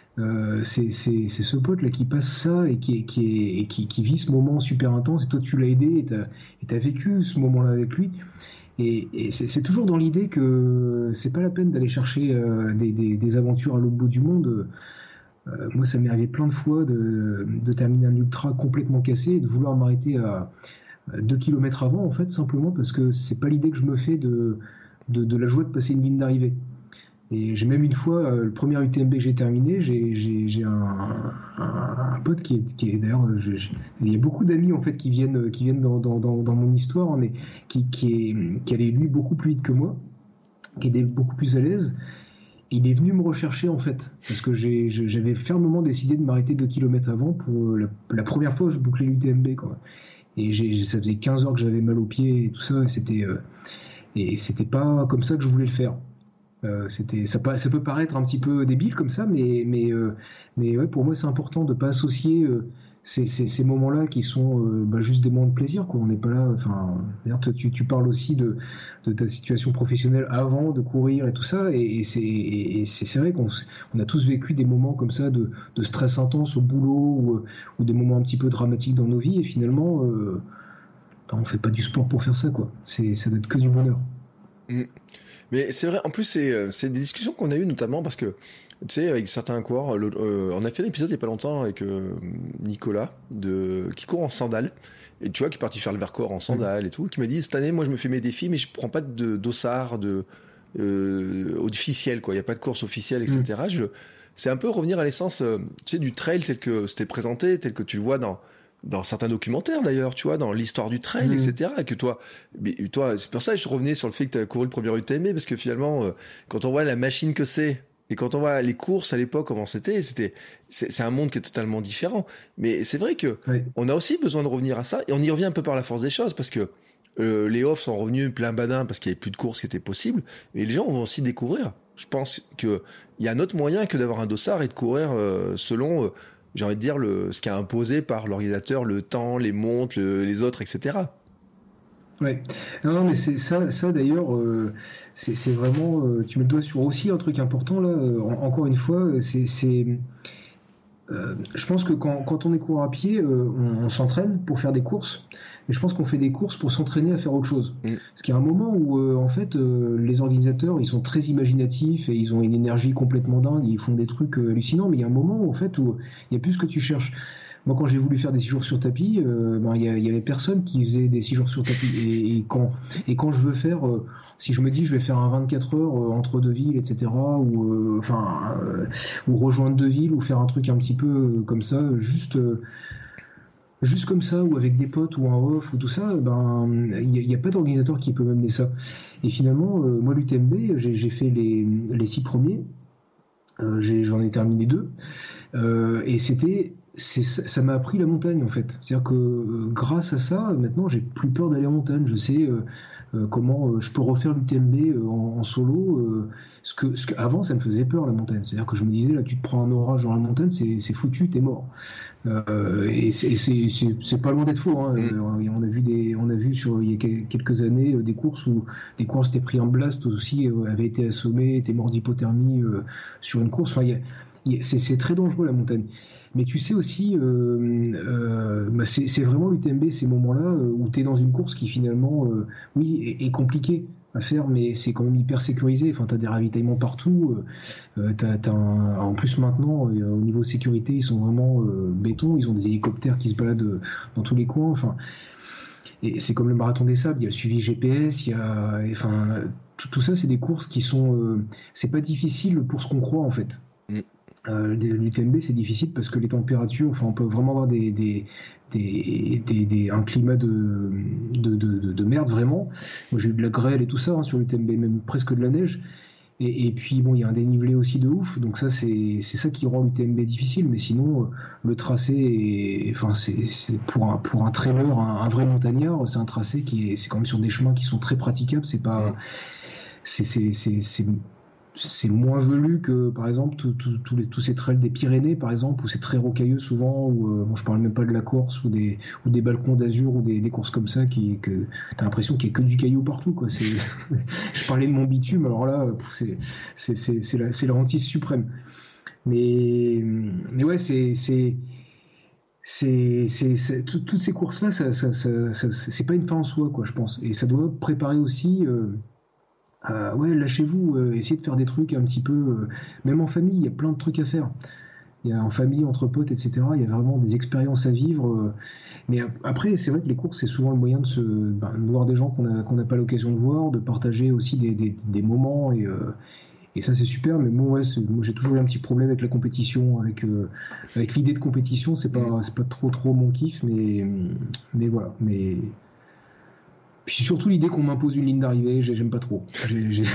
Euh, c'est, c'est, c'est ce pote là qui passe ça et qui, qui, est, et qui, qui vit ce moment super intense, et toi tu l'as aidé et t'as, et t'as vécu ce moment-là avec lui. Et, et c'est, c'est toujours dans l'idée que c'est pas la peine d'aller chercher euh, des, des, des aventures à l'autre bout du monde. Euh, moi, ça m'est arrivé plein de fois de, de terminer un ultra complètement cassé et de vouloir m'arrêter à, à deux kilomètres avant, en fait, simplement parce que c'est pas l'idée que je me fais de, de, de la joie de passer une ligne d'arrivée. Et j'ai même une fois, euh, le premier U T M B que j'ai terminé, j'ai, j'ai, j'ai un, un, un pote qui est, qui est d'ailleurs, je, je, il y a beaucoup d'amis en fait qui viennent, qui viennent dans, dans, dans, dans mon histoire, mais qui, qui, est, qui allait lui beaucoup plus vite que moi, qui était beaucoup plus à l'aise. Il est venu me rechercher en fait, parce que j'ai, j'avais fermement décidé de m'arrêter deux kilomètres avant pour la, la première fois où je bouclais l'U T M B, quoi. Et j'ai, ça faisait quinze heures que j'avais mal aux pieds et tout ça, et c'était, euh, et c'était pas comme ça que je voulais le faire. Euh, c'était, ça, ça peut paraître un petit peu débile comme ça, mais, mais, euh, mais ouais, pour moi c'est important de ne pas associer euh, ces, ces, ces moments-là qui sont euh, bah, juste des moments de plaisir, quoi. On n'est pas là. Enfin, tu, tu parles aussi de, de ta situation professionnelle avant de courir et tout ça, et, et, c'est, et c'est, c'est vrai qu'on on a tous vécu des moments comme ça de, de stress intense au boulot ou, ou des moments un petit peu dramatiques dans nos vies, et finalement, euh, on fait pas du sport pour faire ça, quoi. C'est, ça doit être que du bonheur. Mmh. Mais c'est vrai, en plus, c'est, c'est des discussions qu'on a eues, notamment parce que, tu sais, avec certains coureurs, le, euh, on a fait un épisode il n'y a pas longtemps avec euh, Nicolas, de, qui court en sandales, et tu vois, qui est parti faire le Vercors en sandales et tout, qui m'a dit, cette année, moi, je me fais mes défis, mais je prends pas de dossard, de, euh, officiel, quoi. Il n'y a pas de course officielle, et cetera. Mm. Je, c'est un peu revenir à l'essence, euh, tu sais, du trail tel que c'était présenté, tel que tu le vois dans, dans certains documentaires d'ailleurs, tu vois, dans l'histoire du trail, mmh. et cetera. Et que toi, mais toi, c'est pour ça que je revenais sur le fait que tu as couru le premier U T M B, parce que finalement, euh, quand on voit la machine que c'est, et quand on voit les courses à l'époque, comment c'était, c'était c'est, c'est un monde qui est totalement différent. Mais c'est vrai que oui. on a aussi besoin de revenir à ça, et on y revient un peu par la force des choses, parce que euh, les offs sont revenus plein badin parce qu'il n'y avait plus de courses qui étaient possibles, et les gens vont aussi découvrir. Je pense qu'il y a un autre moyen que d'avoir un dossard et de courir euh, selon... Euh, j'ai envie de dire, le, ce qui est imposé par l'organisateur, le temps, les montres, le, les autres, et cetera. Ouais. Non, non, mais c'est ça, ça d'ailleurs, euh, c'est, c'est vraiment, euh, tu mets le doigt sur aussi un truc important là. Euh, en, encore une fois, c'est, c'est euh, je pense que quand, quand on est coureur à pied, euh, on, on s'entraîne pour faire des courses. Mais je pense qu'on fait des courses pour s'entraîner à faire autre chose. Mmh. Parce qu'il y a un moment où, euh, en fait, euh, les organisateurs, ils sont très imaginatifs et ils ont une énergie complètement dingue, ils font des trucs euh, hallucinants, mais il y a un moment où, en fait, où il n'y a plus ce que tu cherches. Moi, quand j'ai voulu faire des six jours sur tapis, euh, ben, il y, y avait personne qui faisait des six jours sur tapis. Et, et, quand, et quand je veux faire, euh, si je me dis je vais faire un vingt-quatre heures euh, entre deux villes, et cetera, ou, euh, enfin, euh, ou rejoindre deux villes, ou faire un truc un petit peu euh, comme ça, juste... Euh, Juste comme ça, ou avec des potes, ou un off, ou tout ça, ben il n'y a, a pas d'organisateur qui peut m'amener ça. Et finalement, euh, moi, l'U T M B, j'ai, j'ai fait les, les six premiers, euh, j'ai, j'en ai terminé deux, euh, et c'était, c'est, ça m'a appris la montagne, en fait. C'est-à-dire que euh, grâce à ça, maintenant, j'ai plus peur d'aller en montagne. Je sais euh, euh, comment euh, je peux refaire l'U T M B euh, en, en solo. Euh, ce que, ce que, avant, ça me faisait peur, la montagne. C'est-à-dire que je me disais, là, tu te prends un orage dans la montagne, c'est, c'est foutu, t'es mort. Euh, et c'est, c'est, c'est, c'est pas loin d'être faux. Hein. Mmh. On a vu des, on a vu sur il y a quelques années des courses où des coureurs s'étaient pris en blast aussi, euh, avaient été assommés, étaient morts d'hypothermie euh, sur une course. Enfin, il y a, il y a, c'est, c'est très dangereux la montagne. Mais tu sais aussi, euh, euh, bah c'est, c'est vraiment l'U T M B, ces moments-là où tu es dans une course qui finalement, euh, oui, est, est compliquée à faire, mais c'est quand même hyper sécurisé. Enfin, tu as des ravitaillements partout. Euh, t'as, t'as un... En plus, maintenant, euh, au niveau sécurité, ils sont vraiment euh, béton. Ils ont des hélicoptères qui se baladent euh, dans tous les coins. Enfin, et c'est comme le marathon des sables. Il y a le suivi G P S. Il y a, enfin, tout, tout ça, c'est des courses qui sont. Euh, c'est pas difficile pour ce qu'on croit en fait. Mm. Euh, l'U T M B, c'est difficile parce que les températures, enfin, on peut vraiment avoir des, des, des, des, des un climat de, de, de, de merde vraiment. Moi, j'ai eu de la grêle et tout ça hein, sur l'U T M B, même presque de la neige. Et, et puis bon, il y a un dénivelé aussi de ouf, donc ça c'est c'est ça qui rend l'U T M B difficile. Mais sinon, le tracé, est, enfin c'est c'est pour un pour un trailer, un, un vrai montagnard, c'est un tracé qui est c'est quand même sur des chemins qui sont très praticables. C'est pas c'est c'est c'est, c'est c'est moins velu que par exemple tous tout, tout les, tous ces trails des Pyrénées par exemple où c'est très rocailleux souvent ou euh, bon je parle même pas de la Corse ou des ou des balcons d'Azur ou des, des courses comme ça qui que t'as l'impression qu'il y a que du caillou partout quoi. C'est je parlais de mon bitume alors là c'est c'est c'est c'est la c'est la hantise suprême. Mais, mais ouais, c'est, c'est, c'est, c'est, c'est tout, toutes ces courses-là, ça, ça, ça, ça, c'est pas une fin en soi, quoi, je pense. Et ça doit préparer aussi. Euh, euh, ouais, lâchez-vous, euh, essayez de faire des trucs un petit peu. Euh, même en famille, il y a plein de trucs à faire. Il y a en famille, entre potes, et cetera. Il y a vraiment des expériences à vivre. Euh, mais après, c'est vrai que les courses, c'est souvent le moyen de se ben, de voir des gens qu'on a qu'on n'a pas l'occasion de voir, de partager aussi des, des, des moments et euh, et ça c'est super. Mais moi, ouais, c'est, moi j'ai toujours eu un petit problème avec la compétition, avec euh, avec l'idée de compétition. C'est pas c'est pas trop trop mon kiff, mais mais voilà. Mais puis surtout l'idée qu'on m'impose une ligne d'arrivée, j'aime pas trop. J'ai, j'ai...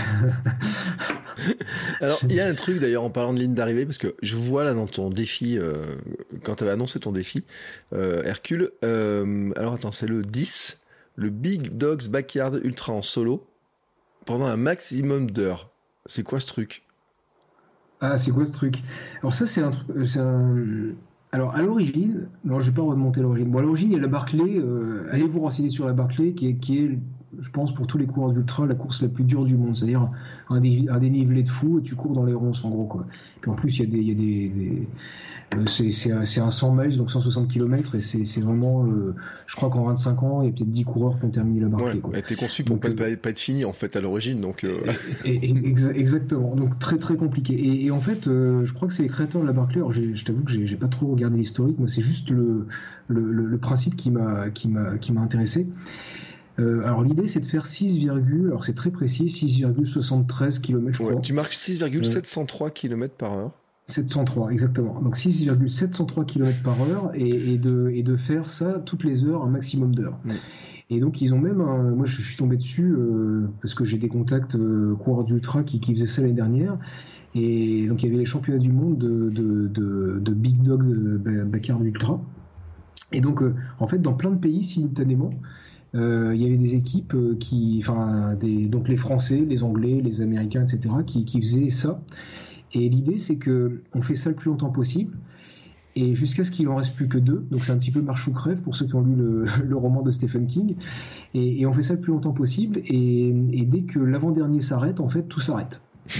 Alors, il y a un truc d'ailleurs en parlant de ligne d'arrivée, parce que je vois là dans ton défi, euh, quand tu avais annoncé ton défi, euh, Hercule, euh, alors attends, c'est le dix, le Big Dogs Backyard Ultra en solo, pendant un maximum d'heures. C'est quoi ce truc ? Ah, c'est quoi ce truc ? Alors ça, c'est un truc... C'est un... Alors, à l'origine, non, je vais pas remonter à l'origine. Bon, à l'origine, il y a la Barclay. Euh, allez vous renseigner sur la Barclay, qui est, qui est, je pense, pour tous les coureurs d'ultra, la course la plus dure du monde. C'est-à-dire un, dé, un dénivelé de fou et tu cours dans les ronces, en gros, quoi. Puis en plus, il y a des, il y a des, des euh, c'est, c'est, un, c'est un cent miles, donc cent soixante kilomètres, et c'est, c'est vraiment, euh, je crois qu'en vingt-cinq ans, il y a peut-être dix coureurs qui ont terminé la Barclay. Ouais, Quoi. elle était conçue pour donc, pas, euh, pas être finie en fait à l'origine, donc. Euh... Et, et, exa- exactement, donc très très compliqué. Et, et en fait, euh, je crois que c'est les créateurs de la Barclay. Alors, j'ai, je t'avoue que j'ai, j'ai pas trop regardé l'historique, moi c'est juste le, le, le, le principe qui m'a, qui m'a, qui m'a intéressé. Euh, alors l'idée c'est de faire six, alors c'est très précis, six virgule soixante-treize kilomètres je crois. Ouais, tu marques six virgule sept cent trois kilomètres par heure. sept cent trois, exactement. Donc six virgule sept cent trois kilomètres par heure et, et, de, et de faire ça toutes les heures, un maximum d'heures. Mm. Et donc ils ont même, un, moi je suis tombé dessus euh, parce que j'ai des contacts euh, coureurs d'ultra qui, qui faisaient ça l'année dernière. Et donc il y avait les championnats du monde de, de, de, de Big Dogs euh, Backyard Ultra. Et donc euh, en fait dans plein de pays simultanément, Euh, il y avait des équipes euh, qui, enfin, des, donc les Français, les Anglais, les Américains, et cetera, qui, qui faisaient ça. Et l'idée, c'est que on fait ça le plus longtemps possible, et jusqu'à ce qu'il en reste plus que deux. Donc c'est un petit peu marche ou crève pour ceux qui ont lu le, le roman de Stephen King. Et, et on fait ça le plus longtemps possible, et, et dès que l'avant-dernier s'arrête, en fait, tout s'arrête.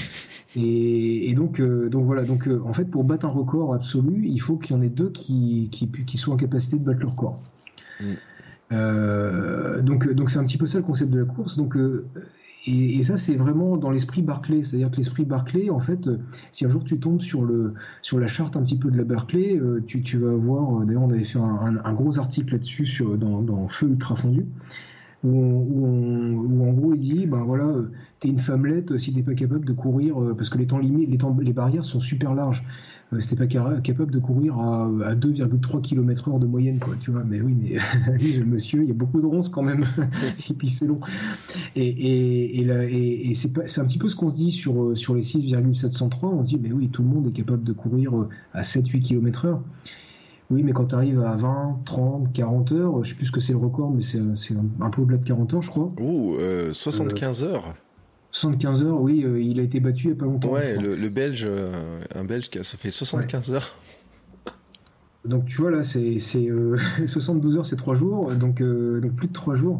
Et, et donc, euh, donc voilà. Donc euh, en fait, pour battre un record absolu, il faut qu'il y en ait deux qui, qui, qui soient en capacité de battre le record. Mm. Euh, donc, donc c'est un petit peu ça le concept de la course. Donc, euh, et, et ça c'est vraiment dans l'esprit Barclay, c'est-à-dire que l'esprit Barclay, en fait, euh, si un jour tu tombes sur le sur la charte un petit peu de la Barclay, euh, tu, tu vas voir. Euh, d'ailleurs, on avait fait un, un, un gros article là-dessus sur dans, dans Feu Ultra Fondu, où, on, où, on, où en gros il dit, ben voilà, euh, t'es une femmelette si t'es pas capable de courir, euh, parce que les temps limites, les temps, les barrières sont super larges. Euh, si t'es pas car- capable de courir à, à deux virgule trois kilomètres heure de moyenne, quoi, tu vois. Mais oui, mais lui, le monsieur, il y a beaucoup de ronces quand même, et puis c'est long. Et, et, et, là, et, et c'est, pas, c'est un petit peu ce qu'on se dit sur, sur les six virgule sept cent trois. On se dit, mais oui, tout le monde est capable de courir à sept huit kilomètres heure. Oui, mais quand tu arrives à vingt, trente, quarante heures, je sais plus ce que c'est le record, mais c'est, c'est un, un peu au-delà de quarante heures, je crois. Ouh, euh, soixante-quinze euh, heures. soixante-quinze heures, oui, euh, il a été battu il n'y a pas longtemps. Ouais, le, le Belge, euh, un Belge qui a ça fait soixante-quinze ouais. heures. Donc tu vois là, c'est, c'est euh, soixante-douze heures, c'est trois jours, donc, euh, donc plus de trois jours.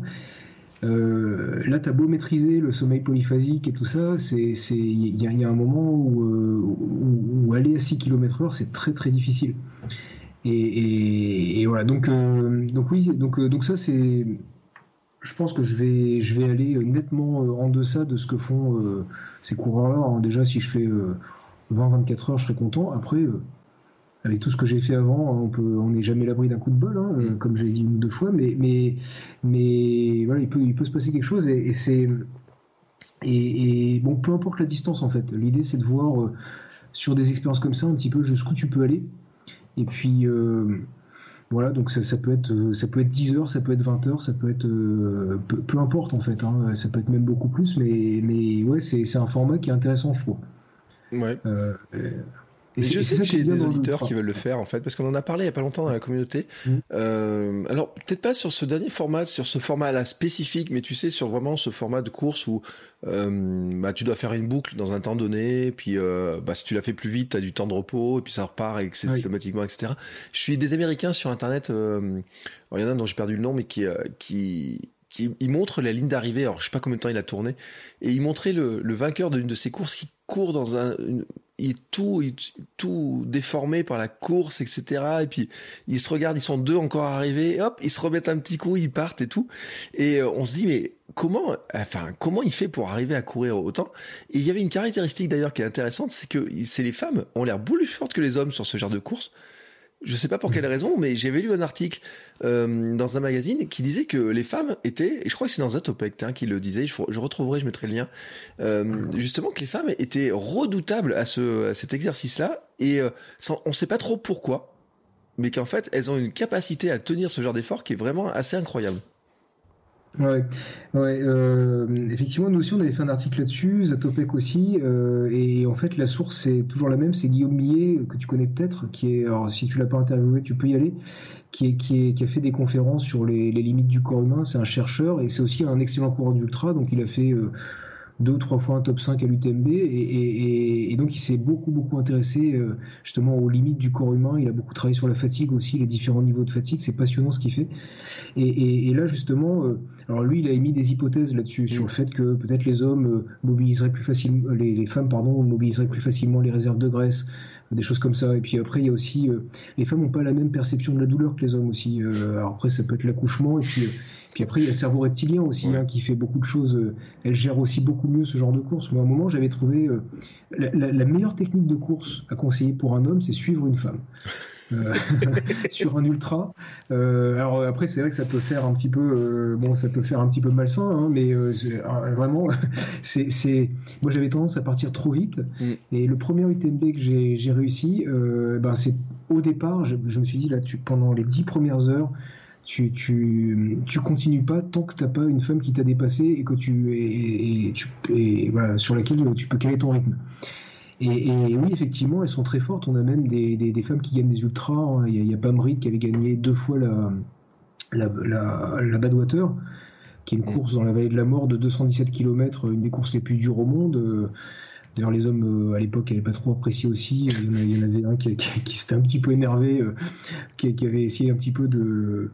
Euh, là, t'as beau maîtriser le sommeil polyphasique et tout ça, c'est, c'est, il y, y a un moment où, euh, où, où aller à six kilomètres heure, c'est très très difficile. Et, et, et voilà, donc, euh, donc oui, donc, euh, donc ça c'est, je pense que je vais, je vais aller nettement en deçà de ce que font euh, ces coureurs-là. Hein. Déjà, si je fais euh, vingt à vingt-quatre heures, je serai content. Après, euh, avec tout ce que j'ai fait avant, on peut, on n'est jamais l'abri d'un coup de bol, hein, euh, comme j'ai dit une ou deux fois. Mais, mais, mais voilà, il peut, il peut se passer quelque chose. Et, et c'est, et, et bon, peu importe la distance en fait. L'idée, c'est de voir euh, sur des expériences comme ça un petit peu jusqu'où tu peux aller. Et puis euh, voilà, donc ça, ça peut être ça peut être dix heures, ça peut être vingt heures, ça peut être euh, peu, peu importe en fait, hein, ça peut être même beaucoup plus, mais mais ouais, c'est c'est un format qui est intéressant, je trouve. Ouais. Euh, Et, et je sais que j'ai des auditeurs qui veulent le faire en fait, parce qu'on en a parlé il y a pas longtemps dans la communauté. Mmh. Euh, alors peut-être pas sur ce dernier format, sur ce format-là spécifique, mais tu sais sur vraiment ce format de course où euh, bah, tu dois faire une boucle dans un temps donné, puis euh, bah, si tu la fais plus vite, tu as du temps de repos, et puis ça repart et c'est systématiquement, et cetera. Je suis des Américains sur Internet, euh, il y en a un dont j'ai perdu le nom, mais qui euh, qui qui il montre la ligne d'arrivée. Alors je sais pas combien de temps il a tourné, et il montrait le, le vainqueur d'une de ces courses qui court dans un une, il est tout, il, tout déformé par la course, et cetera. Et puis, ils se regardent, ils sont deux encore arrivés, hop, ils se remettent un petit coup, ils partent et tout. Et euh, on se dit, mais comment, enfin, comment il fait pour arriver à courir autant? Et il y avait une caractéristique d'ailleurs qui est intéressante, c'est que c'est les femmes ont l'air beaucoup plus fortes que les hommes sur ce genre de course. Je sais pas pour quelle raison, mais j'avais lu un article euh, dans un magazine qui disait que les femmes étaient, et je crois que c'est dans Zatopek hein, qui le disait, je, je retrouverai, je mettrai le lien, euh, justement que les femmes étaient redoutables à, ce, à cet exercice-là, et euh, sans, on sait pas trop pourquoi, mais qu'en fait, elles ont une capacité à tenir ce genre d'effort qui est vraiment assez incroyable. Ouais, ouais euh, effectivement, nous aussi on avait fait un article là-dessus, Zatopek aussi, euh, et en fait la source c'est toujours la même, c'est Guillaume Millet, que tu connais peut-être, qui est, alors si tu l'as pas interviewé, tu peux y aller, qui, est, qui, est, qui a fait des conférences sur les, les limites du corps humain, c'est un chercheur, et c'est aussi un excellent coureur d'ultra, donc il a fait euh, deux ou trois fois un top cinq à l'U T M B, et, et, et donc il s'est beaucoup beaucoup intéressé euh, justement aux limites du corps humain, il a beaucoup travaillé sur la fatigue aussi, les différents niveaux de fatigue, c'est passionnant ce qu'il fait, et, et, et là justement, euh, alors lui il a émis des hypothèses là-dessus, mmh. sur le fait que peut-être les hommes euh, mobiliseraient plus facilement, les, les femmes pardon, mobiliseraient plus facilement les réserves de graisse, des choses comme ça, et puis après il y a aussi, euh, les femmes n'ont pas la même perception de la douleur que les hommes aussi, euh, alors après ça peut être l'accouchement, et puis... Euh, Puis après, il y a le cerveau reptilien aussi, ouais. hein, qui fait beaucoup de choses. Elle gère aussi beaucoup mieux ce genre de course. Moi, à un moment, j'avais trouvé euh, la, la, la meilleure technique de course à conseiller pour un homme, c'est suivre une femme. Euh, sur un ultra. Euh, alors après, c'est vrai que ça peut faire un petit peu, euh, bon, ça peut faire un petit peu malsain, hein, mais euh, c'est, euh, vraiment, c'est, c'est, moi j'avais tendance à partir trop vite. Mm. Et le premier U T M B que j'ai, j'ai réussi, euh, ben c'est au départ, je, je me suis dit là, tu, pendant les dix premières heures. Tu, tu, tu continues pas tant que t'as pas une femme qui t'a dépassé et que tu et, et, tu, et voilà, sur laquelle tu peux caler ton rythme. Et, et oui, effectivement, elles sont très fortes. On a même des, des, des femmes qui gagnent des ultras. Il y a, il y a Pam Reed qui avait gagné deux fois la, la, la, la Badwater, qui est une course dans la vallée de la mort de deux cent dix-sept kilomètres, une des courses les plus dures au monde. D'ailleurs, les hommes, à l'époque, n'avaient pas trop apprécié aussi. Il y en, a, il y en avait un qui, qui, qui s'était un petit peu énervé, qui, qui avait essayé un petit peu de...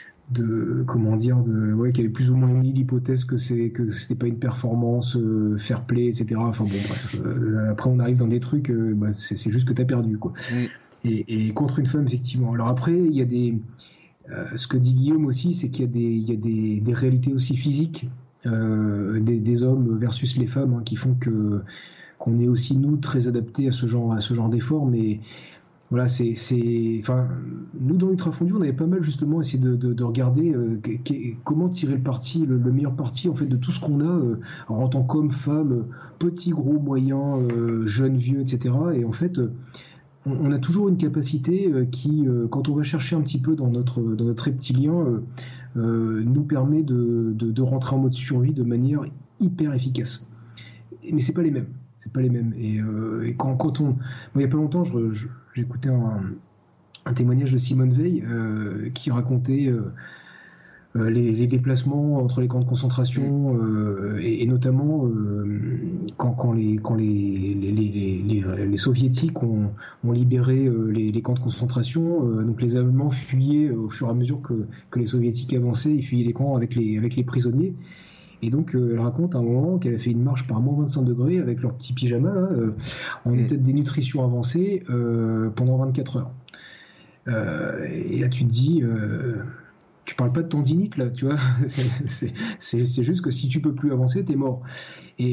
de comment dire de ouais qui avait plus ou moins mis l'hypothèse que c'est que c'était pas une performance euh, fair play, etc. Enfin bon bref, euh, après on arrive dans des trucs, euh, bah, c'est, c'est juste que t'as perdu quoi. Mm. et, et contre une femme effectivement. Alors après il y a des euh, ce que dit Guillaume aussi, c'est qu'il y a des il y a des, des réalités aussi physiques euh, des, des hommes versus les femmes, hein, qui font que qu'on est aussi nous très adaptés à ce genre à ce genre d'effort, mais voilà, c'est, c'est, enfin, nous dans l'ultra fondu, on avait pas mal justement essayé de, de, de regarder euh, qu- comment tirer le parti, le, le meilleur parti en fait de tout ce qu'on a, euh, en tant qu'homme, femme, petit, gros, moyen, euh, jeune, vieux, et cetera. Et en fait, euh, on, on a toujours une capacité euh, qui, euh, quand on va chercher un petit peu dans notre dans notre reptilien, euh, euh, nous permet de, de, de rentrer en mode survie de manière hyper efficace. Mais c'est pas les mêmes. C'est pas les mêmes. Et, euh, et quand, quand on, bon, il y a pas longtemps, je, je j'écoutais un, un témoignage de Simone Veil euh, qui racontait euh, euh, les, les déplacements entre les camps de concentration euh, et, et notamment euh, quand, quand, les, quand les, les, les, les, les soviétiques ont, ont libéré euh, les, les camps de concentration, euh, donc les Allemands fuyaient au fur et à mesure que, que les soviétiques avançaient, ils fuyaient les camps avec les, avec les prisonniers. Et donc, euh, elle raconte à un moment qu'elle a fait une marche par moins vingt-cinq degrés avec leur petit pyjama, là, euh, en mmh. état de dénutrition avancée, euh, pendant vingt-quatre heures. Euh, et là, tu te dis, euh, tu parles pas de tendinite, là, tu vois. c'est, c'est, c'est, c'est juste que si tu peux plus avancer, t'es mort. Et,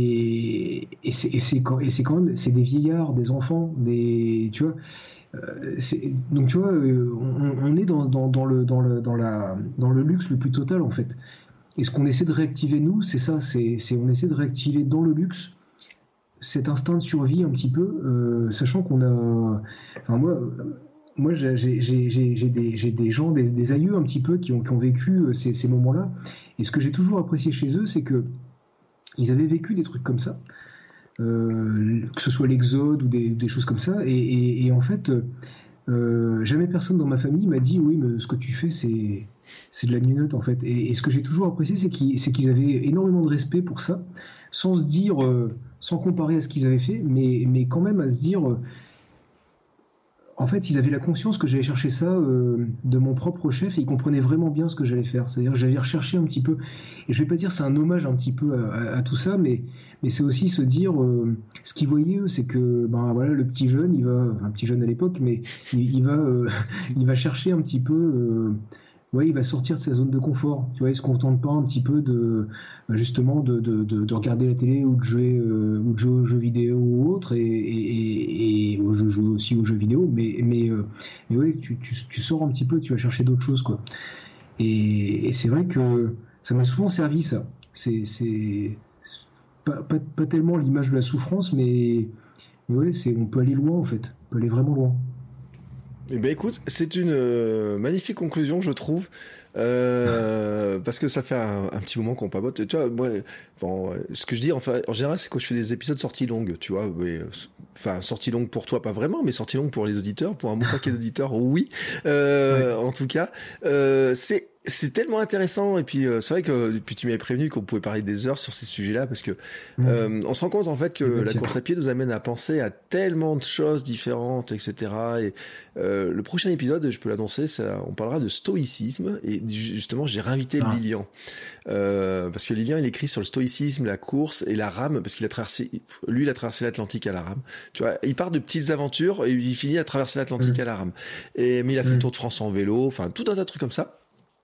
et, et, c'est, et, c'est, et c'est quand même, c'est des vieillards, des enfants, des, tu vois. Euh, c'est, donc, tu vois, euh, on, on est dans, dans, dans, le, dans, le, dans, la, dans le luxe le plus total, en fait. Et ce qu'on essaie de réactiver, nous, c'est ça, c'est, c'est on essaie de réactiver dans le luxe cet instinct de survie un petit peu, euh, sachant qu'on a... Enfin, moi, moi j'ai, j'ai, j'ai, j'ai, des, j'ai des gens, des, des aïeux un petit peu qui ont, qui ont vécu ces, ces moments-là. Et ce que j'ai toujours apprécié chez eux, c'est que ils avaient vécu des trucs comme ça, euh, que ce soit l'exode ou des, des choses comme ça. Et, et, et en fait, euh, jamais personne dans ma famille m'a dit « Oui, mais ce que tu fais, c'est... » c'est de la gnognotte en fait, et, et ce que j'ai toujours apprécié, c'est qu'ils, c'est qu'ils avaient énormément de respect pour ça, sans se dire, euh, sans comparer à ce qu'ils avaient fait, mais, mais quand même à se dire, euh, en fait, ils avaient la conscience que j'allais chercher ça euh, de mon propre chef et ils comprenaient vraiment bien ce que j'allais faire. C'est-à-dire que j'allais rechercher un petit peu, et je vais pas dire c'est un hommage un petit peu à, à, à tout ça, mais, mais c'est aussi se dire, euh, ce qu'ils voyaient eux, c'est que ben voilà, le petit jeune, il va, enfin, un petit jeune à l'époque, mais il, il va, euh, il va chercher un petit peu. Euh, Ouais, il va sortir de sa zone de confort. Tu vois, il se contente pas un petit peu de justement de, de, de, de regarder la télé ou de jouer euh, ou de jouer aux jeux vidéo ou autre, et, et, et, et je joue aussi aux jeux vidéo, mais mais euh, mais ouais, tu, tu, tu sors un petit peu, tu vas chercher d'autres choses quoi. Et, et c'est vrai que ça m'a souvent servi ça. C'est c'est pas, pas, pas tellement l'image de la souffrance, mais mais ouais, c'est on peut aller loin en fait, on peut aller vraiment loin. Eh ben écoute, c'est une euh, magnifique conclusion, je trouve, euh, parce que ça fait un, un petit moment qu'on papote. Tu vois, moi, bon, ce que je dis, enfin, en général, c'est quand je fais des épisodes sorties longues, tu vois. Mais, enfin, sorties longues pour toi, pas vraiment, mais sorties longues pour les auditeurs, pour un bon paquet d'auditeurs, oui. Euh, ouais. En tout cas, euh, c'est c'est tellement intéressant, et puis euh, c'est vrai que puis tu m'avais prévenu qu'on pouvait parler des heures sur ces sujets-là, parce que mmh. euh, on se rend compte en fait que la course à pied nous amène à penser à tellement de choses différentes, et cetera. Et euh, le prochain épisode, je peux l'annoncer, ça, on parlera de stoïcisme, et justement j'ai réinvité ah. Lilian, euh, parce que Lilian il écrit sur le stoïcisme, la course et la rame, parce qu'il a traversé, lui il a traversé l'Atlantique à la rame. Tu vois, il part de petites aventures et il finit à traverser l'Atlantique mmh. à la rame. Et mais il a fait mmh. le Tour de France en vélo, enfin tout un tas de trucs comme ça.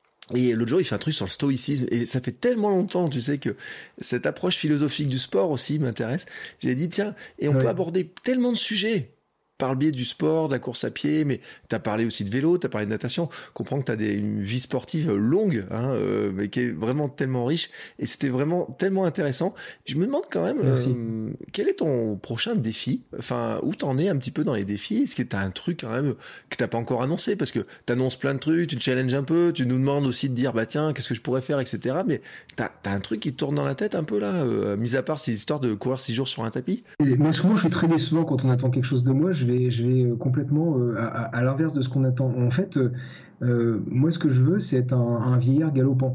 Et l'autre jour, il fait un truc sur le stoïcisme. Et ça fait tellement longtemps, tu sais, que cette approche philosophique du sport aussi m'intéresse. J'ai dit, tiens, et on ouais. peut aborder tellement de sujets par le biais du sport, de la course à pied, mais tu as parlé aussi de vélo, tu as parlé de natation. Comprends que tu as une vie sportive longue, hein, euh, mais qui est vraiment tellement riche. Et c'était vraiment tellement intéressant. Je me demande quand même, euh, quel est ton prochain défi ? Enfin, où t'en es un petit peu dans les défis ? Est-ce que tu as un truc quand même que t'as pas encore annoncé ? Parce que tu annonces plein de trucs, tu te challenges un peu, tu nous demandes aussi de dire, bah tiens, qu'est-ce que je pourrais faire, et cetera. Mais tu as un truc qui te tourne dans la tête un peu là, euh, mis à part ces histoires de courir six jours sur un tapis ? Et moi, souvent, je suis très décevant quand on attend quelque chose de moi. Je vais je vais complètement euh, à, à l'inverse de ce qu'on attend. En fait, euh, moi, ce que je veux, c'est être un, un vieillard galopant.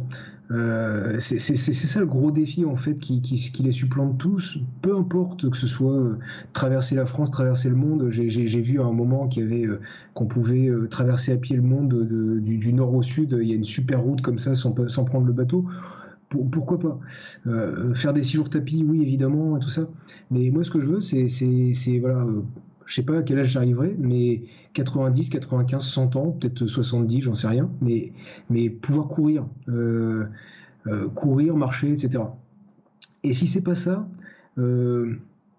Euh, c'est, c'est, c'est ça le gros défi, en fait, qui, qui, qui les supplante tous, peu importe que ce soit euh, traverser la France, traverser le monde. J'ai, j'ai, j'ai vu à un moment qu'il y avait, euh, qu'on pouvait euh, traverser à pied le monde de, de, du, du nord au sud. Il y a une super route comme ça, sans, sans prendre le bateau. Pourquoi pas euh, faire des six jours tapis, oui, évidemment, et tout ça. Mais moi, ce que je veux, c'est, c'est, c'est voilà, euh, je sais pas à quel âge j'arriverai, mais quatre-vingt-dix, quatre-vingt-quinze, cent ans, peut-être soixante-dix, j'en sais rien, mais, mais pouvoir courir, euh, euh, courir, marcher, et cetera. Et si c'est pas ça, euh,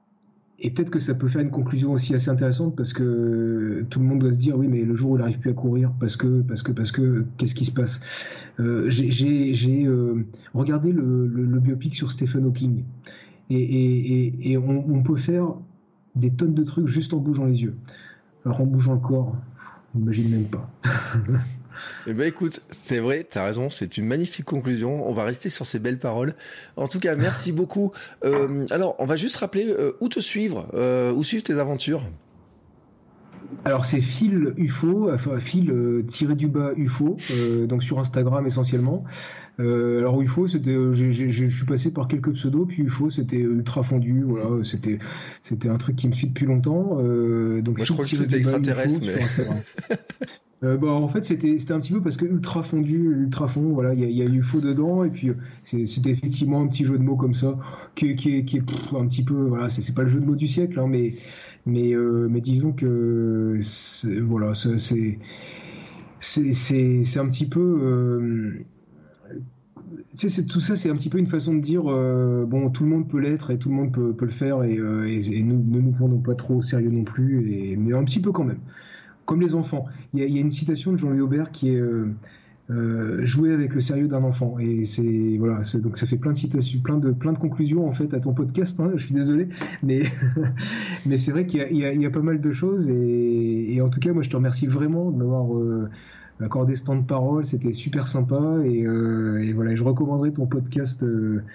et peut-être que ça peut faire une conclusion aussi assez intéressante, parce que tout le monde doit se dire, oui, mais le jour où il n'arrive plus à courir, parce que, parce que, parce que, qu'est-ce qui se passe ? euh, J'ai, j'ai, j'ai euh, regardé le, le, le biopic sur Stephen Hawking, et, et, et, et on, on peut faire des tonnes de trucs juste en bougeant les yeux. Alors en bougeant le corps, on n'imagine même pas. Eh ben écoute, c'est vrai, t'as raison, c'est une magnifique conclusion. On va rester sur ces belles paroles. En tout cas, merci beaucoup. Euh, alors, on va juste rappeler euh, où te suivre, euh, où suivre tes aventures. Alors c'est Phil U F O, enfin Phil euh, tiré du bas U F O, euh, donc sur Instagram essentiellement. Euh, alors U F O, c'était, euh, j'ai, j'ai, je suis passé par quelques pseudos, puis U F O c'était ultra fondu, voilà, c'était, c'était un truc qui me suit depuis longtemps. Euh, donc moi je crois que c'était extraterrestre, mais. Euh, bah, en fait, c'était, c'était un petit peu parce que ultra fondu, ultra fond, voilà, il y, y a U F O dedans, et puis c'est, c'était effectivement un petit jeu de mots comme ça, qui, qui, qui est pff, un petit peu, voilà, c'est, c'est pas le jeu de mots du siècle, hein, mais, mais, euh, mais disons que, c'est, voilà, c'est, c'est, c'est, c'est, c'est un petit peu. Euh, C'est, c'est, tout ça, c'est un petit peu une façon de dire euh, bon, tout le monde peut l'être et tout le monde peut, peut le faire, et, euh, et, et nous, ne nous prenons pas trop au sérieux non plus, et, mais un petit peu quand même. Comme les enfants. Il y a, il y a une citation de Jean-Louis Aubert qui est euh, euh, jouer avec le sérieux d'un enfant. Et c'est voilà, c'est, donc ça fait plein de citations, plein de plein de conclusions en fait à ton podcast. Hein, je suis désolé, mais mais c'est vrai qu'il y a, il y a, il y a pas mal de choses. Et, et en tout cas, moi, je te remercie vraiment de m'avoir euh, accordé ce temps de parole. C'était super sympa. Et, euh, et voilà, je recommanderais ton podcast. Euh,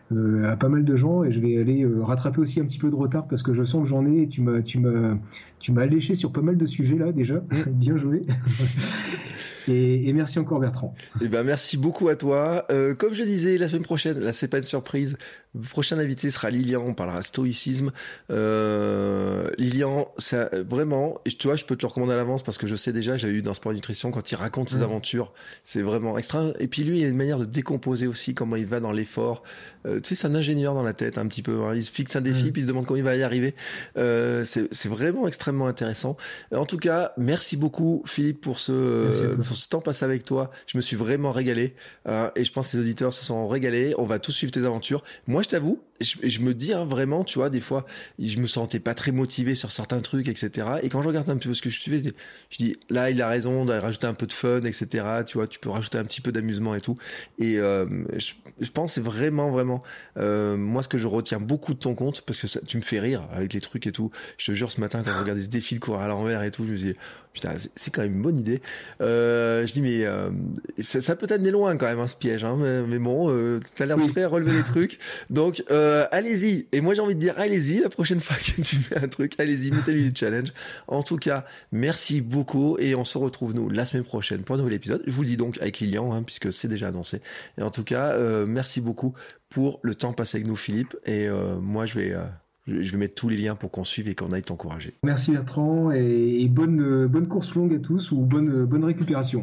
euh, à pas mal de gens et je vais aller euh, rattraper aussi un petit peu de retard parce que je sens que j'en ai et tu m'as, tu m'as, tu m'as léché sur pas mal de sujets là déjà. Bien joué. Et, et merci encore Bertrand. Eh ben merci beaucoup à toi. Euh, comme je disais la semaine prochaine, là c'est pas une surprise. Le prochain invité sera Lilian. On parlera stoïcisme. Euh, Lilian, ça vraiment. Et tu vois, je peux te le recommander à l'avance parce que je sais déjà. J'avais eu dans Sport Nutrition quand il raconte ses mmh. aventures. C'est vraiment extra. Et puis lui, il a une manière de décomposer aussi comment il va dans l'effort. Euh, tu sais, c'est un ingénieur dans la tête un petit peu. Hein. Il se fixe un défi, mmh. puis il se demande comment il va y arriver. Euh, c'est, c'est vraiment extrêmement intéressant. En tout cas, merci beaucoup Philippe pour ce. Pour ce temps passé avec toi, je me suis vraiment régalé euh, et je pense que les auditeurs se sont régalés. On va tous suivre tes aventures. Moi, je t'avoue, je, je me dis hein, vraiment, tu vois, des fois, je me sentais pas très motivé sur certains trucs, et cetera. Et quand je regarde un petit peu ce que je fais, je dis là, il a raison de rajouter un peu de fun, et cetera. Tu vois, tu peux rajouter un petit peu d'amusement et tout. Et euh, je, je pense que c'est vraiment, vraiment euh, moi ce que je retiens beaucoup de ton compte parce que ça, tu me fais rire avec les trucs et tout. Je te jure, ce matin quand je regardais ce défi de courir à l'envers et tout, je me disais putain, c'est quand même une bonne idée. Euh, je dis, mais euh, ça, ça peut t'amener loin quand même, hein, ce piège. Hein, mais, mais bon, euh, t'as l'air oui. prêt à relever les trucs. Donc, euh, allez-y. Et moi, j'ai envie de dire, allez-y. La prochaine fois que tu fais un truc, allez-y, mettez-lui du challenge. En tout cas, merci beaucoup. Et on se retrouve, nous, la semaine prochaine pour un nouvel épisode. Je vous le dis donc avec Lilian, hein, puisque c'est déjà annoncé. Et en tout cas, euh, merci beaucoup pour le temps passé avec nous, Philippe. Et euh, moi, je vais... Euh, Je vais mettre tous les liens pour qu'on suive et qu'on aille t'encourager. Merci Bertrand et, et bonne, bonne course longue à tous ou bonne, bonne récupération.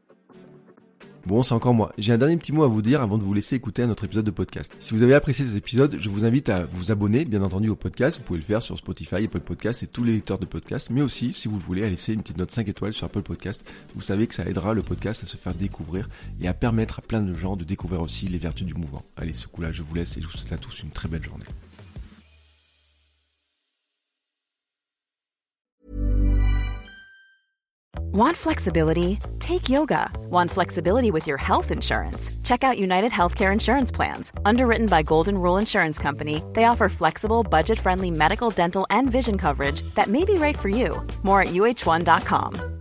Bon, c'est encore moi. J'ai un dernier petit mot à vous dire avant de vous laisser écouter un autre épisode de podcast. Si vous avez apprécié cet épisode, je vous invite à vous abonner, bien entendu, au podcast. Vous pouvez le faire sur Spotify, Apple Podcasts et tous les lecteurs de podcasts. Mais aussi, si vous le voulez, à laisser une petite note cinq étoiles sur Apple Podcasts. Vous savez que ça aidera le podcast à se faire découvrir et à permettre à plein de gens de découvrir aussi les vertus du mouvement. Allez, ce coup-là, je vous laisse et je vous souhaite à tous une très belle journée. Want flexibility? Take yoga. Want flexibility with your health insurance? Check out United Healthcare Insurance Plans. Underwritten by Golden Rule Insurance Company, they offer flexible, budget-friendly medical, dental, and vision coverage that may be right for you. More at U H one dot com.